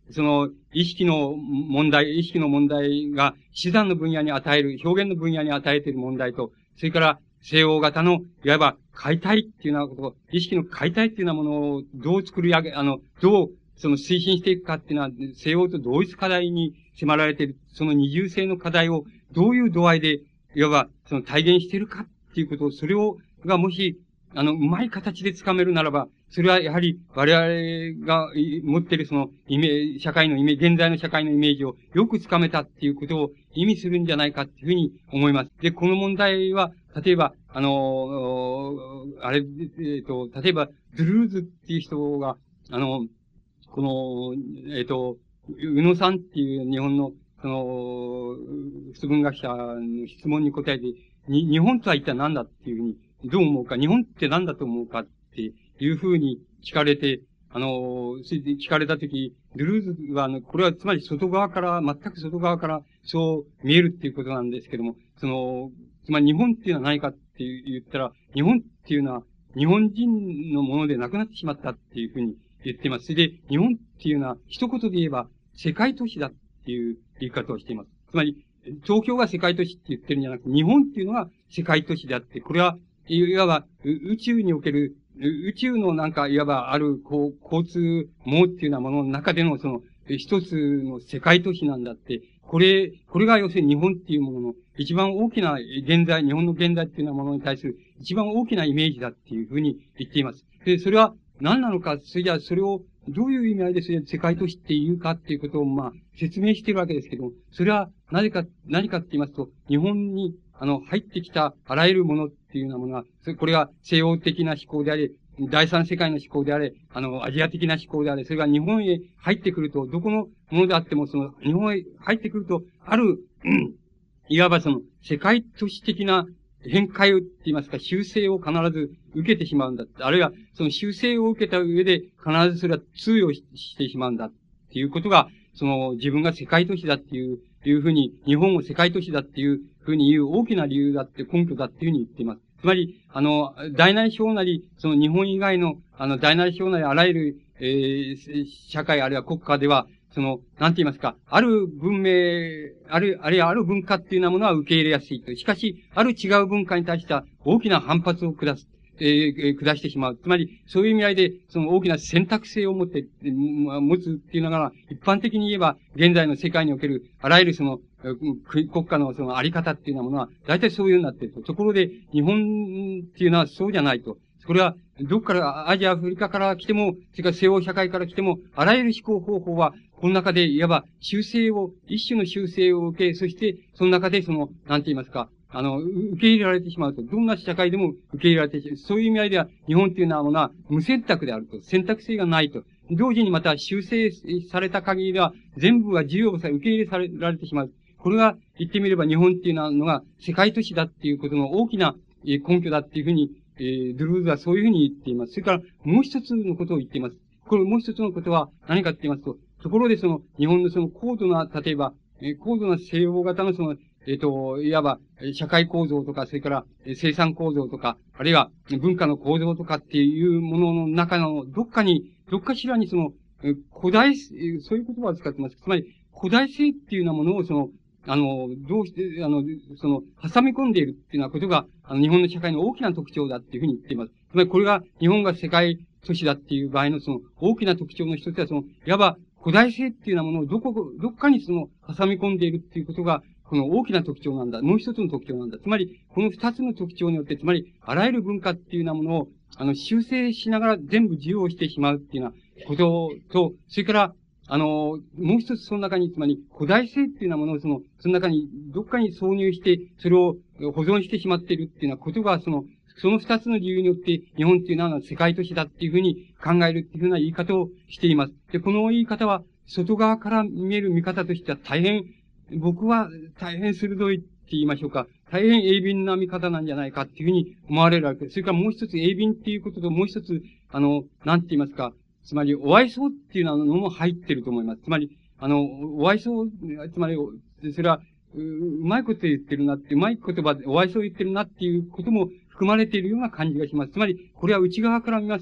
その、意識の問題、意識の問題が、手段の分野に与える、表現の分野に与えている問題と、それから、西欧型の、いわば、解体っていうようなこと、意識の解体っていうようなものをどう作り上げ、あの、どう、その推進していくかっていうのは、西欧と同一課題に迫られている、その二重性の課題を、どういう度合いで、いわば、その体現しているかっていうことを、それを、がもし、あの、うまい形でつかめるならば、それはやはり我々が持っているそのイメージ、社会のイメージ、現在の社会のイメージをよくつかめたっていうことを意味するんじゃないかっていうふうに思います。で、この問題は、例えば、あの、あれ、えっ、ー、と、例えば、ドゥルーズっていう人が、あの、この、えっ、ー、と、宇野さんっていう日本の、その、普通文学者の質問に答えて、に、日本とは一体何だっていうふうに、どう思うか、日本って何だと思うかっていうふうに聞かれて、あの、聞かれたとき、ドゥルーズは、あの、これはつまり外側から、全く外側からそう見えるっていうことなんですけども、その、つまり日本っていうのは何かって言ったら、日本っていうのは日本人のものでなくなってしまったっていうふうに言っています。それで、日本っていうのは一言で言えば世界都市だっていう言い方をしています。つまり、東京が世界都市って言ってるんじゃなくて、日本っていうのが世界都市であって、これは、いわば、宇宙における、宇宙のなんか、いわばある、こう、交通網っていうようなものの中での、その、一つの世界都市なんだって、これ、これが要するに日本っていうものの一番大きな現在、日本の現在っていうようなものに対する一番大きなイメージだっていうふうに言っています。で、それは何なのか、それじゃあそれをどういう意味合いでそれ世界都市って言うかっていうことをまあ説明しているわけですけども、それは何か、何かって言いますと、日本にあの入ってきたあらゆるものっていうようなものは、これが西欧的な思考であり、第三世界の思考であれ、あの、アジア的な思考であれ、それが日本へ入ってくると、どこのものであっても、その、日本へ入ってくると、ある、うん、いわばその、世界都市的な変化って言いますか、修正を必ず受けてしまうんだ。あるいは、その修正を受けた上で、必ずそれは通用してしまうんだ。っていうことが、その、自分が世界都市だっていう、いうふうに、日本を世界都市だっていうふうに言う大きな理由だって、根拠だっていうふうに言っています。つまり、あの、大なり小なり、その日本以外の、あの、大なり小なりあらゆる、えー、社会あるいは国家では、その、なんて言いますか、ある文明、ある、あるいはある文化っていうようなものは受け入れやすいと。しかし、ある違う文化に対しては大きな反発を下す。えー、下してしまう。つまり、そういう意味合いで、その大きな選択性を持って、持つっていうのが、一般的に言えば、現在の世界における、あらゆるその、国家のそのあり方っていうようなものは、大体そういうようになっていると。ところで、日本っていうのはそうじゃないと。これは、どっから、アジア、アフリカから来ても、それから西欧社会から来ても、あらゆる思考方法は、この中で、いわば、修正を、一種の修正を受け、そして、その中で、その、なんて言いますか、あの、受け入れられてしまうと。どんな社会でも受け入れられてしまう。そういう意味合いでは、日本っていうのはものは無選択であると。選択性がないと。同時にまた修正された限りでは、全部が自由をされ、受け入れされられてしまう。これが言ってみれば日本っていうのが世界都市だっていうことの大きな根拠だっていうふうに、えー、ドゥルーズはそういうふうに言っています。それからもう一つのことを言っています。これもう一つのことは何かって言いますと、ところでその日本のその高度な、例えば、えー、高度な西欧型のその、えっ、ー、と、いわば、社会構造とか、それから、生産構造とか、あるいは、文化の構造とかっていうものの中の、どっかに、どっかしらにその、古代、そういう言葉を使ってます。つまり、古代性っていうようなものを、その、あの、どうして、あの、その、挟み込んでいるっていうようなことが、あの、日本の社会の大きな特徴だっていうふうに言っています。つまり、これが、日本が世界都市だっていう場合の、その、大きな特徴の一つは、その、いわば、古代性っていうようなものを、どこ、どっかにその、挟み込んでいるっていうことが、この大きな特徴なんだ。もう一つの特徴なんだ。つまり、この二つの特徴によって、つまり、あらゆる文化っていうようなものを、あの、修正しながら全部自由をしてしまうっていうようなことと、それから、あの、もう一つその中に、つまり、古代性っていうようなものを、その、その中に、どっかに挿入して、それを保存してしまっているっていうようなことが、その、その二つの理由によって、日本っていうのは世界都市だっていうふうに考えるっていうふうな言い方をしています。で、この言い方は、外側から見える見方としては大変、僕は大変鋭いって言いましょうか。大変鋭敏な見方なんじゃないかっていうふうに思われるわけです。それからもう一つ鋭敏っていうことともう一つ、あの、なんて言いますか。つまり、お愛想っていうのも入ってると思います。つまり、あの、お愛想、つまり、それは、う、うまいこと言ってるなって、うまい言葉でお愛想言ってるなっていうことも含まれているような感じがします。つまり、これは内側から見ますと、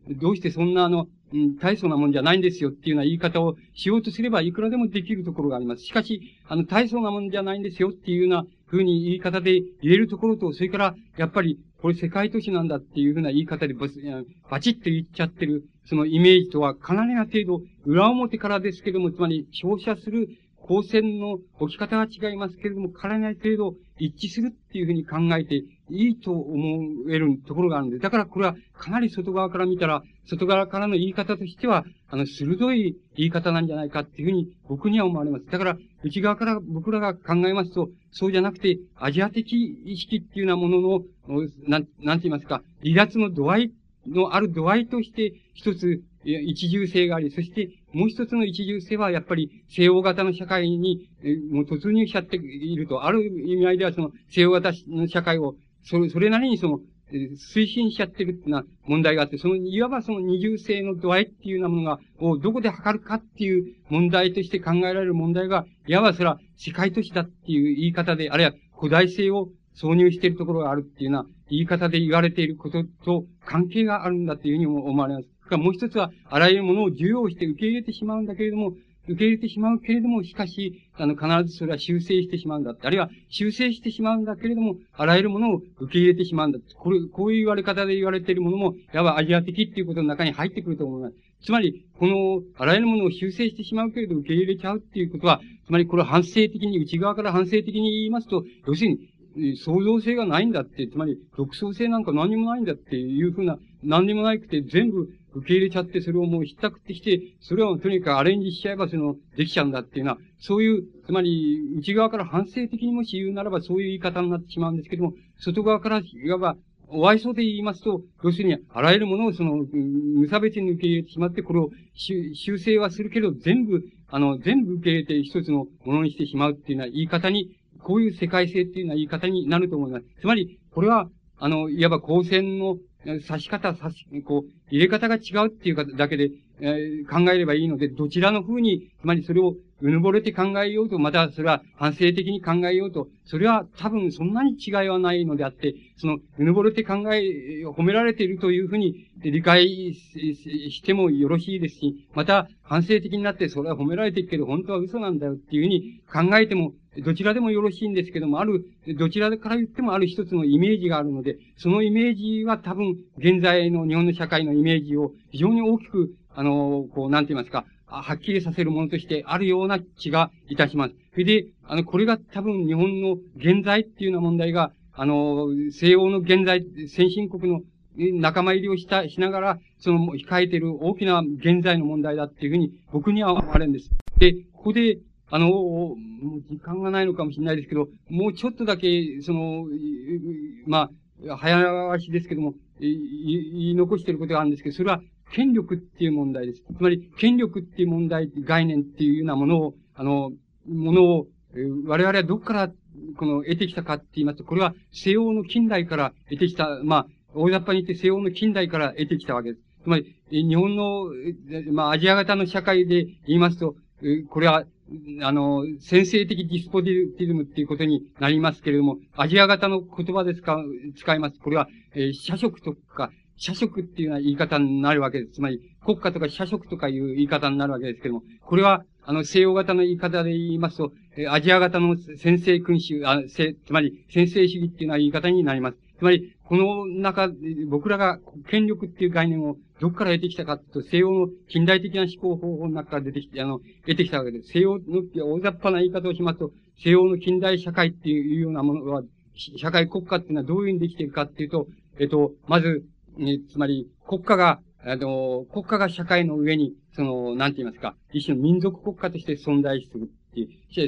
どうしてそんなあの、うん、大層なもんじゃないんですよっていうような言い方をしようとすればいくらでもできるところがあります。しかし、あの、大層なもんじゃないんですよっていうような風に言い方で言えるところと、それから、やっぱり、これ世界都市なんだっていうふうな言い方でババチッと言っちゃってる、そのイメージとはかなりな程度、裏表からですけども、つまり、照射する光線の置き方が違いますけれども、かなりな程度一致するっていうふうに考えていいと思えるところがあるんで、だからこれはかなり外側から見たら、外側からの言い方としては、あの、鋭い言い方なんじゃないかっていうふうに僕には思われます。だから、内側から僕らが考えますと、そうじゃなくて、アジア的意識っていうようなものの、なん、なんて言いますか、離脱の度合いのある度合いとして、一つ、一重性があり、そしてもう一つの一重性はやっぱり西欧型の社会に、えもう突入しちゃっていると、ある意味合いではその西欧型の社会を、それ、それなりにその、え推進しちゃってるっていうような問題があって、その、いわばその二重性の度合いっていうようなものが、をどこで測るかっていう問題として考えられる問題が、いわばそれは世界都市だっていう言い方で、あるいは古代性を挿入しているところがあるっていうような言い方で言われていることと関係があるんだというふうに思われます。もう一つは、あらゆるものを受容して受け入れてしまうんだけれども、受け入れてしまうけれども、しかし、あの、必ずそれは修正してしまうんだって。あるいは、修正してしまうんだけれども、あらゆるものを受け入れてしまうんだって。これ、こういう言われ方で言われているものも、いわばアジア的っていうことの中に入ってくると思います。つまり、この、あらゆるものを修正してしまうけれど受け入れちゃうっていうことは、つまりこれは反省的に、内側から反省的に言いますと、要するに、創造性がないんだって、つまり、独創性なんか何にもないんだっていうふうな、何にもなくて全部受け入れちゃって、それをもうひったくってきて、それをとにかくアレンジしちゃえば、その、できちゃうんだっていうのは、そういう、つまり、内側から反省的にもし言うならば、そういう言い方になってしまうんですけども、外側から、いわば、お愛想で言いますと、要するに、あらゆるものをその、無差別に受け入れてしまって、これを修正はするけど、全部、あの、全部受け入れて一つのものにしてしまうっていうような言い方に、こういう世界性っていうような言い方になると思います。つまり、これは、あの、いわば光線の差し方、差し、こう、入れ方が違うっていうだけで、えー、考えればいいので、どちらの風に、つまりそれをうぬぼれて考えようと、またそれは反省的に考えようと、それは多分そんなに違いはないのであって、その、うぬぼれて考え、褒められているというふうに理解してもよろしいですし、また反省的になって、それは褒められてるけど、本当は嘘なんだよっていうふうに考えても、どちらでもよろしいんですけども、ある、どちらから言ってもある一つのイメージがあるので、そのイメージは多分、現在の日本の社会のイメージを非常に大きく、あの、こう、なんて言いますか、はっきりさせるものとしてあるような気がいたします。それで、あの、これが多分日本の現在っていうような問題が、あの、西欧の現在、先進国の仲間入りをした、しながら、その、控えている大きな現在の問題だっていうふうに、僕には思われるんです。で、ここで、あの、もう時間がないのかもしれないですけど、もうちょっとだけ、その、まあ、早足ですけども、言い残していることがあるんですけど、それは権力っていう問題です。つまり、権力っていう問題、概念っていうようなものを、あの、ものを、我々はどこから、この、得てきたかって言いますと、これは西欧の近代から得てきた、まあ、大雑把に言って西欧の近代から得てきたわけです。つまり、日本の、まあ、アジア型の社会で言いますと、これは、あの、先制的ディスポティズムっていうことになりますけれども、アジア型の言葉で使う、使います。これは、えー、社食とか、社食っていうような言い方になるわけです。つまり、国家とか社食とかいう言い方になるわけですけども、これは、あの、西洋型の言い方で言いますと、アジア型の先制君主、あ、つまり、先制主義っていうような言い方になります。つまり、この中、僕らが権力っていう概念をどこから得てきたかというと、西洋の近代的な思考方法の中から出てきて、あの、得てきたわけです。西洋の、大雑把な言い方をしますと、西洋の近代社会っていうようなものは、社会国家っていうのはどういうふうにできているかっていうと、えっと、まず、ね、つまり、国家が、あの、国家が社会の上に、その、なんて言いますか、一種の民族国家として存在するっていう、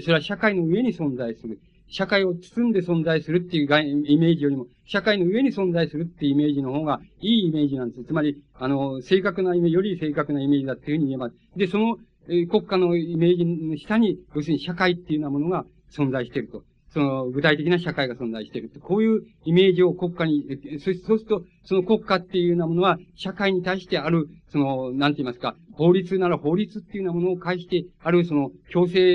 それは社会の上に存在する。社会を包んで存在するっていうイメージよりも、社会の上に存在するっていうイメージの方がいいイメージなんです。つまり、あの、正確なイメージ、より正確なイメージだっていうふうに言えます。で、その、えー、国家のイメージの下に、要するに社会っていうようなものが存在していると。その、具体的な社会が存在していると。こういうイメージを国家に、そそうすると、その国家っていうようなものは、社会に対してある、その、なんて言いますか、法律なら法律っていうようなものを介して、あるその、強制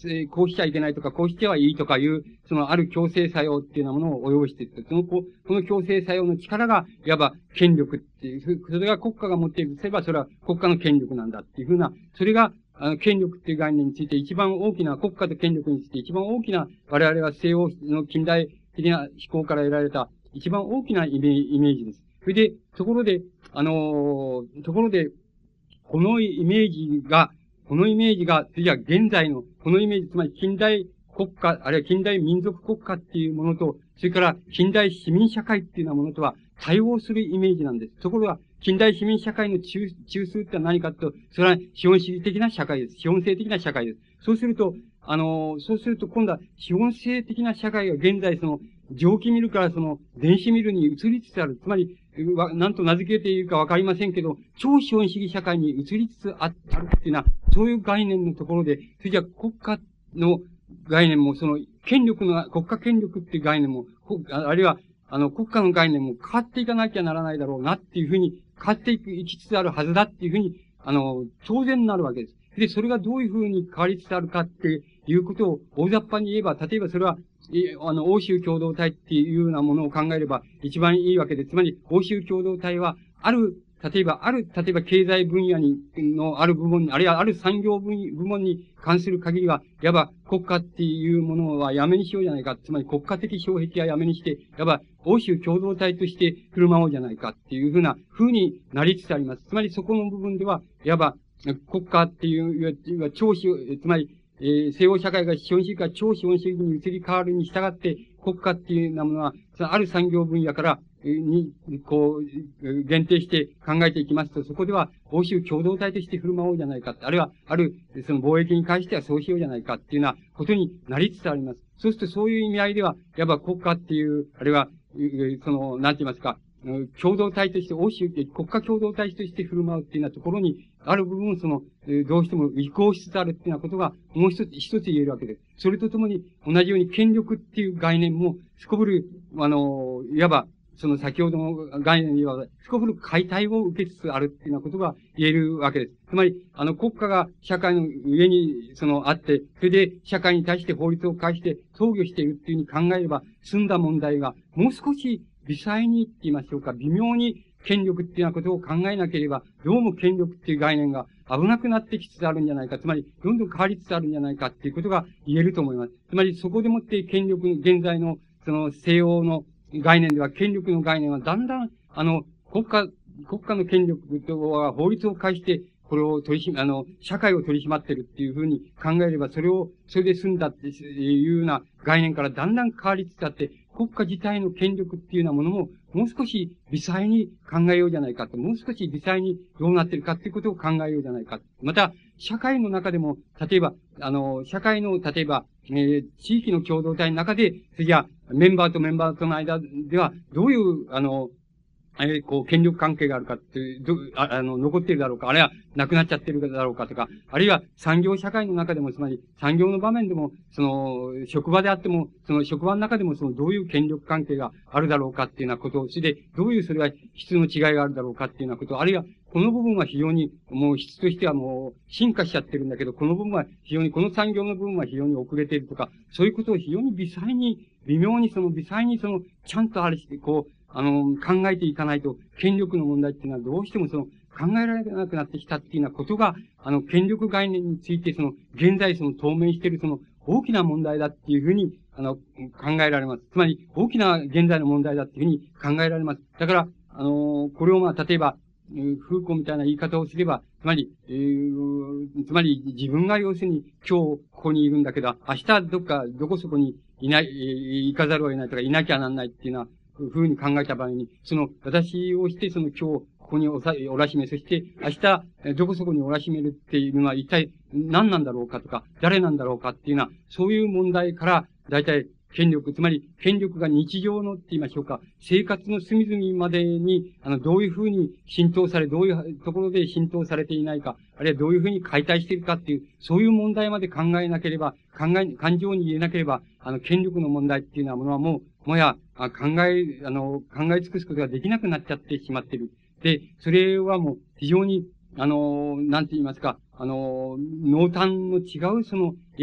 えーこうしちゃいけないとか、こうしてはいいとかいう、そのある強制作用っていうようなものを及ぼしていって、その、ここの強制作用の力が、いわば権力っていう、それが国家が持っているとすれば、それは国家の権力なんだっていうふうな、それが、あの、権力っていう概念について一番大きな、国家と権力について一番大きな、我々は西洋の近代的な思考から得られた一番大きなイメイメージです。それで、ところで、あのーところで、このイメージが、このイメージが、次は現在の、このイメージ、つまり近代国家、あるいは近代民族国家っていうものと、それから近代市民社会っていうようなものとは対応するイメージなんです。ところが、近代市民社会の中、中枢って何かというと、それは資本主義的な社会です。資本制的な社会です。そうすると、あの、そうすると今度は資本制的な社会が現在その、蒸気ミルからその、電子ミルに移りつつある。つまり、なんと名付けているかわかりませんけど、超資本主義社会に移りつつあるっていうのは、そういう概念のところで、それじゃ国家の概念も、その、権力の、国家権力っていう概念も、あるいは、あの、国家の概念も変わっていかなきゃならないだろうなっていうふうに、変わっていく、いきつつあるはずだっていうふうに、あの、当然になるわけです。で、それがどういうふうに変わりつつあるかっていうことを大雑把に言えば、例えばそれは、あの、欧州共同体っていうようなものを考えれば一番いいわけで、つまり、欧州共同体は、ある、例えば、ある、例えば経済分野に、のある部門に、あるいはある産業分部門に関する限りは、いわば国家っていうものはやめにしようじゃないか。つまり国家的障壁はやめにして、いわば欧州共同体として振る舞おうじゃないかっていうふうな風になりつつあります。つまりそこの部分では、いわば国家っていう、いわば超資、つまり、えー、西欧社会が資本主義から超資本主義に移り変わるに従って、国家っていうようなものは、そのある産業分野から、に、こう、限定して考えていきますと、そこでは欧州共同体として振る舞おうじゃないか。あるいは、ある、その貿易に関してはそうしようじゃないかっていうようなことになりつつあります。そうするとそういう意味合いでは、いわば国家っていう、あるいは、その、なんて言いますか、共同体として、欧州、国家共同体として振る舞うっていうようなところに、ある部分、その、どうしても移行しつつあるっていうようなことが、もう一つ、一つ言えるわけです。それとともに、同じように権力っていう概念も、すこぶる、あの、いわば、その先ほどの概念には、すこぶる解体を受けつつあるっていうようなことが言えるわけです。つまり、あの、国家が社会の上に、その、あって、それで社会に対して法律を介して統御しているっていうふうに考えれば、済んだ問題が、もう少し微細にって言いましょうか、微妙に権力っていうようなことを考えなければ、どうも権力っていう概念が危なくなってきつつあるんじゃないか。つまり、どんどん変わりつつあるんじゃないかっていうことが言えると思います。つまり、そこでもって権力、現在の、その、西欧の概念では、権力の概念はだんだん、あの、国家、国家の権力とは法律を介して、これを取り締ま、あの、社会を取り締まってるっていうふうに考えれば、それを、それで済んだっていうような概念からだんだん変わりつつあって、国家自体の権力っていうようなものも、もう少し微細に考えようじゃないかと、もう少し微細にどうなってるかっていうことを考えようじゃないか。また、社会の中でも、例えば、あの、社会の、例えば、えー、地域の共同体の中で、それじゃメンバーとメンバーとの間では、どういう、あの、えー、こう、権力関係があるかっていう、ど、ああの、残っているだろうか、あるいは、なくなっちゃってるだろうかとか、あるいは、産業社会の中でも、つまり、産業の場面でも、その、職場であっても、その職場の中でも、その、どういう権力関係があるだろうかっていうようなことを、それで、どういうそれは質の違いがあるだろうかっていうようなこと、あるいは、この部分は非常に、もう質としてはもう、進化しちゃってるんだけど、この部分は非常に、この産業の部分は非常に遅れているとか、そういうことを非常に微細に、微妙にその、微細にその、ちゃんとあれして、こう、あの、考えていかないと、権力の問題っていうのはどうしてもその、考えられなくなってきたっていうようなことが、あの、権力概念についてその、現在その、当面しているその、大きな問題だっていうふうに、あの、考えられます。つまり、大きな現在の問題だっていうふうに考えられます。だから、あの、これをまあ、例えば、フーコーみたいな言い方をすれば、つまり、えー、つまり自分が要するに今日ここにいるんだけど、明日どっか、どこそこにいない、行かざるを得ないとか、いなきゃなんないっていうのは、ふうに考えた場合に、その、私をして、その今日、ここにおさ、おらしめ、そして、明日、どこそこにおらしめるっていうのは一体何なんだろうかとか、誰なんだろうかっていうのは、そういう問題から、だいたい権力、つまり、権力が日常のって言いましょうか、生活の隅々までに、あの、どういうふうに浸透され、どういうところで浸透されていないか、あるいはどういうふうに解体しているかっていう、そういう問題まで考えなければ、考え、感情に入れなければ、あの、権力の問題っていうようなものはもう、もや、考え、あの、考え尽くすことができなくなっちゃってしまっている。で、それはもう、非常に、あの、なんて言いますか、あの、濃淡の違う、その、いわば、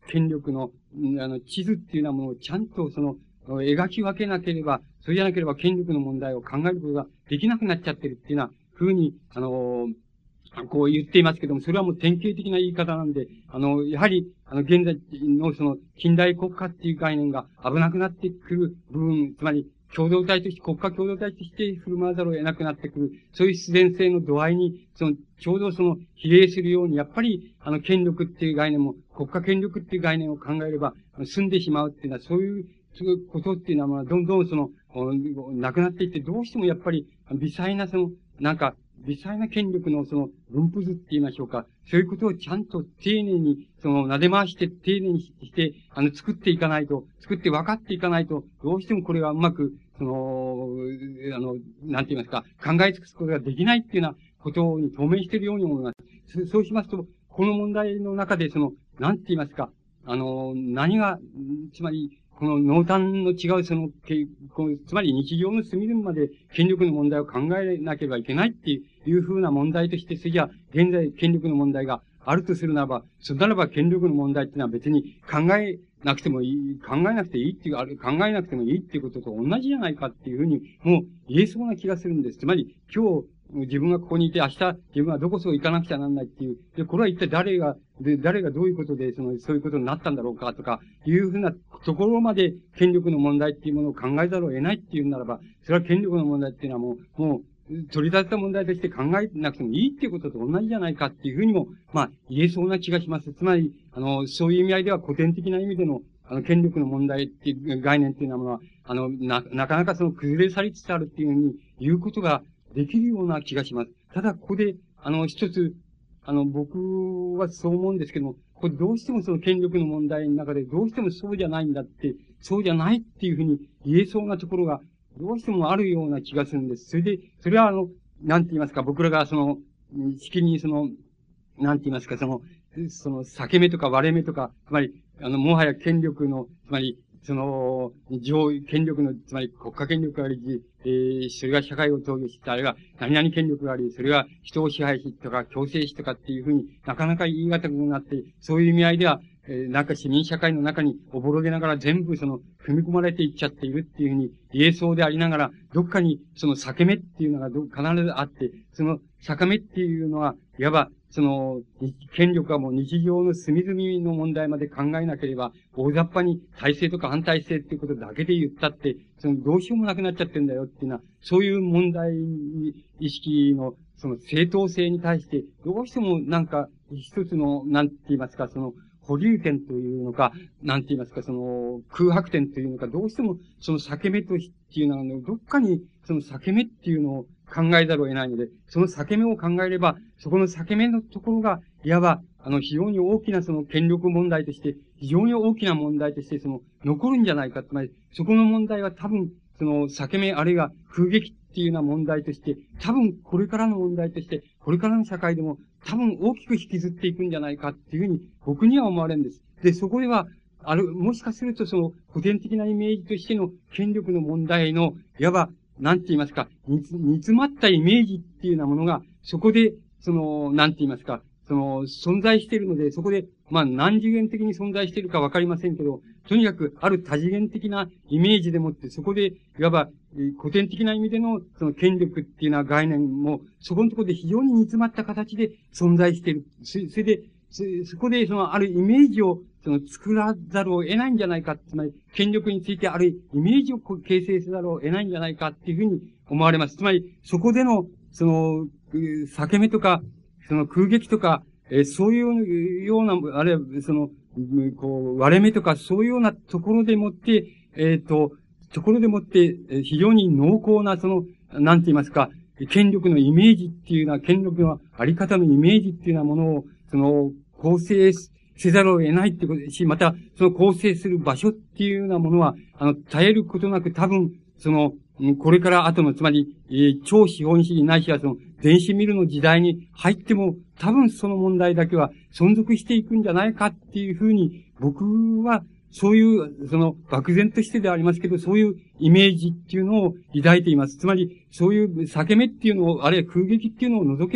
権力の、あの、地図っていうようなものをちゃんとその、描き分けなければ、それじゃなければ権力の問題を考えることができなくなっちゃってるっていうような風に、あの、こう言っていますけども、それはもう典型的な言い方なんで、あの、やはり、あの、現在のその、近代国家っていう概念が危なくなってくる部分、つまり、共同体として、国家共同体として振る舞わざるを得なくなってくる、そういう必然性の度合いに、その、ちょうどその、比例するように、やっぱり、あの、権力っていう概念も、国家権力っていう概念を考えれば、済んでしまうっていうのは、そういう、そういうことっていうのは、どんどんその、なくなっていって、どうしてもやっぱり、微細なその、なんか、微細な権力のその分布図って言いましょうか。そういうことをちゃんと丁寧に、その、撫で回して丁寧にして、あの、作っていかないと、作って分かっていかないと、どうしてもこれはうまく、その、あの、なんて言いますか、考え尽くすことができないっていうようなことに透明しているように思います。そうしますと、この問題の中で、その、なんて言いますか、あの、何が、つまり、この濃淡の違うその、このつまり日常の隅々まで権力の問題を考えなければいけないっていうふうな問題として、それじゃ現在権力の問題があるとするならば、それならば権力の問題っていうのは別に考えなくてもいい、考えなくていいっていう、ある考えなくてもいいっていうことと同じじゃないかっていうふうに、もう言えそうな気がするんです。つまり、今日、自分がここにいて、明日、自分はどこそ行かなくちゃなんないっていう。で、これは一体誰が、で、誰がどういうことで、その、そういうことになったんだろうかとか、いうふうなところまで権力の問題っていうものを考えざるを得ないっていうならば、それは権力の問題っていうのはもう、もう、取り立てた問題として考えなくてもいいっていうことと同じじゃないかっていうふうにも、まあ、言えそうな気がします。つまり、あの、そういう意味合いでは古典的な意味での、あの、権力の問題っていう概念っていうのは、あの、な、なかなかその崩れ去りつつあるっていうふうに言うことができるような気がします。ただ、ここで、あの、一つ、あの、僕はそう思うんですけども、これどうしてもその権力の問題の中で、どうしてもそうじゃないんだって、そうじゃないっていうふうに言えそうなところが、どうしてもあるような気がするんです。それで、それはあの、なんて言いますか、僕らがその、しきりにその、なんて言いますか、その、その、裂け目とか割れ目とか、つまり、あの、もはや権力の、つまり、その、上位、権力の、つまり国家権力があり、えー、それが社会を統御して、あるいは何々権力があり、それが人を支配しとか強制しとかっていうふうになかなか言い難くなって、そういう意味合いでは、えー、なんか市民社会の中におぼろげながら全部その、踏み込まれていっちゃっているっていうふうに言えそうでありながら、どっかにその裂け目っていうのがど必ずあって、その裂け目っていうのは、いわば、その、権力はもう日常の隅々の問題まで考えなければ、大雑把に体制とか反体制っていうことだけで言ったって、そのどうしようもなくなっちゃってんだよっていうのは、そういう問題意識のその正当性に対して、どうしてもなんか一つの、なんて言いますか、その、保留点というのか、なんて言いますか、その、空白点というのか、どうしてもその裂け目とっていうのは、どっかにその裂け目っていうのを考えざるを得ないので、その裂け目を考えれば、そこの裂け目のところが、いわば、あの、非常に大きなその権力問題として、非常に大きな問題として、その、残るんじゃないか。つまり、そこの問題は多分、その、裂け目、あるいは空撃っていうような問題として、多分、これからの問題として、これからの社会でも、多分大きく引きずっていくんじゃないかっていうふうに、僕には思われるんです。で、そこでは、ある、もしかするとその、古典的なイメージとしての権力の問題の、いわば、なんて言いますか、煮詰まったイメージっていうようなものが、そこで、その、なんて言いますか、その、存在しているので、そこで、まあ、何次元的に存在しているかわかりませんけど、とにかく、ある多次元的なイメージでもって、そこで、いわば、古典的な意味での、その権力っていうような概念も、そこのところで非常に煮詰まった形で存在している。それで、そこで、その、あるイメージを、その、作らざるを得ないんじゃないか。つまり、権力についてあるイメージを形成せざるを得ないんじゃないかっていうふうに思われます。つまり、そこでの、その、裂け目とか、その空撃とか、えー、そういうような、あるいは、その、こう、割れ目とか、そういうようなところでもって、えっと、ところでもって、非常に濃厚な、その、なんて言いますか、権力のイメージっていうのは、権力のあり方のイメージっていうようなものを、その、構成せざるを得ないってことし、また、その構成する場所っていうようなものは、あの、絶えることなく多分、その、これから後の、つまり、えー、超資本主義ないしはその、電子ミルの時代に入っても、多分その問題だけは存続していくんじゃないかっていうふうに、僕は、そういう、その、漠然としてでありますけど、そういうイメージっていうのを抱いています。つまり、そういう裂け目っていうのを、あるいは空撃っていうのを除けば、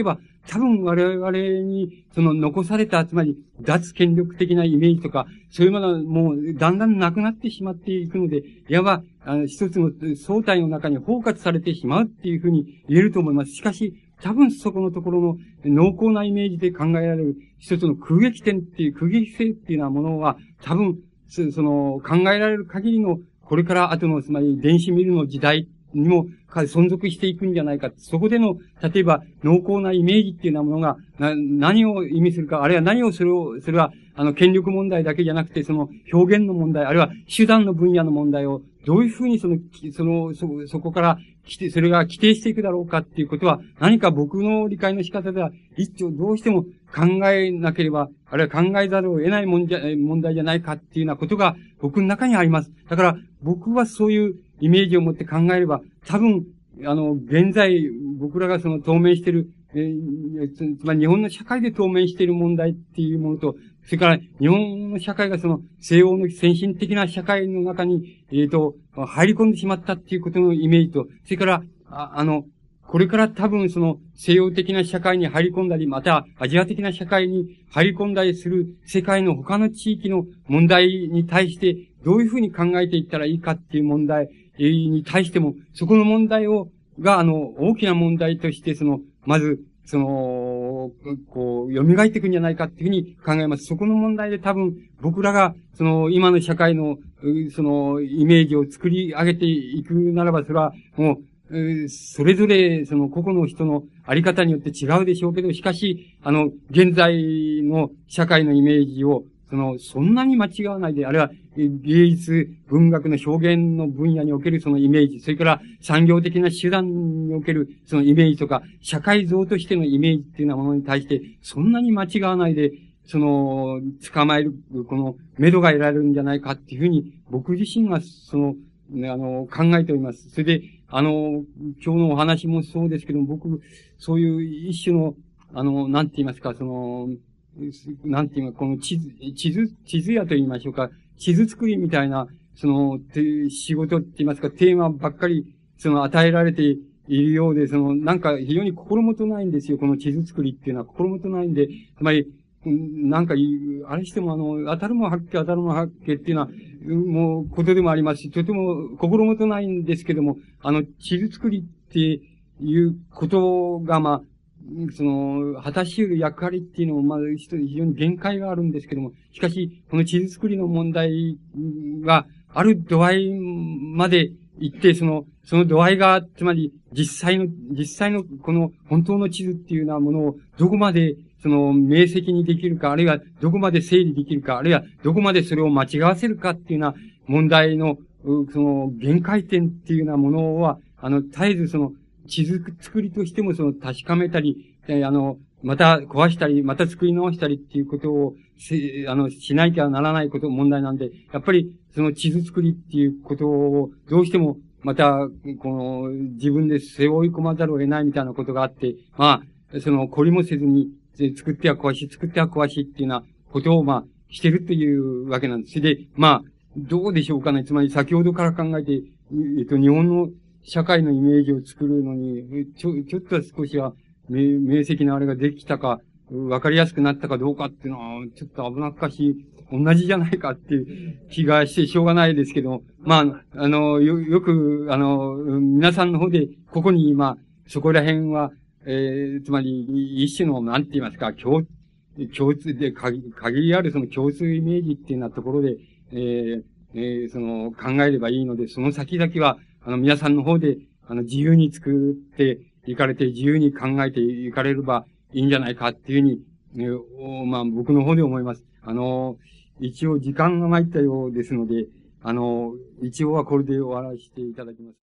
多分我々に、その残された、つまり、脱権力的なイメージとか、そういうものはもう、だんだんなくなってしまっていくので、いわば、あの、一つの相対の中に包括されてしまうっていうふうに言えると思います。しかし、多分そこのところの濃厚なイメージで考えられる一つの空撃点っていう、空撃性っていうようなものは、多分、そその、考えられる限りの、これから後の、つまり、電子ミルの時代にも存続していくんじゃないか。そこでの、例えば、濃厚なイメージっていうようなものが、な、何を意味するか、あるいは何をそれを、それは、あの、権力問題だけじゃなくて、その、表現の問題、あるいは手段の分野の問題を、どういうふうにその、その、そ、そこから来て、それが規定していくだろうかっていうことは、何か僕の理解の仕方では、一応どうしても考えなければ、あるいは考えざるを得ないもんじゃ、問題じゃないかっていうようなことが僕の中にあります。だから、僕はそういうイメージを持って考えれば、多分、あの、現在、僕らがその当面している、えー、つまり日本の社会で当面している問題っていうものと、それから日本の社会がその西欧の先進的な社会の中に、えっと、入り込んでしまったっていうことのイメージと、それから、あ、あの、これから多分その西洋的な社会に入り込んだり、またアジア的な社会に入り込んだりする世界の他の地域の問題に対してどういうふうに考えていったらいいかっていう問題に対しても、そこの問題を、が、あの、大きな問題として、その、まず、その、こう、蘇っていくんじゃないかっていうふうに考えます。そこの問題で多分、僕らが、その、今の社会の、その、イメージを作り上げていくならば、それは、もう、それぞれ、その、個々の人のあり方によって違うでしょうけど、しかし、あの、現在の社会のイメージを、その、そんなに間違わないで、あるいは、芸術、文学の表現の分野におけるそのイメージ、それから産業的な手段におけるそのイメージとか、社会像としてのイメージっていうようなものに対して、そんなに間違わないで、その、捕まえる、この、目処が得られるんじゃないかっていうふうに、僕自身が、その、ね、あの、考えております。それで、あの、今日のお話もそうですけども、僕、そういう一種の、あの、なんて言いますか、その、なんて言いますか、この地図、地図、地図屋と言いましょうか、地図作りみたいな、その、仕事って言いますか、テーマばっかり、その、与えられているようで、その、なんか非常に心もとないんですよ、この地図作りっていうのは。心もとないんで、つまり、なんか、あれしてもあの、当たるも発見、当たるも発見っていうのは、もう、ことでもありますし、とても心もとないんですけども、あの、地図作りっていうことが、まあ、その、果たし得る役割っていうのも、まあ、非常に限界があるんですけども、しかし、この地図作りの問題がある度合いまで行って、その、その度合いが、つまり、実際の、実際のこの本当の地図っていうようなものを、どこまで、その、明晰にできるか、あるいは、どこまで整理できるか、あるいは、どこまでそれを間違わせるかっていうような問題の、その、限界点っていうようなものは、あの、絶えずその、地図作りとしてもその確かめたり、えー、あの、また壊したり、また作り直したりっていうことを、せ、あの、しなきゃならないこと、問題なんで、やっぱりその地図作りっていうことを、どうしても、また、この、自分で背負い込まざるを得ないみたいなことがあって、まあ、その、懲りもせずに、作っては壊し、作っては壊しっていうようなことを、まあ、してるというわけなんです。それで、まあ、どうでしょうかね。つまり先ほどから考えて、えっと、日本の社会のイメージを作るのに、ちょ、ちょっとは少しは明、明晰なあれができたか、わかりやすくなったかどうかっていうのは、ちょっと危なっかしい、同じじゃないかっていう気がしてしょうがないですけど、まあ、あの、よ、よく、あの、皆さんの方で、ここに今、そこら辺は、えー、つまり、一種の、なんて言いますか、共、共通で、限りあるその共通イメージっていうようなところで、えー、えー、その、考えればいいので、その先々は、あの、皆さんの方で、あの、自由に作っていかれて、自由に考えていかれればいいんじゃないかっていうふうに、えー、まあ、僕の方で思います。あの、一応時間が参ったようですので、あの、一応はこれで終わらせていただきます。